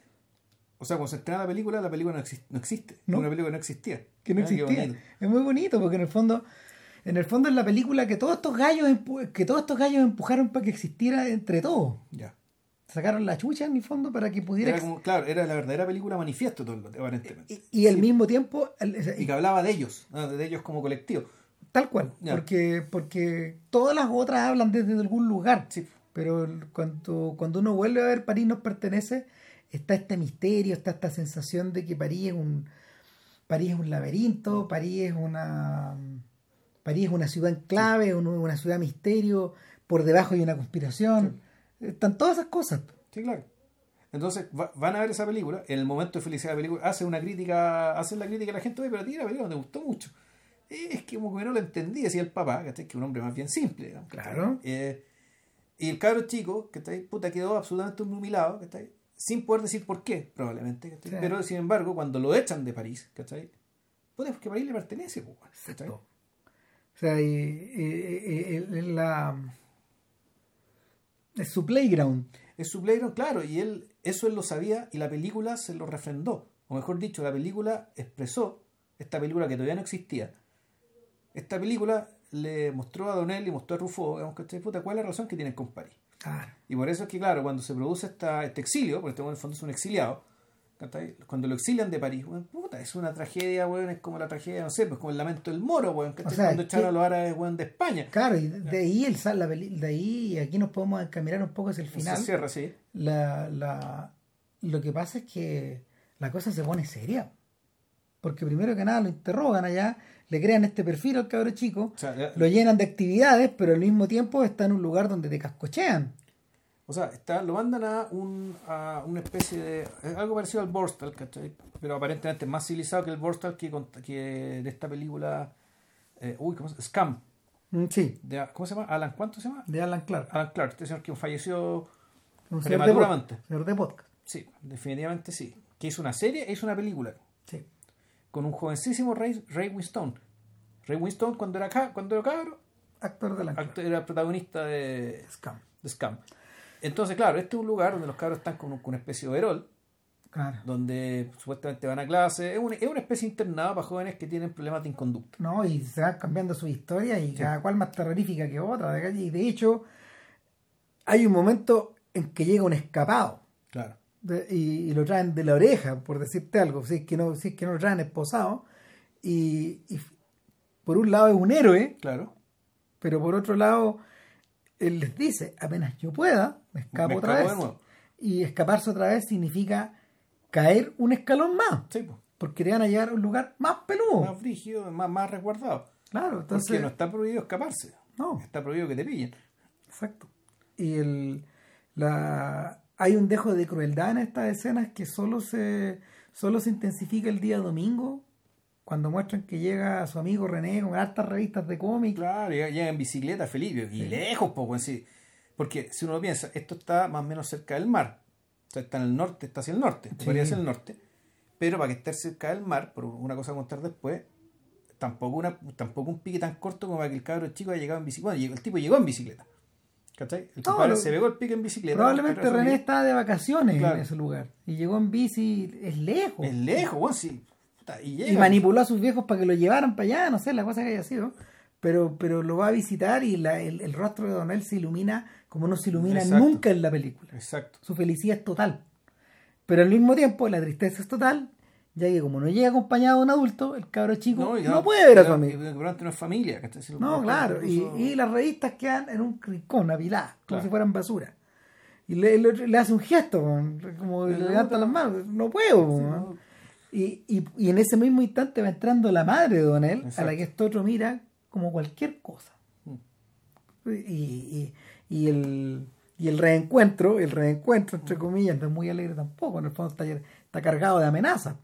O sea, cuando se estrena la película, la película no, existe, no existe. ¿No? Una película que no existía. Que no ah, existía. Es muy bonito, porque en el fondo, en el fondo es la película que todos estos gallos que todos estos gallos empujaron para que existiera entre todos. Ya. Sacaron la chucha en el fondo para que pudiera. Era como, claro, era la verdadera película manifiesto, todo, aparentemente. Y, y al sí. mismo tiempo. El, el, y que hablaba de ellos, ¿no? De ellos como colectivo. Tal cual, yeah. porque, porque todas las otras hablan desde algún lugar, sí. pero cuando, cuando uno vuelve a ver París nos pertenece, está este misterio, está esta sensación de que París es un París es un laberinto, París es una París es una ciudad en clave, sí. una, una ciudad misterio, por debajo hay una conspiración, sí. están todas esas cosas. Sí, claro. Entonces va, van a ver esa película, en el momento de felicidad de la película, hace una crítica, hacen la crítica a la gente, oye, pero a ti la película me gustó mucho. Es que como que no lo entendí, decía el papá, que es un hombre más bien simple, digamos, claro. Eh, y el cabro chico, que está ahí, puta, quedó absolutamente humillado, que está ahí, sin poder decir por qué, probablemente, sí. Pero sin embargo, cuando lo echan de París, ¿cachai? Pues porque París le pertenece, pues, ¿cachai? O sea, y, y, y, y, y la es su playground. Es su playground, claro, y él, eso él lo sabía y la película se lo refrendó. O mejor dicho, la película expresó, esta película que todavía no existía, esta película le mostró a Donel y mostró a Rufo, digamos, que puta, cuál es la relación que tienen con París. Claro. Y por eso es que, claro, cuando se produce esta, este exilio, porque este en el fondo es un exiliado, ¿cachai? Cuando lo exilian de París, bueno, puta, es una tragedia, bueno, es como la tragedia, no sé, pues como el lamento del Moro, bueno, o sea, cuando echaron a los árabes, bueno, de España. Claro, y de ahí, el, la, de ahí aquí nos podemos encaminar un poco hacia el final. Se cierra, sí. La, la, lo que pasa es que la cosa se pone seria. Porque primero que nada lo interrogan allá, le crean este perfil al cabro chico, o sea, ya, lo llenan de actividades, pero al mismo tiempo está en un lugar donde te cascochean. O sea, está, lo mandan a, un, a una especie de... algo parecido al Borstal, ¿cachai? Pero aparentemente más civilizado que el Borstal que, que de esta película... Eh, uy, ¿cómo se llama? Scam. Mm, sí. De, ¿Cómo se llama? Alan, ¿cuánto se llama? De Alan Clark. Alan Clark, este señor que falleció un prematuramente. Señor de podcast. Sí, definitivamente sí. Que hizo una serie e hizo una película. Sí. Con un jovencísimo Ray, Ray Winstone. Ray Winstone cuando era ca, cuando era cabro, actor de la actor, era protagonista de Scam. de Scam. Entonces, claro, este es un lugar donde los cabros están con, con una especie de overall, claro. donde supuestamente van a clase. Es una, es una especie de internado para jóvenes que tienen problemas de inconducta. No, y se van cambiando su historia y sí. Cada cual más terrorífica que otra. Y de hecho, hay un momento en que llega un escapado. Claro. De, y, y lo traen de la oreja, por decirte algo, si es que no, si es que no lo traen esposado, y, y por un lado es un héroe, claro, pero por otro lado él les dice, apenas yo pueda, me escapo, me otra escapo vez, y escaparse otra vez significa caer un escalón más. Sí, pues. Porque te van a llevar a un lugar más peludo. Más frígido, más, más resguardado. Claro, entonces. Porque no está prohibido escaparse. No. Está prohibido que te pillen. Exacto. Y el la hay un dejo de crueldad en estas escenas que solo se solo se intensifica el día domingo, cuando muestran que llega su amigo René con hartas revistas de cómics. Claro, llega, llega en bicicleta, Felipe, y Sí. lejos, pues, sí. Porque si uno lo piensa, esto está más o menos cerca del mar. O sea, está en el norte, está hacia el norte, Sí. podría ser el norte. Pero para que esté cerca del mar, por una cosa a contar después, tampoco una tampoco un pique tan corto como para que el cabro chico haya llegado en bicicleta. Bueno, el tipo llegó en bicicleta. ¿Cachai? El No, compadre lo- se pegó el pique en bicicleta. Probablemente pero René eso estaba de vacaciones Claro. en ese lugar y llegó en bici, es lejos. es lejos, bueno, sí. Puta, y llega. Y manipuló a sus viejos para que lo llevaran para allá, no sé, la cosa que haya sido. Pero, pero lo va a visitar y la- el, el rostro de Donel se ilumina como no se ilumina Exacto. nunca en la película. Exacto. Su felicidad es total. Pero al mismo tiempo la tristeza es total, ya que como no llega acompañado de un adulto, el cabro chico y no, puede ver a su y- amigo. y Durante no es familia. ¿Cachai? Si lo- No, lo- claro. Y, incluso- y las revistas quedan en un rincón, apiladas, como Claro. si fueran basura. Y le, le- le hace un gesto, como le Pero levanta no, las manos. No puedo. Sí, ¿no? no. Y, y, y en ese mismo instante va entrando la madre de Don él, a Exacto. la que este otro mira como cualquier cosa. Mm. Y, y, y el, y el reencuentro, el reencuentro, entre comillas, no es muy alegre tampoco. En el fondo está, está cargado de amenazas.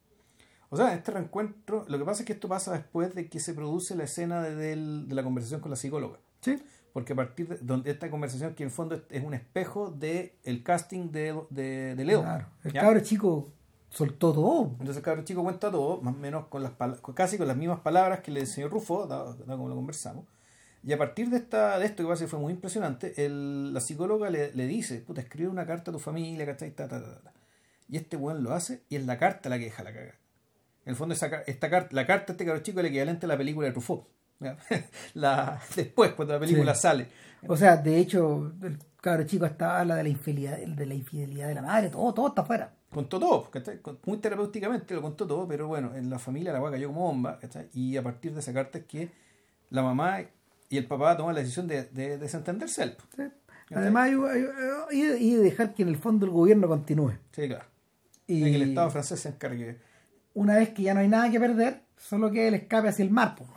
O sea, este reencuentro, lo que pasa es que esto pasa después de que se produce la escena de, del- de la conversación con la psicóloga. Sí. Porque a partir de donde esta conversación, que en el fondo es, es un espejo de el casting de, de, de Leo. Claro. El ¿ya? cabro chico soltó todo. Entonces el cabro chico cuenta todo, más o menos con las pala- con- casi con las mismas palabras que le enseñó Rufo, dado, dado como lo conversamos. Y a partir de esta de esto, que pasa que fue muy impresionante, el- la psicóloga le, le dice, puta, escribe una carta a tu familia, ¿cachai? Ta, ta, ta, ta. Y este weón lo hace, y es la carta la que deja la cagada. En el fondo, esa, ca- esta carta, la carta de este cabro chico es el equivalente a la película de Truffaut. ¿ya? la, después, cuando la película Sí. sale. O sea, de hecho, el cabro chico hasta habla de la infidelidad, de la infidelidad de la madre, todo, todo está afuera. Contó todo, ¿cachai? Con- muy terapéuticamente lo contó todo, pero bueno, en la familia la weá cayó como bomba, ¿cachai? Y a partir de esa carta es que la mamá y el papá toman la decisión de, de desentenderse él. ¿Sí? Además, hay- hay- hay- y de- y de dejar que en el fondo el gobierno continúe. Sí, claro. Y Y que el Estado francés se encargue. una vez que ya no hay nada que perder, solo queda el escape hacia el mar. Pues.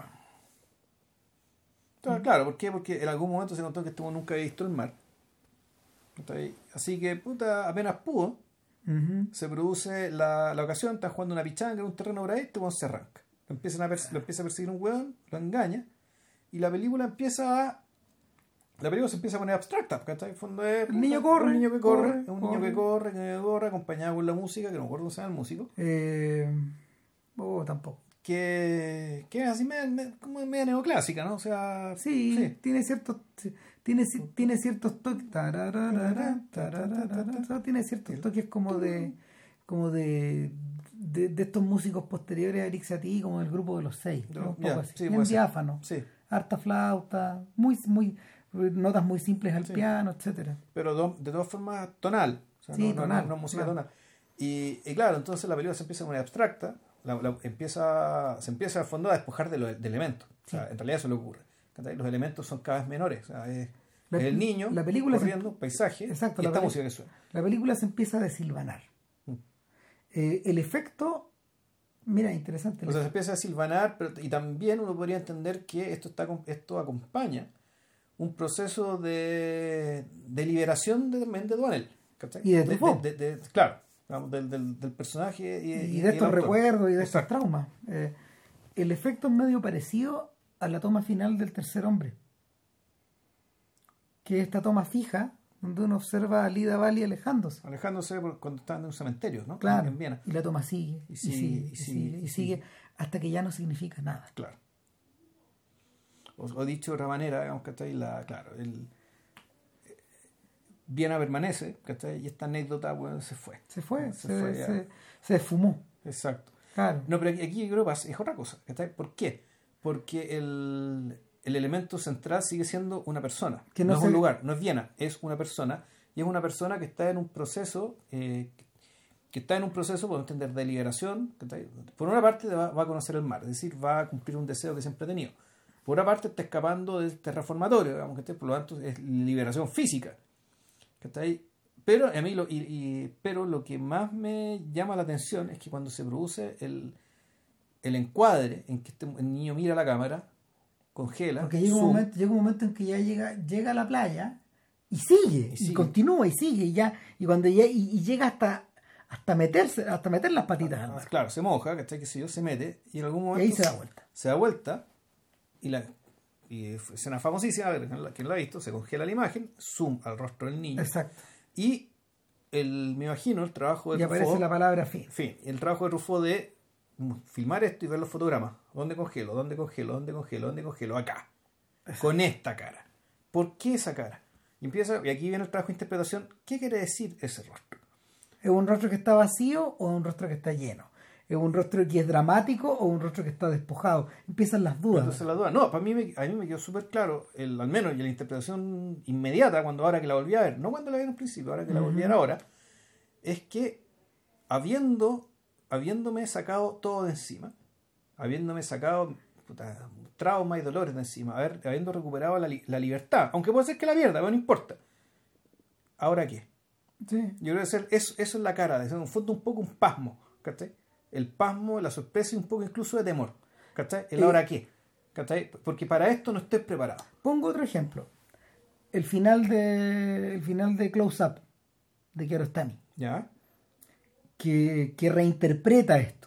Entonces, claro, ¿por qué? Porque en algún momento se notó que este weón nunca había visto el mar. ¿Cachai? Así que, puta, apenas pudo, Ujú. se produce la, la ocasión, están jugando una pichanga en un terreno por ahí, este weón se arranca. Lo, empiezan a pers- lo empieza a perseguir un weón, lo engaña, y la película empieza a... La película se empieza a poner abstracta, ¿cachai? En el fondo es, El niño puta, corre, un niño que corre, corre, es un corre. niño que corre, que corre, acompañado con la música, que no me acuerdo cómo se llama el músico, Eh, oh, tampoco. que, que es así media, media- como media neoclásica, ¿no? O sea, Sí, sí. tiene ciertos tiene, tiene ciertos toques tararara, tararara, tiene ciertos toques como de como de, de, de estos músicos posteriores a Eric Satie, como el grupo de los seis, De ¿no? los- Un poco ya, así, sí, bien puede ser. diáfano, Sí, harta flauta, muy muy notas muy simples al Sí. piano, etcétera. pero do- de todas formas tonal. O sea, Sí, no, no- tonal, no, no música claro. tonal. Y, y claro, entonces la película se empieza a poner abstracta, la- la- empieza, se empieza al fondo a despojar de, los de elementos. O sea, en realidad eso le ocurre. ¿Cachai? Los elementos son cada vez menores. O sea, es, La- es el niño la película se- corriendo, paisaje, Exacto, y la esta peli- música que suena. La película se empieza a desilvanar. Mm. Eh, el efecto, mira, interesante. el O sea, se empieza a silvanar, pero, y también uno podría entender que esto, está, esto acompaña un proceso de, de liberación de, también de Duanel. ¿Cachai? Y de de, Truffaut. de- de- de- Claro, digamos, del, del, del personaje y, y y de el estos autor. recuerdos y de estos Exacto. traumas. Eh, el efecto es medio parecido a la toma final del Tercer Hombre, que es esta toma fija donde uno observa a Lida Vali alejándose. Alejándose por- cuando están en un cementerio, ¿no? Claro. En Viena. Y la toma sigue Y y sigue, sigue, y y sigue, sigue, y y sigue hasta que ya no significa nada. Claro. O, o dicho de otra manera, digamos, ¿cachai? La, claro, el, eh, Viena permanece, ¿cachai? Y esta anécdota, bueno, se fue. Se fue, Se se, fue ya. se, se esfumó. Exacto. Claro. No, pero aquí, aquí yo creo que pasa- es otra cosa, ¿cachai? ¿Por qué? Porque el, el elemento central sigue siendo una persona. Que no no es se- un lugar, no es Viena, es una persona. Y es una persona que está en un proceso, eh, que está en un proceso, podemos entender, de liberación. ¿Cachai? Por una parte va, va a conocer el mar, es decir, va a cumplir un deseo que siempre ha tenido. Por otra parte está escapando del este reformatorio, digamos, ¿cachai? Por lo tanto es liberación física. ¿Cachai? Pero a mí lo, y, y- pero lo que más me llama la atención es que cuando se produce el, el encuadre en que este, el niño mira la cámara, congela, Porque llega un zoom, momento, llega un momento en que ya llega, llega a la playa y sigue, y y, sigue. continúa y sigue, y ya, y cuando ya, y, y llega hasta, hasta meterse, hasta meter las patitas al Ah, mar. claro, se moja, ¿cachai? Que sé yo, se mete y en algún Y momento ahí se da vuelta. se da vuelta y la y es una famosísima, a ver, quien la quien la ha visto, se congela la imagen, zoom al rostro del niño Exacto. y el, me imagino el trabajo Y de aparece Truffaut, la palabra fin. fin, el trabajo de Truffaut de mm, filmar esto y ver los fotogramas, dónde congelo, dónde congelo, dónde congelo, dónde congelo, acá, con esta cara. ¿Por qué esa cara? Y empieza, y aquí viene el trabajo de interpretación, ¿qué quiere decir ese rostro? ¿Es un rostro que está vacío o un rostro que está lleno? ¿Es un rostro que es dramático o un rostro que está despojado? Empiezan las dudas. Entonces la duda, no, para mí me, a mí me quedó súper claro, el, al menos y la interpretación inmediata, cuando ahora que la volví a ver, no cuando la vi en un principio, ahora que la volví a ver ahora, es que habiendo, habiéndome sacado todo de encima, habiéndome sacado puta, trauma y dolores de encima, haber, habiendo recuperado la, li- la libertad, aunque puede ser que la pierda, pero no importa. ¿Ahora qué? Sí. Yo creo que ser, eso, eso es la cara, es en un fondo un poco un pasmo, ¿cachai? El pasmo, la sorpresa y un poco incluso de temor, ¿cachai? El Eh, ahora qué, ¿cachai? Porque para esto no estoy preparado. Pongo otro ejemplo. El final de, el final de Close Up, de Kiarostami, ¿Ya? que, que reinterpreta esto.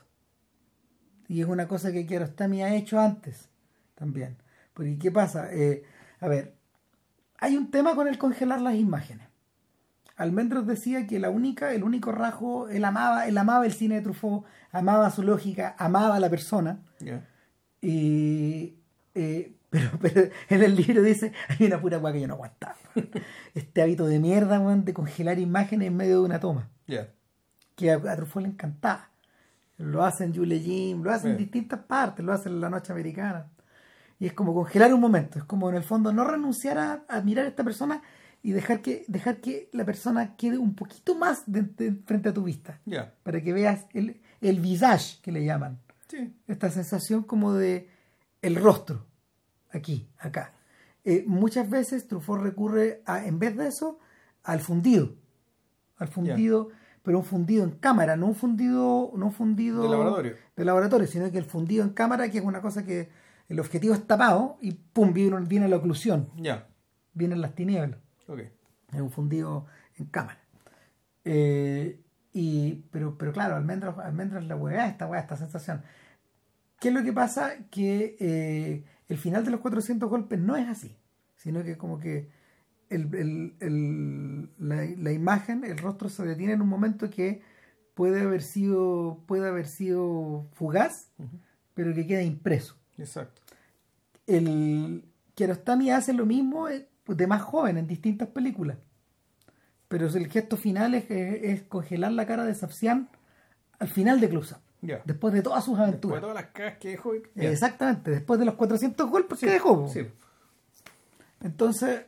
Y es una cosa que Kiarostami ha hecho antes también. Porque, ¿qué pasa? Eh, a ver, hay un tema con el congelar las imágenes. Almendros decía que la única, el único rasgo, él amaba, él amaba el cine de Truffaut, amaba su lógica, amaba a la persona. ¿Ya? Y, eh, pero, pero en el libro dice, hay una pura guay que yo no aguantaba. Este hábito de mierda, weón, de congelar imágenes en medio de una toma. ¿Ya? Que a, a Truffaut le encantaba. Lo hacen Jules Jim, lo hacen en Sí. distintas partes, lo hacen en La Noche Americana. Y es como congelar un momento, es como en el fondo no renunciar a, a mirar a esta persona y dejar que, dejar que la persona quede un poquito más de, de- frente a tu vista. ¿Ya? Para que veas el, el visage que le llaman. Sí. Esta sensación como de el rostro, aquí, acá. Eh, muchas veces Truffaut recurre, a, en vez de eso, al fundido. Al fundido, pero un fundido en cámara, no un fundido, no un fundido De laboratorio. de laboratorio, sino que el fundido en cámara, que es una cosa que el objetivo es tapado y pum, viene, viene la oclusión, Ya. vienen las tinieblas. Ok. Es un fundido en cámara. Eh, y, pero, pero claro, almendros, almendros la hueá, esta hueá, esta sensación. ¿Qué es lo que pasa? Que eh, el final de los cuatrocientos golpes no es así, sino que como que el, el- el- la, la imagen, el rostro se detiene en un momento que puede haber sido, puede haber sido fugaz, Ujú. pero que queda impreso. Exacto. El Kiarostami hace lo mismo eh, de más joven en distintas películas, pero el gesto final es, es congelar la cara de Safsian al final de Close Up, Ya. después de todas sus Después de aventuras. todas las cagas que dejó. Ya. Exactamente, después de los cuatrocientos golpes que dejó. po. Sí. Entonces,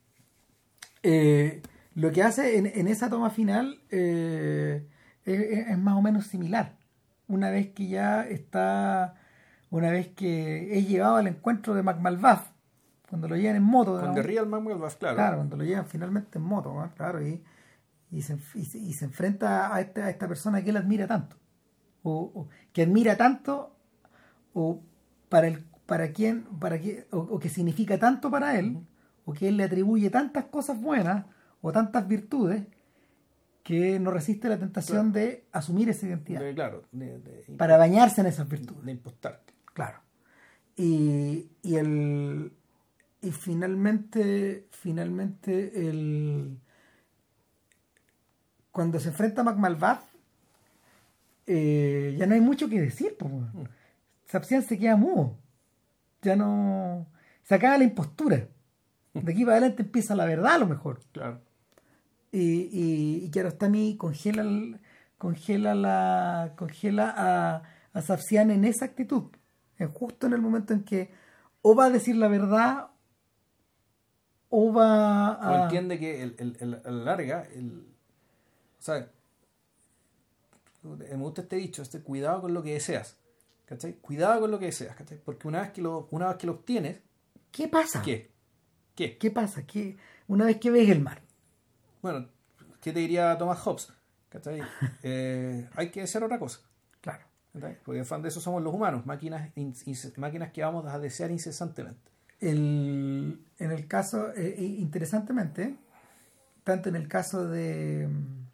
eh, lo que hace en, en esa toma final eh, es, es- es más o menos similar. Una vez que ya está, una vez que es llevado al encuentro de McMalbath, cuando lo llevan en moto, Con digamos. The Real Man Well, claro. Claro, cuando lo llevan finalmente en moto, ¿no? Claro, y, y, se, y, se, y se enfrenta a, este, a esta persona que él admira tanto, o, o que admira tanto, o para el para quien, para que, o, o que significa tanto para él, o que él le atribuye tantas cosas buenas o tantas virtudes que no resiste la tentación de asumir esa identidad De- claro. De, de, para bañarse en esas virtudes. de impostarte. Claro. Y, y el y finalmente finalmente el cuando se enfrenta a McMalbath eh, ya no hay mucho que decir, po, weón. Mm. Sapsian se queda mudo, ya no se acaba la impostura, de aquí para adelante empieza la verdad a lo mejor. Claro. Y, y, y Kiarostami congela el- congela la congela a, a Safsian en esa actitud, en justo en el momento en que o va a decir la verdad o va O a entiende que el, el, el- a la larga, el, o sea, me gusta este dicho, este cuidado con lo que deseas, ¿cachai? Cuidado con lo que deseas, ¿cachai? Porque una vez que lo, una vez que lo obtienes, ¿qué pasa? ¿qué? ¿Qué? ¿Qué pasa? ¿Qué? Una vez que ves el mar, Bueno, ¿qué te diría Thomas Hobbes? ¿Cachai? Eh, hay que hacer otra cosa. Claro. ¿Cachai? Porque en fan de eso somos los humanos, máquinas, in, in, máquinas que vamos a desear incesantemente. El, en el caso, eh, interesantemente, tanto en el caso de,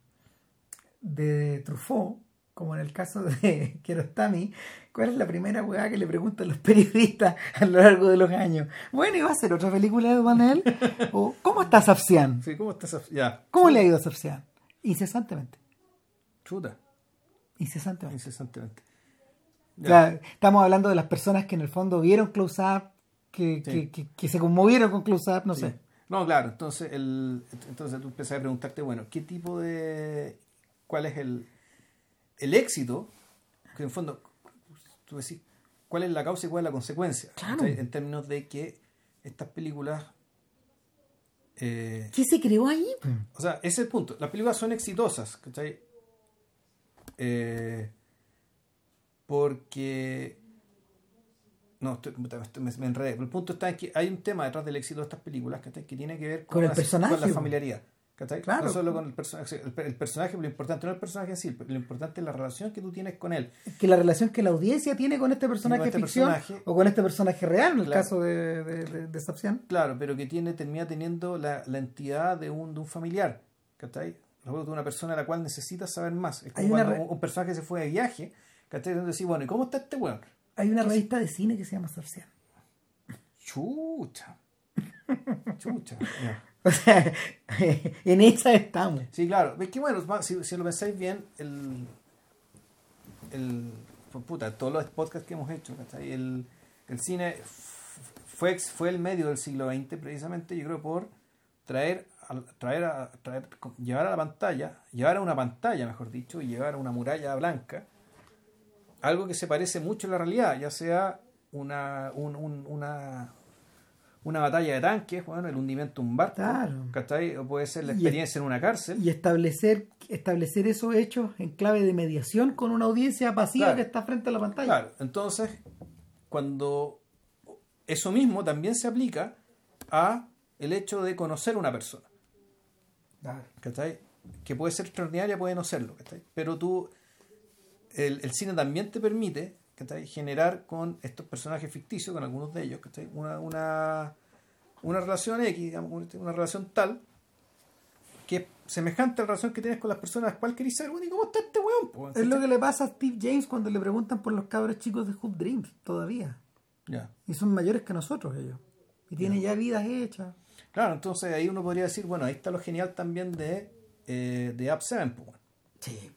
de Truffaut como en el caso de Kiarostami, ¿cuál es la primera weá que le preguntan los periodistas a lo largo de los años? Bueno, ¿y va a ser otra película de Duanel? ¿O cómo está Safsian? Sí, ¿cómo estás? Ya. ¿Cómo le ha ido a Safsian? Incesantemente. Chuta. Incesantemente. Incesantemente. O sea, estamos hablando de las personas que en el fondo vieron Close Up, que, sí. que, que, que se conmovieron con Close Up, no sí. sé. No, claro, entonces el, entonces tú empezás a preguntarte, bueno, ¿qué tipo de... ¿Cuál es el, el éxito? Que en fondo, tú decís, ¿cuál es la causa y cuál es la consecuencia? Claro. En términos de que estas películas... Eh, ¿Qué se creó ahí? O sea, ese es el punto. Las películas son exitosas, ¿cachai? Eh, porque... No, estoy, me, me enredé. Pero el punto está en que hay un tema detrás del éxito de estas películas, ¿cachai? Que tiene que ver con, con el la, personaje, con la familiaridad. ¿Cachai? Claro. No solo con el personaje. El, el personaje, lo importante no es el personaje en sí, lo importante es la relación que tú tienes con él. Que la relación que la audiencia tiene con este personaje de ficción personaje, o con este personaje real, en el claro, caso de, de, de, de Safsian. Claro, pero que tiene, termina teniendo la, la entidad de un, de un familiar, ¿cachai? De una persona a la cual necesitas saber más. Es como hay cuando re... un, un personaje se fue de viaje, ¿cachai? Entonces decís, bueno, ¿y cómo está este weón? Hay una revista de cine que se llama Safsian. Chucha. Chucha. Yeah. O sea, en esa estamos. Sí, claro. Es que bueno, si, si lo pensáis bien, el, el puta, todos los podcasts que hemos hecho, ¿cachai? El, el cine fue, fue el medio del siglo veinte precisamente, yo creo, por traer, traer, a, traer, llevar a la pantalla, llevar a una pantalla, mejor dicho, y llevar a una muralla blanca, algo que se parece mucho a la realidad, ya sea una, un, un, una una batalla de tanques, bueno, el hundimiento de un barco, claro. ¿cachai? O puede ser la experiencia y, en una cárcel. Y establecer establecer esos hechos en clave de mediación con una audiencia pasiva, claro, que está frente a la pantalla. Claro, entonces, cuando eso mismo también se aplica a el hecho de conocer a una persona. Claro. ¿Cachai? Que puede ser extraordinaria, puede no serlo, ¿cachai? Pero tú, el, el cine también te permite, ¿cachai?, generar con estos personajes ficticios, con algunos de ellos, ¿cachai?, una, una, una relación X, digamos, una relación tal que es semejante a la relación que tienes con las personas, ¿cuál querés saber? Bueno, ¿y cómo está este weón? Po? Es lo que le pasa a Steve James cuando le preguntan por los cabros chicos de Hoop Dreams, todavía. Yeah. Y son mayores que nosotros ellos. Y tienen yeah. ya vidas hechas. Claro, entonces ahí uno podría decir, bueno, ahí está lo genial también de, eh, de Up Seven. Po. Sí.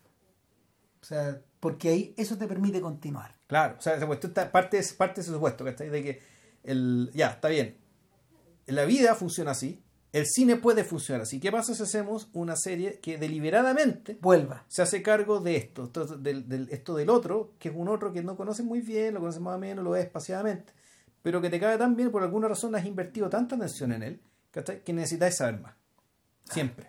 O sea, porque ahí eso te permite continuar. Claro, o sea, esa cuestión está, parte, de, parte de ese supuesto, ¿cachai? De que el, ya, está bien. La vida funciona así, el cine puede funcionar así. ¿Qué pasa si hacemos una serie que deliberadamente vuelva, se hace cargo de esto, esto del, del, esto del otro, que es un otro que no conoces muy bien, lo conoces más o menos, lo ves espaciadamente, pero que te cae tan bien, por alguna razón has invertido tanta atención en él, ¿cachai?, que necesitáis saber más. Siempre.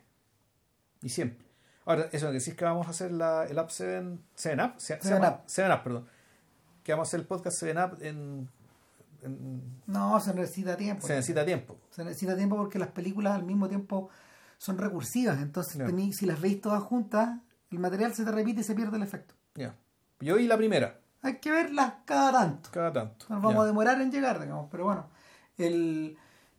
Y siempre. Ahora, eso que decís que vamos a hacer la, el Up seven, seven Up, se, seven se Up. seven Up, perdón. Que vamos a hacer el podcast seven Up en, en... No, se necesita tiempo. Se necesita tiempo. Se necesita tiempo porque las películas al mismo tiempo son recursivas. Entonces, yeah. tení, si las veis todas juntas, el material se te repite y se pierde el efecto. Ya. Yeah. Yo vi la primera. Hay que verlas cada tanto. Cada tanto. Nos vamos yeah. a demorar en llegar, digamos. Pero bueno, el...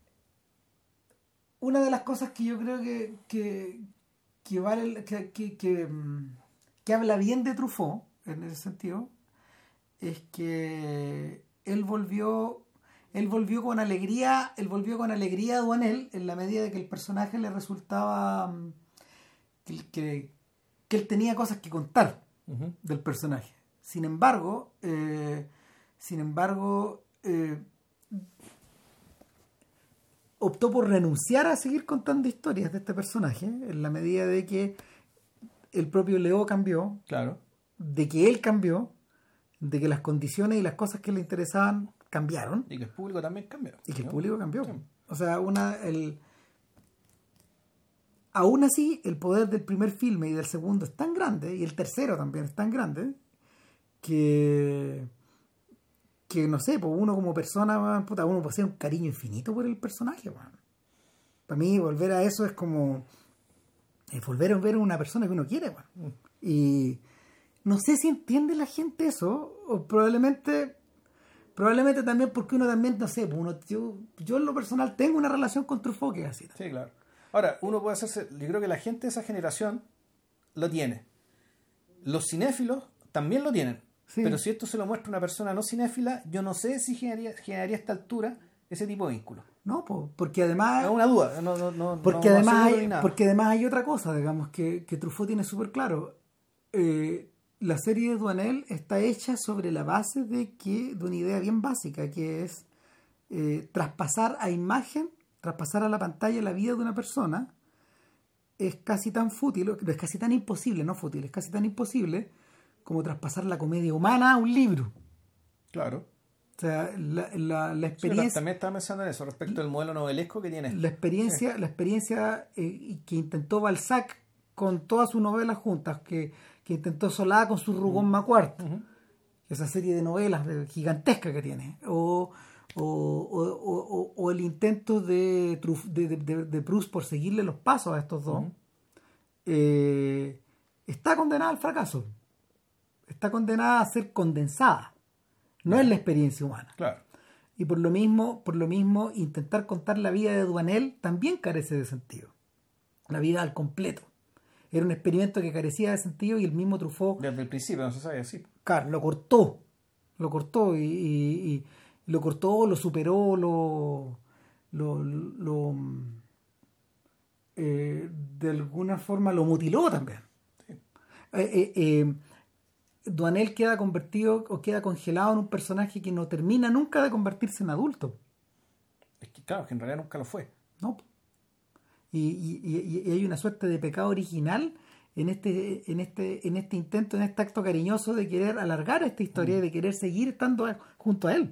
una de las cosas que yo creo que... que que vale que, que, que, que habla bien de Truffaut en ese sentido es que él volvió él volvió con alegría él volvió con alegría a Duanel en la medida de que el personaje le resultaba que, que, que él tenía cosas que contar uh-huh. del personaje. Sin embargo eh, sin embargo eh, optó por renunciar a seguir contando historias de este personaje en la medida de que el propio Leo cambió, claro, de que él cambió, de que las condiciones y las cosas que le interesaban cambiaron y que el público también cambió y que ¿no? el público cambió. Sí. O sea, una el aún así el poder del primer filme y del segundo es tan grande, y el tercero también es tan grande, que que no sé, pues uno como persona, puta, uno posee un cariño infinito por el personaje, man. Para mí volver a eso es como Es volver a ver a una persona que uno quiere, bueno. Mm. Y no sé si entiende la gente eso, o probablemente, probablemente también porque uno también, no sé, pues uno, yo, yo en lo personal tengo una relación con Truffaut que es así. Sí, claro. Ahora, uno puede hacerse, yo creo que la gente de esa generación lo tiene. Los cinéfilos también lo tienen. Sí. Pero si esto se lo muestra una persona no cinéfila, yo no sé si generaría, generaría a esta altura ese tipo de vínculo. No, pues, porque además... Es una duda. No, no, no, porque, no, no además aseguro hay, ni nada. porque además hay otra cosa, digamos, que, que Truffaut tiene súper claro. Eh, la serie de Duanel está hecha sobre la base de, que, de una idea bien básica, que es eh, traspasar a imagen, traspasar a la pantalla la vida de una persona, es casi tan fútil, es casi tan imposible, no fútil, es casi tan imposible como traspasar la comedia humana a un libro. Claro. O sea, la, la, la Sí, experiencia... también estaba pensando en eso, respecto al modelo novelesco que tiene. La experiencia, sí. la experiencia eh, que intentó Balzac con todas sus novelas juntas, que, que intentó Solá con su Rougon Macquart, uh-huh. esa serie de novelas de, gigantesca que tiene, o, o, o, o, o el intento de, de, de, de Proust por seguirle los pasos a estos dos, uh-huh. eh, está condenada al fracaso, está condenada a ser condensada, no uh-huh. es la experiencia humana. Claro. Y por lo mismo, por lo mismo, intentar contar la vida de Duanel también carece de sentido. La vida al completo. Era un experimento que carecía de sentido y el mismo Truffaut... Desde el principio, no se sabe así. Claro, lo cortó. Lo cortó y, y, y lo cortó, lo superó, lo... lo, lo eh, de alguna forma lo mutiló también. Sí. Eh, eh, eh, Duanel queda convertido o queda congelado en un personaje que no termina nunca de convertirse en adulto. Es que claro, que en realidad nunca lo fue. No. Y, y, y, y hay una suerte de pecado original en este, en este, en este intento, en este acto cariñoso de querer alargar esta historia, mm. de querer seguir estando a, junto a él.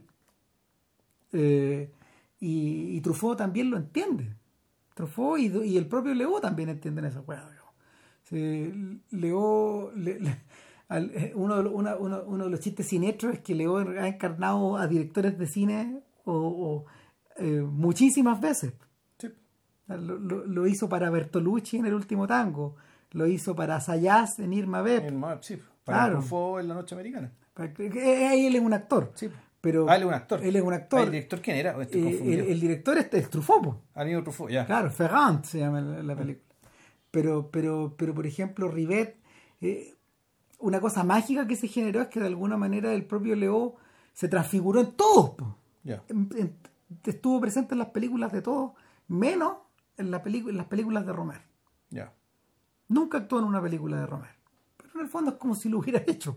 Eh, y, y Truffaut también lo entiende. Truffaut y, y el propio Leo también entienden esa hueá. Sí, Leo... Le, le, Uno de, los, una, uno, uno de los chistes siniestros es que Leo ha encarnado a directores de cine o, o, eh, muchísimas veces. Sí. Lo, lo, lo hizo para Bertolucci en El último tango, lo hizo para Sayas en Irma Vep. Irma, sí, para claro. Truffaut en La noche americana. Ahí él es un actor. Sí. Pero ah, él es un actor. Él es un actor. ¿El director quién era? Eh, el, el director es, es Truffaut. Amigo Truffaut, ya. Claro, Ferrand se llama la, la película. Pero, pero, pero, por ejemplo, Rivet... Eh, una cosa mágica que se generó es que de alguna manera el propio Leo se transfiguró en todos. Yeah. En, en, estuvo presente en las películas de todos, menos en, la pelic- en las películas de Romer. Yeah. Nunca actuó en una película de Romer. Pero en el fondo es como si lo hubiera hecho.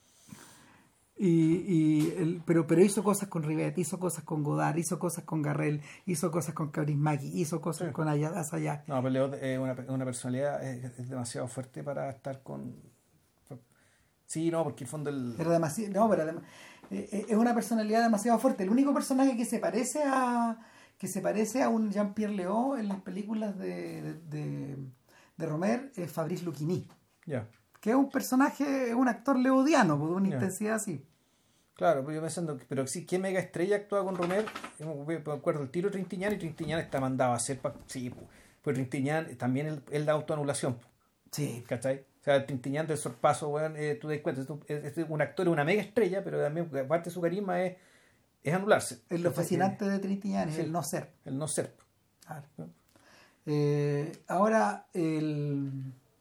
Y, y el, pero, pero hizo cosas con Rivet, hizo cosas con Godard, hizo cosas con Garrel, hizo cosas con Kaurismäki, hizo cosas sí. con Assayas. No, pero Leo es eh, una, una personalidad es, es demasiado fuerte para estar con... Sí, no, porque el fondo el... Era demasiado, no, pero además, eh, es una personalidad demasiado fuerte. El único personaje que se parece a que se parece a un Jean-Pierre Léaud en las películas de, de, de, de Romer es Fabrice Lucchini. Ya. Yeah. Que es un personaje, es un actor leodiano, de una yeah. intensidad así. Claro, pero yo pensando, pero sí, ¿qué mega estrella actúa con Romer? Me acuerdo el tiro de Trintignant y Trintignant está mandado a hacer... Pa... Sí, pues Trintignant también él, él da autoanulación. Sí. ¿Cachai? O sea, Trintignant del sorpaso, bueno, eh, tú te das cuenta, es, es un actor, es una mega estrella, pero también parte de su carisma es, es anularse. Es lo fascinante que, de Trintignant, sí, el no ser. El no ser. Claro. ¿No? Eh, ahora, el...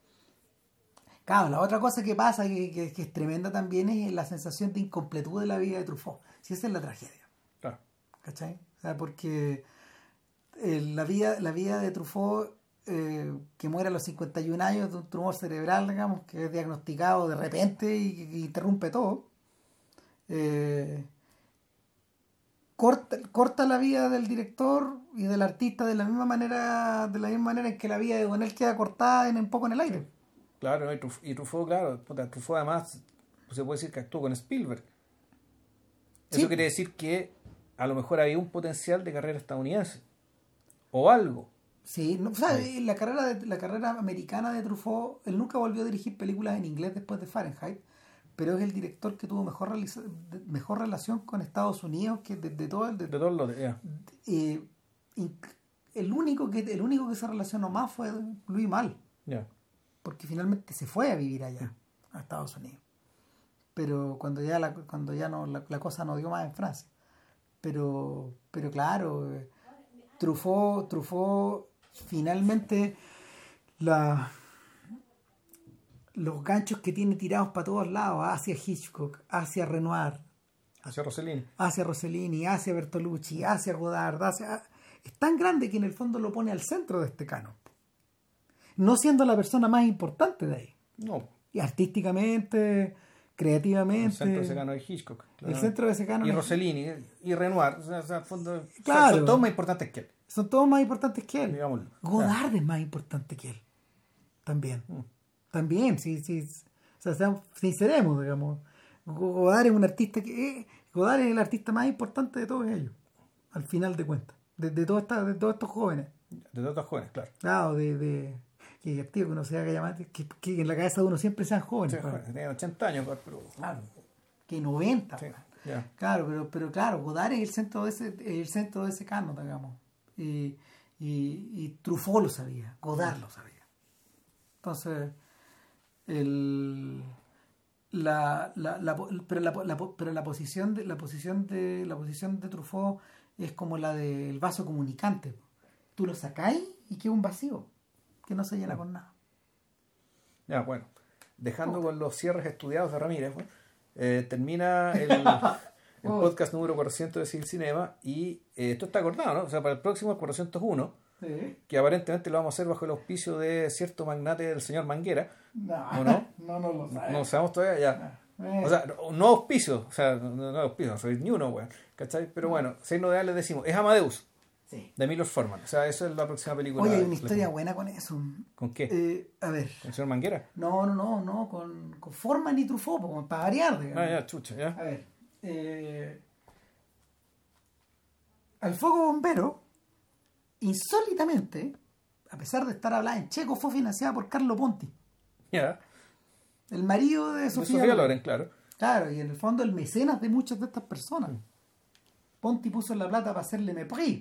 Claro, la otra cosa que pasa, que, que, que es tremenda también, es la sensación de incompletud de la vida de Truffaut. Si esa es la tragedia. Claro. ¿Cachai? O sea, porque eh, la, vida, la vida de Truffaut... Eh, que muere a los cincuenta y un años de un tumor cerebral, digamos, que es diagnosticado de repente y que interrumpe todo, eh, corta, corta la vida del director y del artista de la misma manera de la misma manera en que la vida de Duanel queda cortada en un poco en el aire. Claro, y Truffaut, y Truffaut claro, Truffaut además se puede decir que actuó con Spielberg. Eso sí. Quiere decir que a lo mejor había un potencial de carrera estadounidense o algo. Sí, no, o sea, sí. la carrera de, la carrera americana de Truffaut, él nunca volvió a dirigir películas en inglés después de Fahrenheit, pero es el director que tuvo mejor realiza, mejor relación con Estados Unidos que de, de todo el de, de todo lo de, yeah. eh, el único que el único que se relacionó más fue Louis Malle. Yeah. Porque finalmente se fue a vivir allá, a Estados Unidos. Pero cuando ya la, cuando ya no la, la cosa no dio más en Francia. Pero, pero claro, eh, Truffaut, Truffaut finalmente la, los ganchos que tiene tirados para todos lados, hacia Hitchcock, hacia Renoir, Hacia Rossellini. hacia Rossellini, hacia Bertolucci, hacia Godard, hacia... es tan grande que en el fondo lo pone al centro de este canon. No siendo la persona más importante de ahí. No. Y artísticamente, creativamente. El centro de ese canon es Hitchcock. El centro de ese canon y es... Rossellini y Renoir. O sea, o sea, fondo, Claro. son, son todos más importantes que él. Son todos más importantes que él. Digámoslo. Godard Claro. es más importante que él. También. Mm. También, sí, sí. O sea, seamos sinceremos, digamos. Godard es un artista que... eh, Godard es el artista más importante de todos ellos. Al final de cuentas. De, de, todo esta, de todos estos jóvenes. De todos estos jóvenes, claro. Claro, de... de que divertido que uno se haga llamar... Que, que en la cabeza de uno siempre sean jóvenes. Sí, pues. tiene ochenta años, pero... Claro. Que noventa. Sí, pues. ya. Claro, pero, pero claro, Godard es el centro de ese, el centro de ese canon, digamos. Y, y, y Truffaut lo sabía, Godard lo sabía. Entonces, el, la, la, la, pero, la, la, pero la posición de la posición de la posición de Truffaut es como la del vaso comunicante. Tú lo sacáis y queda un vacío que no se llena con nada. Ya, bueno. Dejando Oh. con los cierres estudiados de Ramírez, bueno, eh, termina el, el Oh. podcast número cuatrocientos de Cine Cinema y eh, esto está acordado, ¿no? O sea, para el próximo, el cuatrocientos uno, Sí. que aparentemente lo vamos a hacer bajo el auspicio de cierto magnate del señor Manguera. No, ¿O no? no, no lo sabes. No lo sabemos todavía, ya. Eh. O sea, no, no auspicio, o sea, no, no auspicio, no soy ni uno, weón. ¿Cachai? Pero bueno, seis novedades les decimos. Es Amadeus, Sí. de Milos Forman. O sea, eso es la próxima película. Oye, hay de- una historia de- buena con eso. ¿Con qué? Eh, a ver. ¿Con el señor Manguera? No, no, no, no, con, con Forman y Truffaut, pues, para variar, digamos. Ah, ya, chucha, ya. A ver. Eh, Al Fuego Bombero, insólitamente, a pesar de estar hablada en checo, fue financiada por Carlo Ponti, Ya. el marido de De Sofía, Sofía Loren. Loren, claro. Claro, y en el fondo el mecenas de muchas de estas personas. Ponti puso la plata para hacerle Mépris.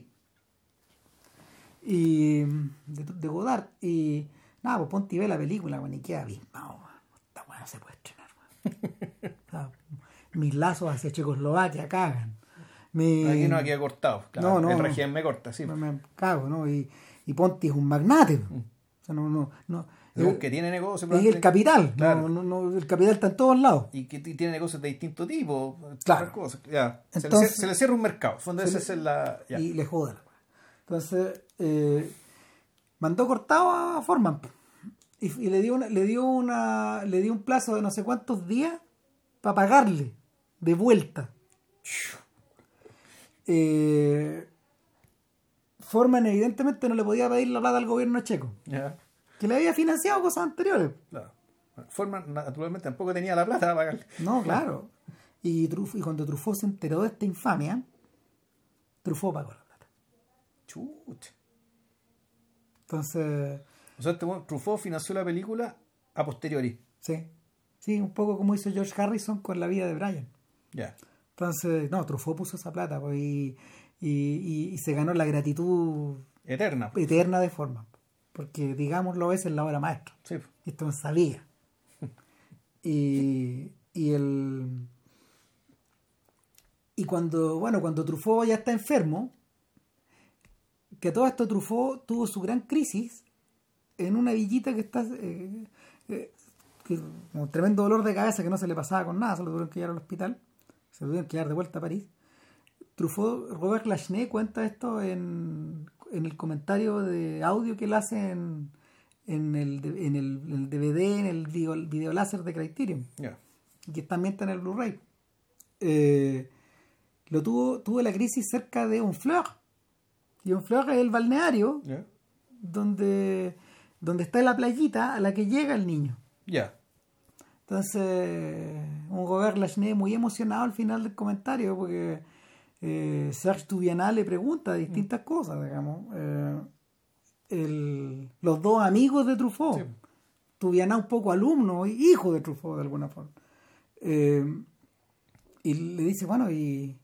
Y de, de Godard. Y nada, pues Ponti ve la película, bueno, y queda bien. Vamos, esta weá no se puede estrenar, weón. O sea, mis lazos hacia Checoslovaquia cagan. Mi- Aquí no, aquí ha cortado. Claro. No, no, el no. régimen me corta, sí. me, me cago, ¿no? Y, y Ponti es un magnate. O sea, no, no, no. Es un Es- que tiene negocios. es el capital. Claro. No, no, no, el capital está en todos lados. Y que t- tiene negocios de distinto tipo. Claro. otras cosas. Ya. Se, le, Entonces- cier- se le cierra un mercado. En el fondo, Se esa le- es la. Ya. Y le joda la weá. Entonces, eh, mandó cortado a Forman po. y, y le dio una, le dio una, le dio un plazo de no sé cuántos días para pagarle de vuelta. Eh, Forman evidentemente no le podía pedir la plata al gobierno checo, Ya. que le había financiado cosas anteriores. Claro. Bueno, Forman naturalmente tampoco tenía la plata para pagarle. No, claro. Y, Truf- y cuando Truffaut se enteró de esta infamia, Truffaut pagó la plata. Chucha. Entonces, O sea, este bueno, Truffaut financió la película a posteriori. sí, sí, un poco como hizo George Harrison con la vida de Brian. Ya. Entonces, no, Truffaut puso esa plata pues, y, y, y- y se ganó la gratitud Eterna. eterna de Forman. Porque, digámoslo, esa es la obra maestra. Sí. Y esto no sabía. Y, y el... Y cuando, bueno, cuando Truffaut ya está enfermo, que todo esto Truffaut tuvo su gran crisis en una villita que está... eh, eh, que, con un tremendo dolor de cabeza que no se le pasaba con nada, se lo tuvieron que llevar al hospital, se lo tuvieron que llevar de vuelta a París. Truffaut, Robert Lachné cuenta esto en, en el comentario de audio que él hace en, en, el, en, el, en el D V D, en el video, el video láser de Criterion, Ya. que también está en el Blu-ray. Eh, lo tuvo, tuvo la crisis cerca de Honfleur. Y Honfleur es el balneario Ya. donde, donde está la playita a la que llega el niño. Ya. Entonces, un Robert Lachné muy emocionado al final del comentario porque eh, Serge Toubiana le pregunta distintas cosas, digamos. Eh, el- los dos amigos de Truffaut. Sí. Toubiana un poco alumno, hijo de Truffaut de alguna forma. Eh, y le dice, bueno, y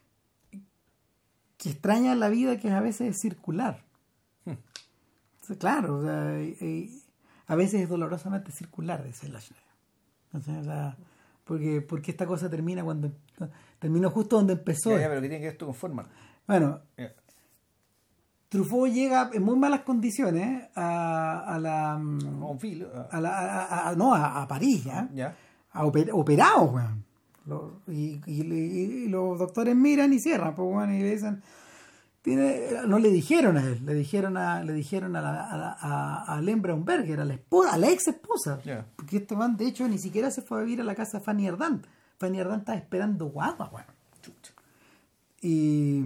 que extraña la vida que a veces es circular. Entonces, claro, o sea, y- y a veces es dolorosamente circular, dice Lashner. Entonces, o sea, porque, porque esta cosa termina cuando terminó justo donde empezó. Ya, ya, pero ¿qué tiene que ver esto con Forman? Bueno, Ya. Truffaut llega en muy malas condiciones a, a la Monville, ah, a la a, a- no a, a París, ¿ya? ya. A oper- operado, weón. Lo- y, y- y los doctores miran y cierran, pues, weón, y le dicen, tiene, no le dijeron a él, le dijeron a, le dijeron a la, a, la- a, a Len Braunberger, a la esposa, a la ex esposa, Ya. porque este man de hecho ni siquiera se fue a vivir a la casa de Fanny Ardant. Fanny Ardant estaba esperando guagua, weón. Chucha. Y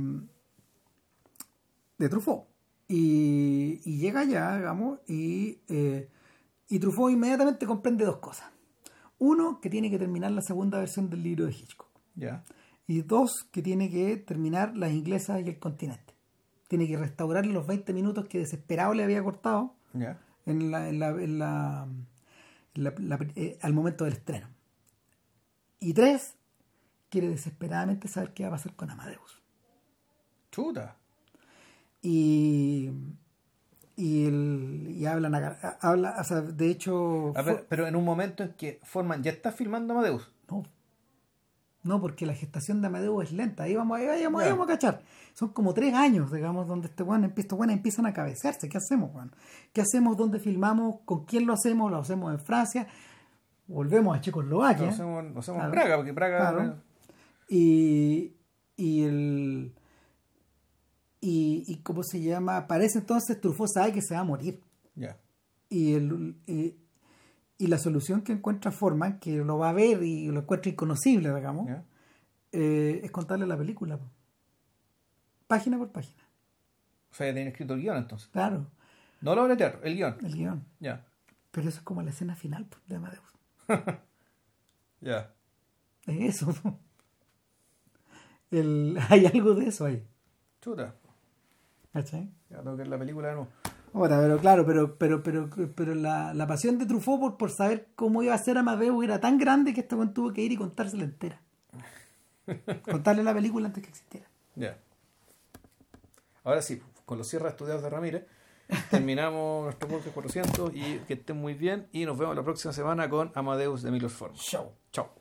de Truffaut. Y, y llega allá, digamos, y, eh, y Truffaut inmediatamente comprende dos cosas. Uno, que tiene que terminar la segunda versión del libro de Hitchcock. Ya. Y dos, que tiene que terminar Las inglesas y el continente. Tiene que restaurar los veinte minutos que desesperado le había cortado Ya. en la, en la, en la, en la- la- eh, al momento del estreno. Y tres, quiere desesperadamente saber qué va a pasar con Amadeus. Chuta. Y, y, el, y hablan, a- habla, o sea, de hecho, A ver, fue- pero en un momento en que Forman ya está filmando Amadeus. no, no, porque la gestación de Amadeus es lenta, ahí vamos, ahí vamos, ahí Ya. vamos a cachar. Son como tres años, digamos, donde este weón empieza, estos weones empiezan a cabecearse. ¿Qué hacemos, weón? ¿Qué hacemos? ¿Dónde filmamos? ¿Con quién lo hacemos? Lo hacemos en Francia, volvemos a Checoslovaquia. Lo hacemos, lo hacemos en Claro. Praga, porque Praga. Claro. Y, y el y, y cómo se llama, parece entonces Truffaut sabe que se va a morir. Ya. Y, el, y, y la solución que encuentra Forman, que lo va a ver y lo encuentra inconocible, digamos, Ya. eh, es contarle la película, po. Página por página. O sea, ya tiene escrito el guión entonces. Claro, No la obra de teatro, el guión. el guión. Ya. Pero eso es como la escena final, po, de Amadeus. Ya. Es eso, po. El, hay algo de eso ahí. Chuta. ¿Cachai? Ya tengo que ver la película de nuevo. Ahora, pero claro, pero, pero, pero, pero la, la pasión de Truffaut por, por saber cómo iba a ser Amadeus era tan grande que este weón tuvo que ir y contársela entera. Contarle la película antes que existiera. Ya. Ahora sí, con los cierres estudiados de Ramírez, terminamos nuestro podcast cuatrocientos y que estén muy bien y nos vemos la próxima semana con Amadeus de Milos Forman. Show. Chao.